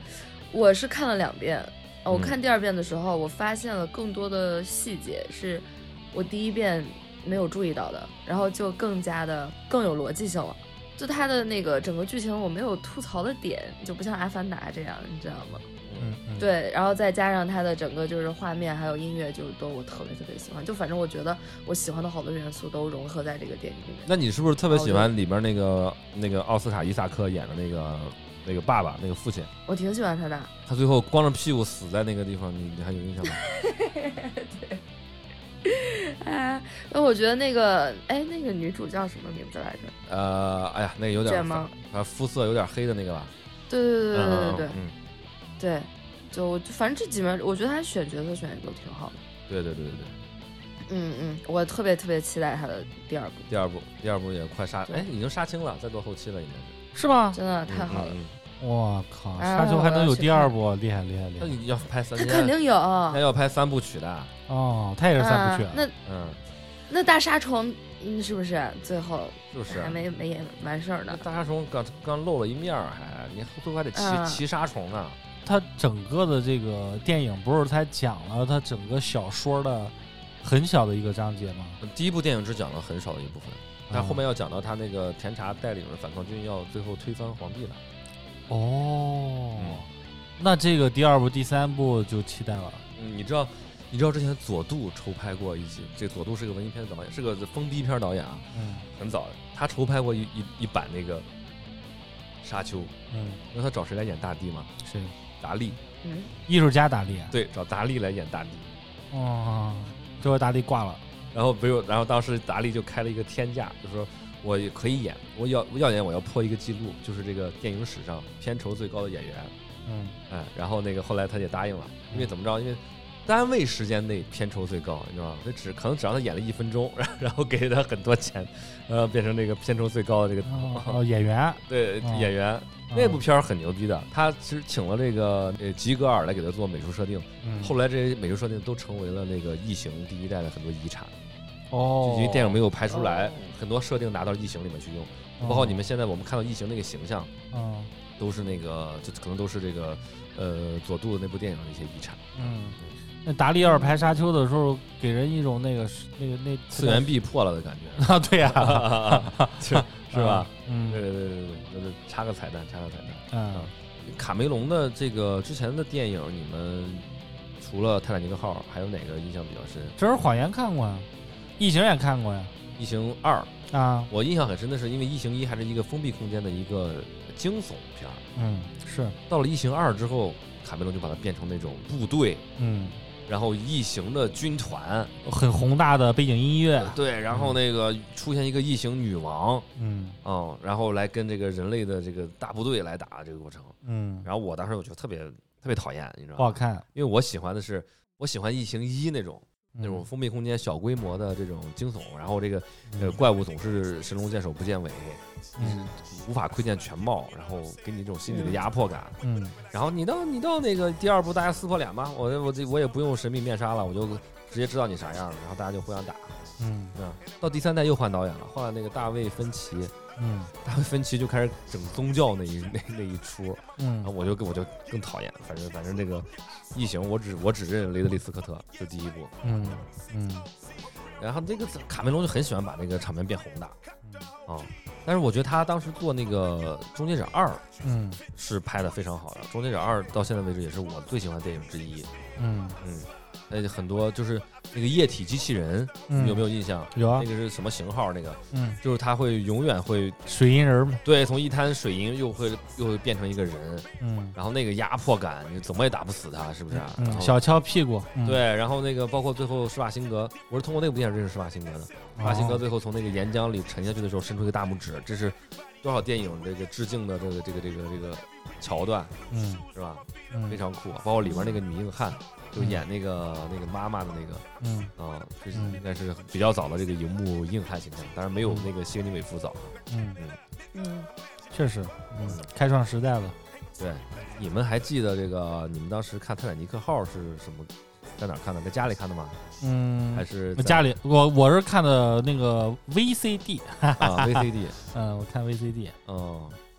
我是看了两遍，呃我嗯看第二遍的时候，我发现了更多的细节是我第一遍没有注意到的，然后就更加的更有逻辑性了。就它的那个整个剧情我没有吐槽的点，就不像《阿凡达》这样，你知道吗？ 嗯嗯， 对，然后再加上它的整个就是画面还有音乐，就都我特别特别喜欢。就反正我觉得我喜欢的好多元素都融合在这个电影里面。 那你是不是特别喜欢里边那个那个奥斯卡伊萨克演的那个那个爸爸那个父亲？ 我挺喜欢他的。 他最后光着屁股死在那个地方，你你还有印象吗？ 对。哎，那我觉得那个，哎，那个女主叫什么名字来着？ 呃，哎呀，那个有点卷毛， 啊，肤色有点黑的那个吧？ 对对对对对对对， 嗯， 对，就就反正这几面，我觉得他选角色选的都挺好的。 对对对对对。 嗯嗯，我特别特别期待他的第二部。 第二部，第二部也快杀， 对哎，已经杀青了，再做后期了，应该是。 是吗？ 真的太好了。 嗯嗯我靠， 哎沙丘还能有第二部，厉害厉害厉害！ 那你要拍三， 他肯定有。 那要拍三部曲的。 哦，他也是三部曲啊。那嗯， 那大沙虫，嗯，是不是最后就是还没没演完事儿呢？ 大沙虫刚刚露了一面儿，还你最后还得骑嗯骑沙虫呢。 他整个的这个电影不是他讲了他整个小说的很小的一个章节吗？ 第一部电影只讲了很少的一部分，但嗯后面要讲到他那个甜茶带领的反抗军要最后推翻皇帝了。 哦， 嗯那这个第二部、第三部就期待了。 嗯，你知道，你知道之前佐杜筹拍过一集，这佐杜是个文艺片导演，是个疯逼片导演啊， 嗯很早的，他筹拍过一一一版那个沙丘， 嗯， 那他找谁来演大帝吗？ 谁？ 达利， 嗯， 艺术家达利啊？ 对，找达利来演大帝。 哦，最后达利挂了。 然后不用，然后当时达利就开了一个天价，就说我也可以演，我要我要演，我要破一个记录，就是这个电影史上片酬最高的演员。 嗯哎，然后那个后来他也答应了，因为怎么着？因为单位时间内片酬最高，你知道吗？他只可能只让他演了一分钟，然后然后给他很多钱，呃，变成这个片酬最高的这个、 哦哦，演员。 对、 哦演员。那部片儿很牛逼的，他其实请了这个呃吉格尔来给他做美术设定， 嗯后来这些美术设定都成为了那个异形第一代的很多遗产。 哦， 因为电影没有拍出来， 哦很多设定拿到异形里面去用，包括你们现在我们看到异形那个形象， 嗯都是那个就可能都是这个呃佐杜的那部电影的一些遗产。 嗯，那达利二拍沙丘的时候，给人一种那个那个那次元壁破了的感觉， 啊，对呀， 是是吧？ 嗯对对对对对，那就插个彩蛋，插个彩蛋。 嗯， 卡梅隆的这个之前的电影，你们除了《泰坦尼克号》，还有哪个印象比较深？ 《真实谎言》看过呀，《异形》也看过呀。 《异形二》 啊， 我印象很深的是，因为《异形一》还是一个封闭空间的一个惊悚片儿， 嗯，是， 到了《异形二》之后，卡梅隆就把它变成那种部队， 嗯， 然后异形的军团， 很宏大的背景音乐。 对，然后那个出现一个异形女王， 嗯嗯，然后来跟这个人类的这个大部队来打这个过程。 嗯， 然后我当时我觉得特别特别讨厌，你知道吗？ 不好看。 因为我喜欢的是我喜欢异形一那种。那种嗯封闭空间、小规模的这种惊悚，然后这个呃嗯怪物总是神龙见首不见尾， 嗯无法窥见全貌，然后给你这种心理的压迫感。 嗯然后你到你到那个第二部，大家撕破脸吧，我我这我也不用神秘面纱了，我就直接知道你啥样了，然后大家就互相打。 嗯嗯，到第三代又换导演了，换了那个大卫芬奇， 嗯大卫芬奇就开始整宗教那一那那一出，然后嗯我就我就更讨厌，反正反正这个异形我只我只认雷德利斯科特，就第一部。 嗯嗯然后这个卡梅隆就很喜欢把那个场面变宏大，啊、但是我觉得他当时做那个《终结者二》 嗯是拍的非常好的，《终结者二》到现在为止也是我最喜欢的电影之一。 嗯嗯，呃，很多就是那个液体机器人， 嗯， 你有没有印象？ 有啊那？个是什么型号？那个嗯， 就是他会永远会水银人嘛。 对，从一滩水银又会又会变成一个人， 嗯然后那个压迫感，你怎么也打不死他，是不是、啊？然嗯， 后小敲屁股。嗯， 对，然后那个包括最后施瓦辛格，我是通过那部电影认识施瓦辛格的。施瓦辛格哦最后从那个岩浆里沉下去的时候，伸出一个大拇指，这是多少电影这个致敬的这个这个这个这个桥段， 嗯是吧？ 嗯非常酷，包括里边那个女硬汉，就演那个那个妈妈的那个嗯啊，这是嗯应该是比较早的这个荧幕硬汉形象，当然没有那个希格尼韦夫早。 嗯， 嗯， 确实，嗯，开创时代了。 对，你们还记得这个？你们当时看《泰坦尼克号》是什么？在哪儿看的？在家里看的吗？ 嗯， 还是在家里，我我是看的那个 V C D， 啊 V C D？ 嗯，我看 V C D。 嗯，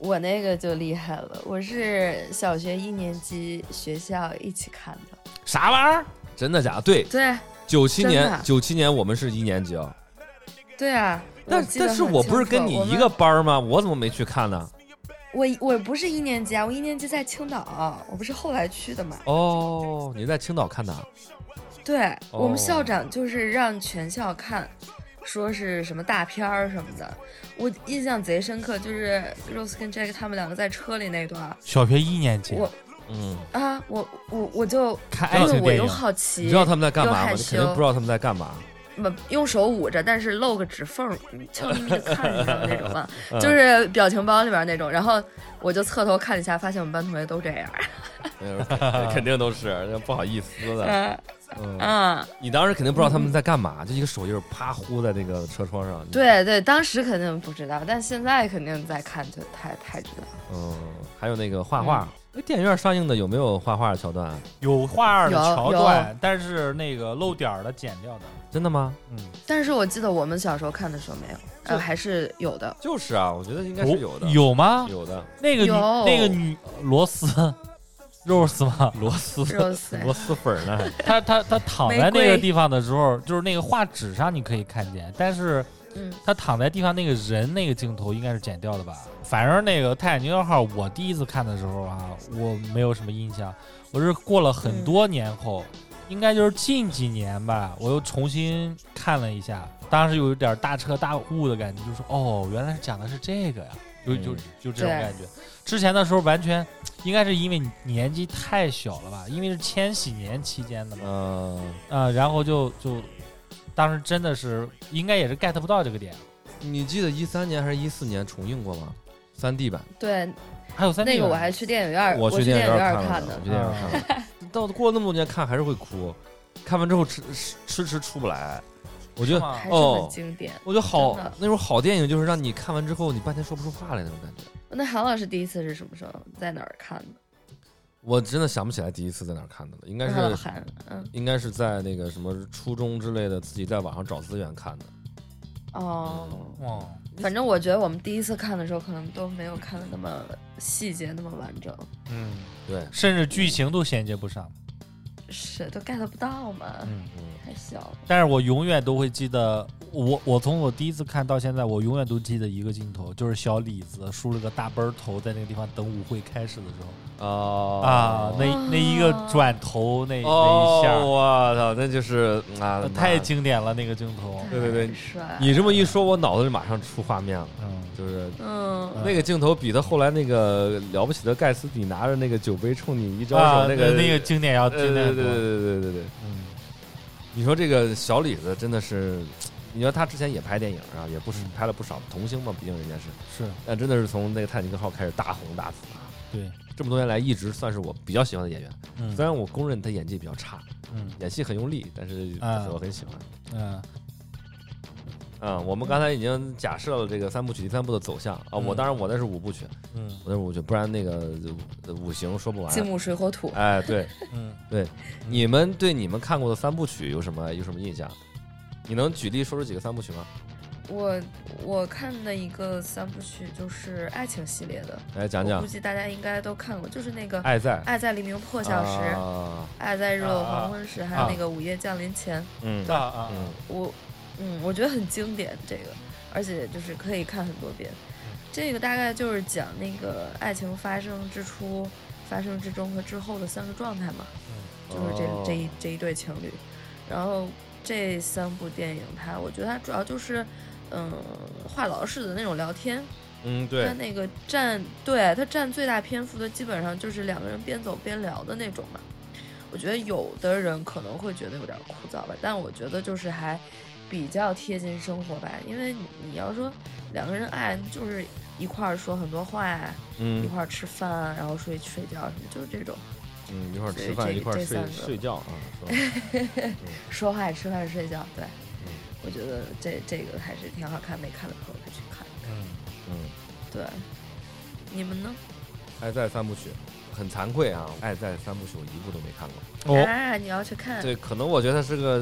我那个就厉害了，我是小学一年级学校一起看的。 啥玩意儿？ 真的假的？对， 对九七年真的九七年我们是一年级哦。 对啊， 但我记得但是很我不是跟清楚我们你一个班儿吗？我怎么没去看呢？ 我我不是一年级啊，我一年级在青岛，我不是后来去的嘛。 哦，你在青岛看的？ 对、 哦我们校长就是让全校看，说是什么大片儿什么的。我印象贼深刻，就是 Rose 跟 Jack 他们两个在车里那段， 小学一年级， 我嗯， 啊，我我我就看爱就是我又情电影， 好奇， 你知道他们在干嘛吗？ 又害你肯定不知道他们在干嘛。 不用手捂着，但是露个指缝，悄咪咪的看着你知道那种嘛， 嗯就是表情包里边那种。然后我就侧头看了一下，发现我们班同学都这样。 嗯肯定都是，不好意思的。 嗯嗯， 嗯， 你当时肯定不知道他们在干嘛，就一个手印儿啪呼在那个车窗上。 对对，当时肯定不知道，但现在肯定在看，就太太知道。 嗯，还有那个画画，那电影院上映的有没有画画的桥段？ 有画的有桥段，但是那个漏点儿的剪掉的。 真的吗？ 嗯， 但是我记得我们小时候看的时候没有，呃，还是有的。 就是啊，我觉得应该是有的。 有吗？ 有的。 那个女有那个女螺丝肉丝吗？ 螺丝肉丝螺蛳粉呢？ 她她她躺在那玫瑰个地方的时候，就是那个画纸上你可以看见，但是嗯， 她躺在地上那个人那个镜头应该是剪掉的吧？反正那个泰坦尼克号，我第一次看的时候啊，我没有什么印象，我是过了很多年后。嗯应该就是近几年吧，我又重新看了一下，当时有一点大彻大悟的感觉，就说哦，原来是讲的是这个呀，就就就这种感觉。之前的时候完全应该是因为你年纪太小了吧，因为是千禧年期间的嘛， 嗯啊、呃，然后就就当时真的是应该也是 get 不到这个点。 你记得一三年还是一四年重映过吗？三 D 版。 对， 还有三 D 那个我版还去电影院， 我去电去影院看的我。去电影院看的。到过了那么多年看还是会哭，看完之后吃吃吃出不来。我觉得吗还是哦很经典。 我觉得好真的那种好电影就是让你看完之后你半天说不出话来那种感觉。 那韩老师第一次是什么时候在哪儿看的？ 我真的想不起来第一次在哪儿看的了，应该是老韩，嗯， 应该是在那个什么初中之类的，自己在网上找资源看的。 哦， 哦， 反正我觉得我们第一次看的时候，可能都没有看的那么细节，那么完整， 嗯， 对， 甚至剧情都衔接不上。 是都 get 不到嘛， 嗯， 嗯， 太小了。 但是我永远都会记得，我我从我第一次看到现在，我永远都记得一个镜头，就是小李子梳了个大背头，在那个地方等舞会开始的时候。 哦啊，那那一个转头那、 哦， 那一下， 我操，那就是啊， 太经典了那个镜头。 对对对太帅。 你这么一说，我脑子里马上出画面了， 嗯， 就是嗯， 那个镜头比他后来那个了不起的盖茨比拿着那个酒杯冲你一招啊， 手，那个那个经典要对经典很多。 对对对对对对对。 嗯， 你说这个小李子真的是，你说他之前也拍电影啊，也不是拍了不少童星嘛，毕竟人家是， 是但真的是从那个泰坦尼克号开始大红大紫啊。 对， 这么多年来一直算是我比较喜欢的演员， 嗯虽然我公认他演技比较差， 嗯演戏很用力，但是啊我很喜欢。 嗯嗯，我们刚才已经假设了这个三部曲第三部的走向啊， 嗯我当然我那是五部曲， 嗯我那是五部曲，不然那个呃五行说不完。 金木水火土。 哎，对， 嗯， 你们对你们看过的三部曲有什么有什么印象？你能举例说出几个三部曲吗？ 我我看的一个三部曲就是爱情系列的， 来讲讲我估。计大家应该都看过，就是那个《 爱在爱在黎明破晓时》 啊爱在日落啊啊黄昏时，还有那个午夜降临前。 嗯啊啊嗯我嗯，我觉得很经典这个，而且就是可以看很多遍。这个大概就是讲那个爱情发生之初、发生之中和之后的三个状态嘛，就是这、 哦这一这一对情侣。然后这三部电影它，我觉得它主要就是嗯话痨式的那种聊天。 嗯，对它，那个占对它占最大篇幅的，基本上就是两个人边走边聊的那种嘛。我觉得有的人可能会觉得有点枯燥吧，但我觉得就是还比较贴近生活吧。因为你你要说两个人爱，就是一块儿说很多话呀，一嗯块儿吃饭啊，然后睡睡觉什么，就是这种嗯，一块儿对吃饭， 这一块儿睡这三个睡觉啊，是吧？ 说话吃饭睡觉。对， 嗯我觉得这这个还是挺好看，没看的朋友可以去看一看。 嗯嗯， 对，你们呢？ 爱在三部曲，很惭愧啊，爱在三部曲我一部都没看过。 哦， 啊，你要去看？ 对，可能我觉得它是个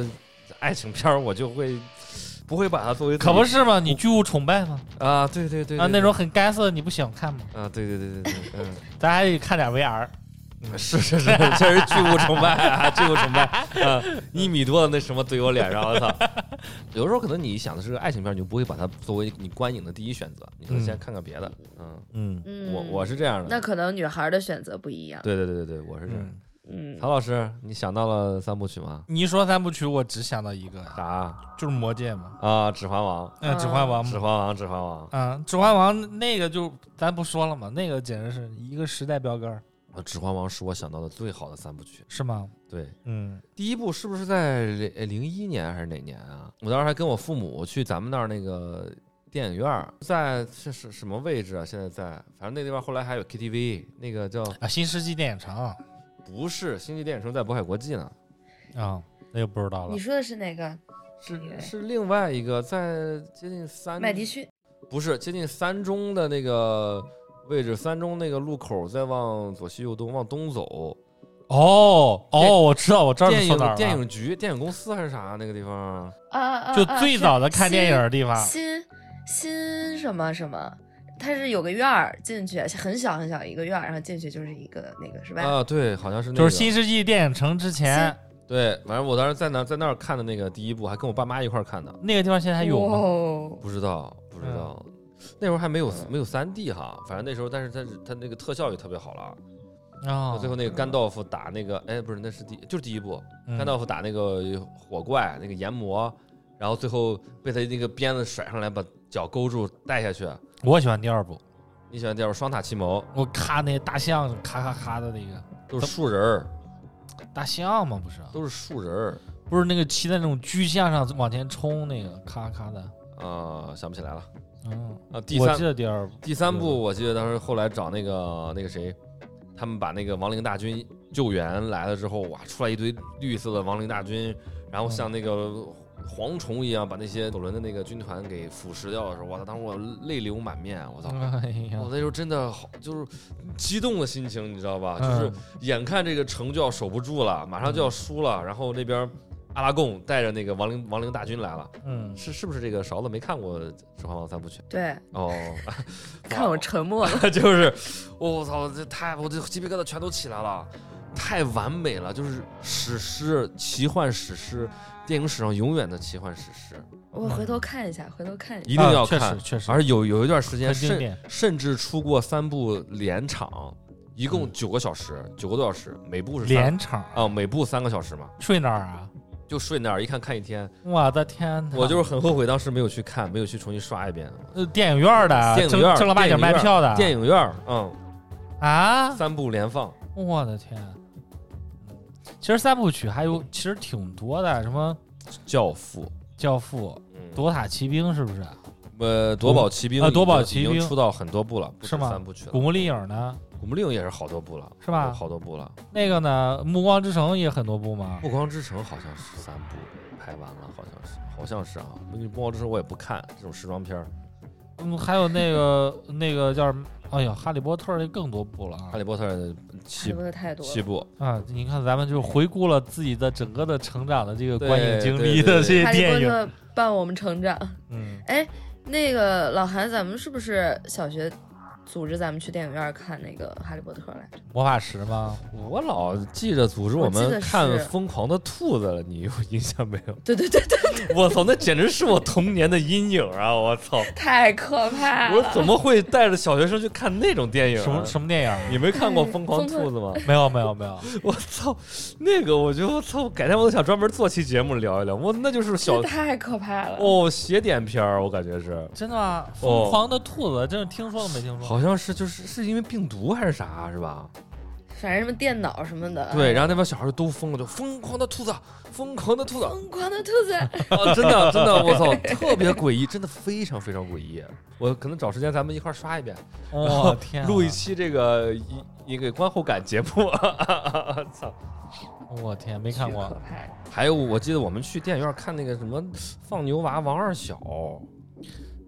爱情片儿我就会不会把它作为可不是吗？你巨物崇拜吗？ 啊，对对对啊，那种很干涩的你不喜欢看吗？ 啊，对对对对对，嗯， 咱还得看点 V R。 是是是，这是巨物崇拜啊，巨物崇拜啊，一米多的那什么怼我脸上，我操！有时候可能你想的是个爱情片，你就不会把它作为你观影的第一选择，你可能先看看别的。嗯嗯嗯， 我我是这样的。 那可能女孩的选择不一样。 对对对对对，我是这样。 嗯， 曹老师，你想到了三部曲吗？ 你一说三部曲，我只想到一个， 啥？ 就是魔戒嘛。 啊，指环王。 嗯，指环王。 指环王，指环王。 嗯，指环王那个就咱不说了嘛，那个简直是一个时代标杆。 啊，指环王是我想到的最好的三部曲， 是吗？ 对， 嗯， 第一部是不是在零一年还是哪年啊？我当时还跟我父母去咱们那儿那个电影院，在是是什么位置啊？现在在，反正那地方后来还有 K T V， 那个叫啊新世纪电影城， 不是星际电影城在渤海国际呢。 啊，那就不知道了。 你说的是哪个？ 是是另外一个在接近三麦迪逊， 不是接近三中的那个。位置三中那个路口，再往左西右东，往东走。 哦哦，我知道，我知道电影哪儿了。 电影局、电影公司还是啥那个地方啊啊啊！ 就最早的看电影的地方。 新新什么什么，它是有个院儿进去，很小很小一个院儿，然后进去就是一个那个是吧？ 啊，对，好像是那个。 就是新世纪电影城之前。 对，反正我当时在那在那儿看的那个第一部，还跟我爸妈一块儿看的。 那个地方现在还有吗？ 哦、 不知道，不知道。嗯那时候还没有没有三 D 哈，反正那时候，但是它它那个特效也特别好了。 啊、哦， 最后那个甘道夫打那个，哎，不是，那是第就是第一部，嗯、甘道夫打那个火怪那个炎魔，然后最后被他那个鞭子甩上来，把脚勾住带下去。 我喜欢第二部， 你喜欢第二部双塔奇谋？ 我咔那大象咔咔咔的那个都是树人儿， 大象吗？不是， 都是树人儿， 不是那个骑在那种巨象上往前冲那个咔咔的。 啊、呃，想不起来了。 嗯啊，第三我记得第二部， 第三部我记得当时后来找那个那个谁，他们把那个亡灵大军救援来了之后，哇，出来一堆绿色的亡灵大军，然后像那个蝗虫一样把那些左轮的那个军团给腐蚀掉的时候，哇，当时我泪流满面，我操！ 哎呀， 我那时候真的好，就是激动的心情，你知道吧？就是眼看这个城就要守不住了，马上就要输了，然后那边。阿拉贡带着那个亡灵亡灵大军来了， 嗯， 是是不是这个勺子没看过《指环王》三部曲？ 对， 哦， 看我沉默了， 就是，我操，这太我这鸡皮疙瘩全都起来了，太完美了，就是史诗、奇幻史诗，电影史上永远的奇幻史诗。 我回头看一下，回头看一下， 一定要看， 啊、确实确实， 而有有一段时间甚甚至出过三部连场。一共九个小时，九、嗯、个多小时，每部是连场啊，每部三个小时嘛。 睡哪儿啊？ 就睡那儿，一看看一天。 我的天哪！ 我就是很后悔当时没有去看，没有去重新刷一遍。 呃，电影院的， 电影院正儿八经卖票的电影院，嗯， 啊， 三部连放。 我的天！其实三部曲还有其实挺多的，什么教父、 教父、 嗯、 夺塔奇兵是不是？ 呃，夺宝奇兵啊，夺宝奇兵已经出到很多部了，不是吗？ 三部曲了。 古墓丽影呢？ 古墓丽影也是好多部了， 是吧？ 好多部了。 那个呢？暮光之城也很多部吗？ 暮光之城好像是三部拍完了，好像是，好像是啊。暮光之城我也不看这种时装片儿。 嗯，还有那个那个叫什么？哎呀，哈利波特那更多部了啊！ 哈利波特的七部太多七部啊！你看咱们就回顾了自己的整个的成长的这个观影经历的这些电影， 哈利波特伴我们成长。 嗯， 哎，那个老韩，咱们是不是小学组织咱们去电影院看那个《哈利波特》来着？ 魔法石吗？ 我老记着组织我们看《疯狂的兔子》了，你有印象没有？ 对对对对对！ 我操，那简直是我童年的阴影啊！我操， 太可怕了！ 我怎么会带着小学生去看那种电影、啊？ 什么什么电影？ 你没看过《疯狂兔子》吗？ 没有没有没有！ 我操，那个我觉得我操，改天我都想专门做期节目聊一聊。我那就是小太可怕了哦，邪典片儿，我感觉是真的吗？疯狂的兔子，真是听说都没听说。 好像是就是是因为病毒还是啥，是吧？ 反正什么电脑什么的。 对，然后那帮小孩都疯了，就疯狂的兔子，疯狂的兔子， 疯狂的兔子。 啊，真的真的，我操，特别诡异，真的非常非常诡异。我可能找时间咱们一块刷一遍。 哦天！ 录一期这个一一个观后感节目。操！ 我天，没看过。 还有，我记得我们去电影院看那个什么《放牛娃王二小》。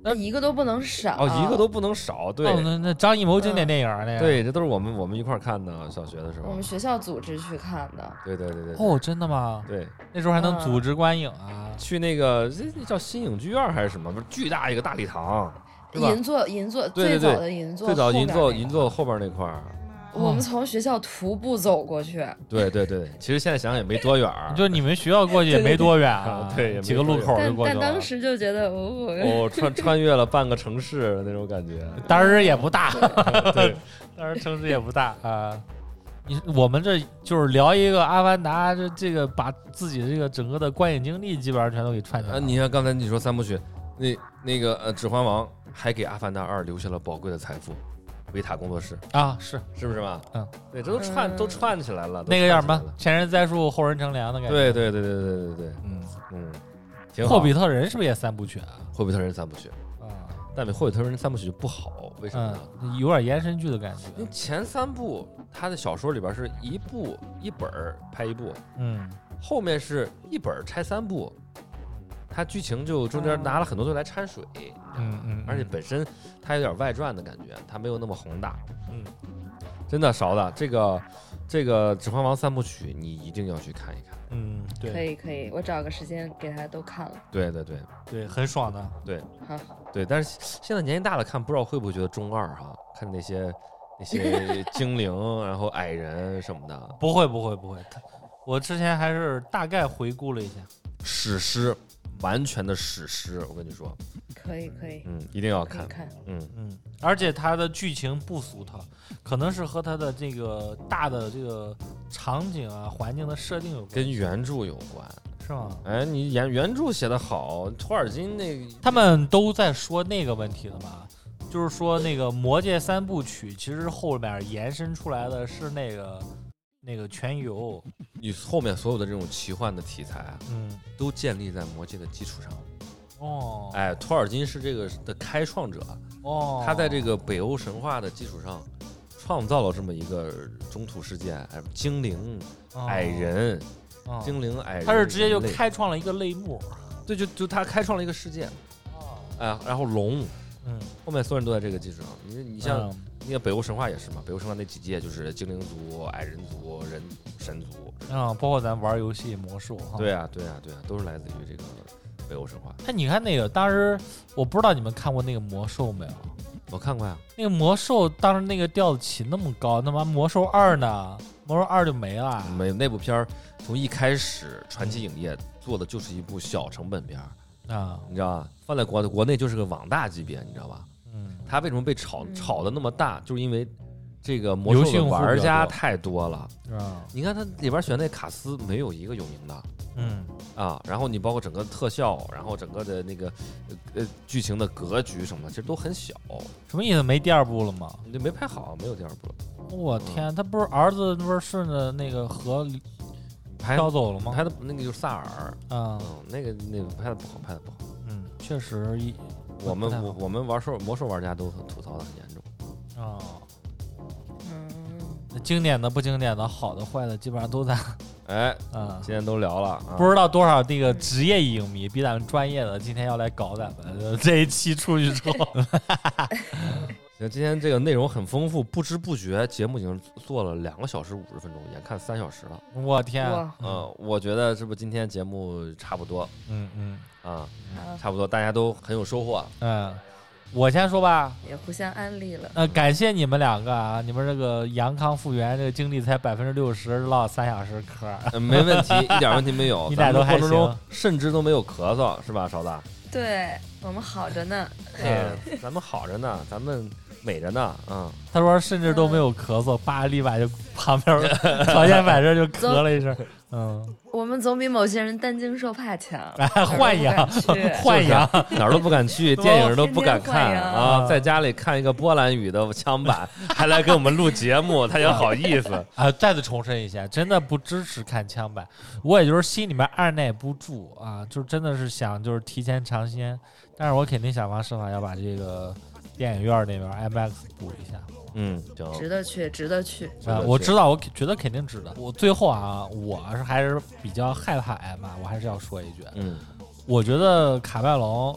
那一个都不能少。 哦，一个都不能少。对， 哦、那那张艺谋经典电影那个。 对，这都是我们我们一块儿看的，小学的时候。 我们学校组织去看的。 对对对对。 哦，真的吗？ 对， 那时候还能组织观影啊。 去那个这那叫新影剧院还是什么？不是巨大一个大礼堂。 银座，银座最早的银座， 最早银座银座后边那块儿。 我们从学校徒步走过去。 对对对，其实现在想想也没多远， 就你们学校过去也没多远啊， 对， 几个路口就过去了。 但当时就觉得哦， 哦，穿穿越了半个城市的那种感觉。 当时也不大， 对， 当时城市也不大啊。你我们这就是聊一个《阿凡达》，这这个把自己的这个整个的观影经历基本上全都给串起来了。 啊，你看刚才你说三部曲，那那个呃，《指环王》还给《阿凡达二》留下了宝贵的财富。维塔工作室啊，是是不是嘛？ 嗯， 对，这都串、嗯、都串起来了。 那个叫什么？前人栽树，后人乘凉的感觉。 对对对对对对对， 嗯嗯，挺好。 霍比特人是不是也三部曲啊？ 霍比特人三部曲啊， 但比霍比特人三部曲就不好，为什么呢？ 嗯、有点延伸剧的感觉。 因为前三部他的小说里边是一部一本拍一部， 嗯， 后面是一本拆三部。它剧情就中间拿了很多东西来掺水， 嗯嗯， 而且本身它有点外传的感觉，它没有那么宏大， 嗯， 真的勺的这个这个《指环王》三部曲你一定要去看一看， 嗯，对， 可以可以，我找个时间给他都看了， 对对对对，很爽的， 对， 好， 对，但是现在年纪大了看，不知道会不会觉得中二哈，看那些那些精灵，然后矮人什么的， 不会不会不会，我之前还是大概回顾了一下史诗。完全的史诗，我跟你说， 可以可以， 嗯，一定要看， 看嗯嗯，而且它的剧情不俗套，可能是和它的这个大的这个场景啊、环境的设定有关， 跟原著有关， 是吗？ 哎，你原原著写得好，托尔金那个， 他们都在说那个问题的嘛，就是说那个《魔戒》三部曲其实后面延伸出来的是那个。那个全游， 你后面所有的这种奇幻的题材啊， 嗯， 都建立在魔戒的基础上。 哦， 哎，托尔金是这个的开创者， 哦， 他在这个北欧神话的基础上，创造了这么一个中土世界，哎，精灵、 哦、 矮人、 哦、 精灵、矮人， 他是直接就开创了一个类目， 对，就就他开创了一个世界， 哦， 哎，然后龙， 嗯， 后面所有人都在这个基础上。你你像。 嗯那个北欧神话也是嘛，北欧神话那几届就是精灵族、矮人族、人神族啊、嗯，包括咱玩游戏魔兽哈。 对啊，对啊，对啊，都是来自于这个北欧神话。 哎，你看那个当时，我不知道你们看过那个魔兽没有？ 我看过呀。 那个魔兽当时那个调子起那么高，那么魔兽二呢？魔兽二就没了。 没，那部片儿从一开始，传奇影业做的就是一部小成本片儿啊， 你知道吧？放在国国内就是个网大级别，你知道吧？ 嗯， 它为什么被炒炒的那么大？就是因为这个魔兽的玩家太多了啊！ 你看它里边选那卡斯没有一个有名的， 嗯啊，然后你包括整个特效，然后整个的那个呃剧情的格局什么的，其实都很小。 什么意思？没第二部了吗？ 你没拍好，没有第二部了。 我天，他不是儿子不是顺着那个河飘走了吗？ 拍的那个就是萨尔啊、 嗯，那个那个拍的不好，拍的不好。 嗯，确实一。 我们我我们玩兽魔兽玩家都很吐槽的很严重啊， 嗯， 那经典的不经典的好的坏的基本上都在， 哎啊， 今天都聊了，啊、 不知道多少那个职业影迷比咱们专业的今天要来搞咱们这一期出去之后， 行，今天这个内容很丰富，不知不觉节目已经做了两个小时五十分钟，眼看三小时了， 我天， 嗯，我觉得是不是今天节目差不多， 嗯嗯。 啊、嗯，差不多，大家都很有收获。 嗯，我先说吧， 也互相安利了。 呃，感谢你们两个啊，你们这个阳康复原这个精力才百分之六十，唠三小时嗑、 嗯，没问题，一点问题没有。 一点都还行， 甚至都没有咳嗽，是吧，勺子？ 对我们好着呢。 对，咱们好着呢，咱们美着呢。嗯， 他说甚至都没有咳嗽，爸立马就旁边条件反射就咳了一声。嗯， 我们总比某些人担惊受怕强。 哎，豢养，豢养， 哪儿都不敢去，电影都不敢看啊，在家里看一个波兰语的枪版，还来给我们录节目，他也好意思啊。再次重申一下，真的不支持看枪版，我也就是心里面按耐不住啊，就真的是想就是提前尝鲜，但是我肯定想方设法要把这个电影院那边 I M A X 补一下。 嗯，行， 值得去，值得去啊！我知道，我觉得肯定值得。我最后啊，我是还是比较害怕 M 嘛，我还是要说一句， 嗯， 我觉得卡麦隆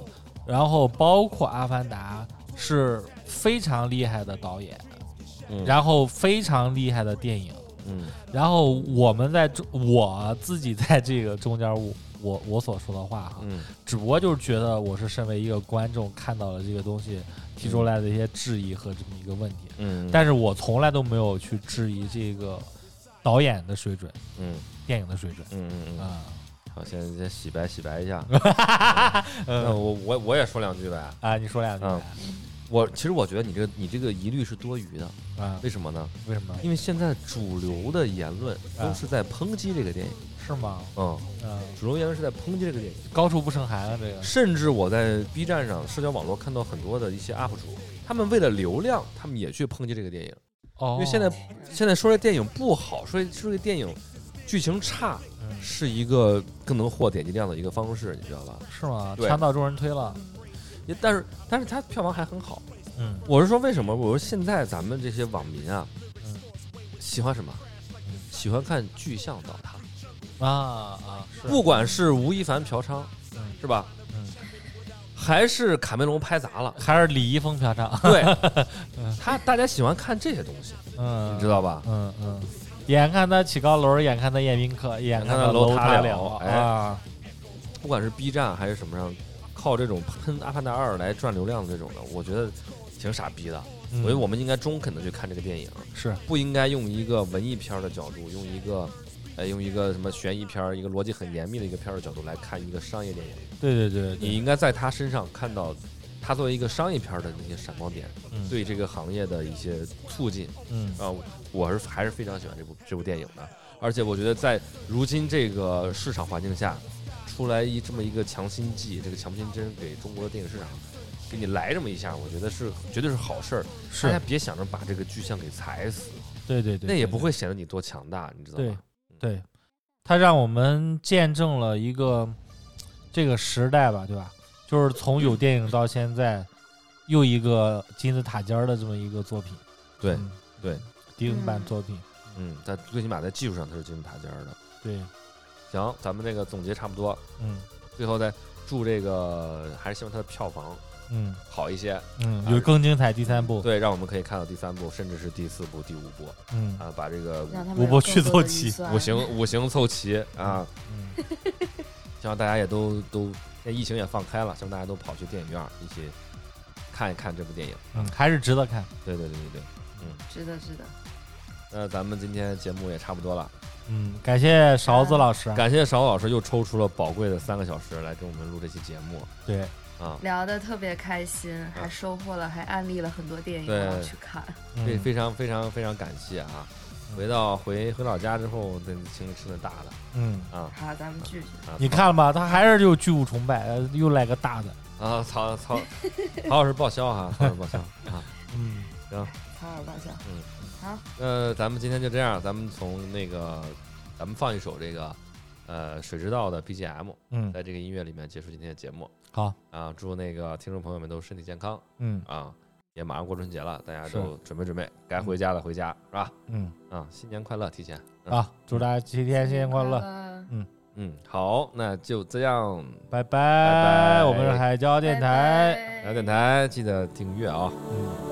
然后包括《阿凡达》是非常厉害的导演， 嗯然后非常厉害的电影， 嗯然后我们在中我自己在这个中间我我我所说的话哈， 嗯只不过就是觉得我是身为一个观众看到了这个东西提出来的一些质疑和这么一个问题， 嗯， 但是我从来都没有去质疑这个导演的水准， 嗯电影的水准嗯嗯嗯， 啊。 好，现在先洗白洗白一下。 嗯那我我我也说两句呗。 啊，你说两句嗯我其实我觉得你这个你这个疑虑是多余的， 啊？ 为什么呢？ 为什么？ 因为现在主流的言论都是在抨击这个电影。 是吗？ 嗯， 嗯， 主流言论是在抨击这个电影。 高处不胜寒啊，这个甚至我在 B 站上社交网络看到很多的一些 U P 主，他们为了流量，他们也去抨击这个电影。 哦， 因为现在现在说这电影不好，说说这电影剧情差， 嗯是一个更能获点击量的一个方式，你知道吧？ 是吗？ 对墙倒众人推了。 也但是但是它票房还很好。 嗯我是说为什么？我说现在咱们这些网民啊， 嗯喜欢什么？喜欢看具象倒塌， 啊啊，是不管是吴亦凡嫖娼， 嗯是吧？ 嗯， 还是卡梅隆拍砸了， 还是李易峰嫖娼。 对，他大家喜欢看这些东西， 嗯， 你知道吧？ 嗯嗯，眼看他起高楼，眼看他宴宾客，眼看他楼塌了哎啊！ 不管是 B 站还是什么上，靠这种喷《阿凡达二》来赚流量的这种的，我觉得挺傻逼的。 嗯我觉得我们应该中肯的去看这个电影， 是不应该用一个文艺片的角度，用一个，呃，用一个什么悬疑片，一个逻辑很严密的一个片的角度来看一个商业电影。 对对对，对你应该在他身上看到，他作为一个商业片的那些闪光点， 嗯对这个行业的一些促进嗯啊，我是还是非常喜欢这部这部电影的。而且我觉得在如今这个市场环境下，出来一这么一个强心剂，这个强心针给中国的电影市场。给你来这么一下，我觉得是绝对是好事儿。 是大家别想着把这个具象给踩死， 对对对， 那也不会显得你多强大，你知道吧？ 对，它让我们见证了一个这个时代吧，对吧？就是从有电影到现在，又一个金字塔尖儿的这么一个作品。 对嗯对， 低分版作品。 嗯，在最起码在技术上它是金字塔尖儿的。 对， 行，咱们这个总结差不多， 嗯最后再祝这个还是希望它的票房嗯好一些， 嗯，有更精彩第三部。 对，让我们可以看到第三部，甚至是第四部、第五部嗯啊，把这个让他五波们有更多去凑齐的预算五行五行凑齐啊， 嗯， 希望大家也都都，现在疫情也放开了，希望大家都跑去电影院一起看一看这部电影。 嗯，还是值得看。 对对对对对，嗯， 值得值得。 那咱们今天节目也差不多了， 嗯，感谢勺子老师。 感谢邵老师又抽出了宝贵的三个小时来给我们录这期节目对， 啊， 聊得特别开心，还收获了，还安利了很多电影对我要去看。 嗯非非常非常非常感谢啊！回到回回老家之后，得请你吃顿大的嗯， 啊好，咱们聚聚。 啊！ 你看了吧？他还是就巨物崇拜，呃又来个大的。 啊，曹曹曹老师报销哈，曹老师报销啊！ 嗯， 行， 曹尔报销。 嗯， 好， 那咱们今天就这样，咱们从那个咱们放一首这个呃水之道的 B G M， 嗯， 在这个音乐里面结束今天的节目好， 啊！祝那个听众朋友们都身体健康嗯啊！也马上过春节了，大家是都准备准备，该回家的回家是吧？ 嗯， 啊，新年快乐，提前啊，祝大家七天新年快乐， 乐！ 嗯，好，那就这样。 拜拜。 拜拜我们是海椒电台。 拜拜来电台记得订阅啊。 嗯。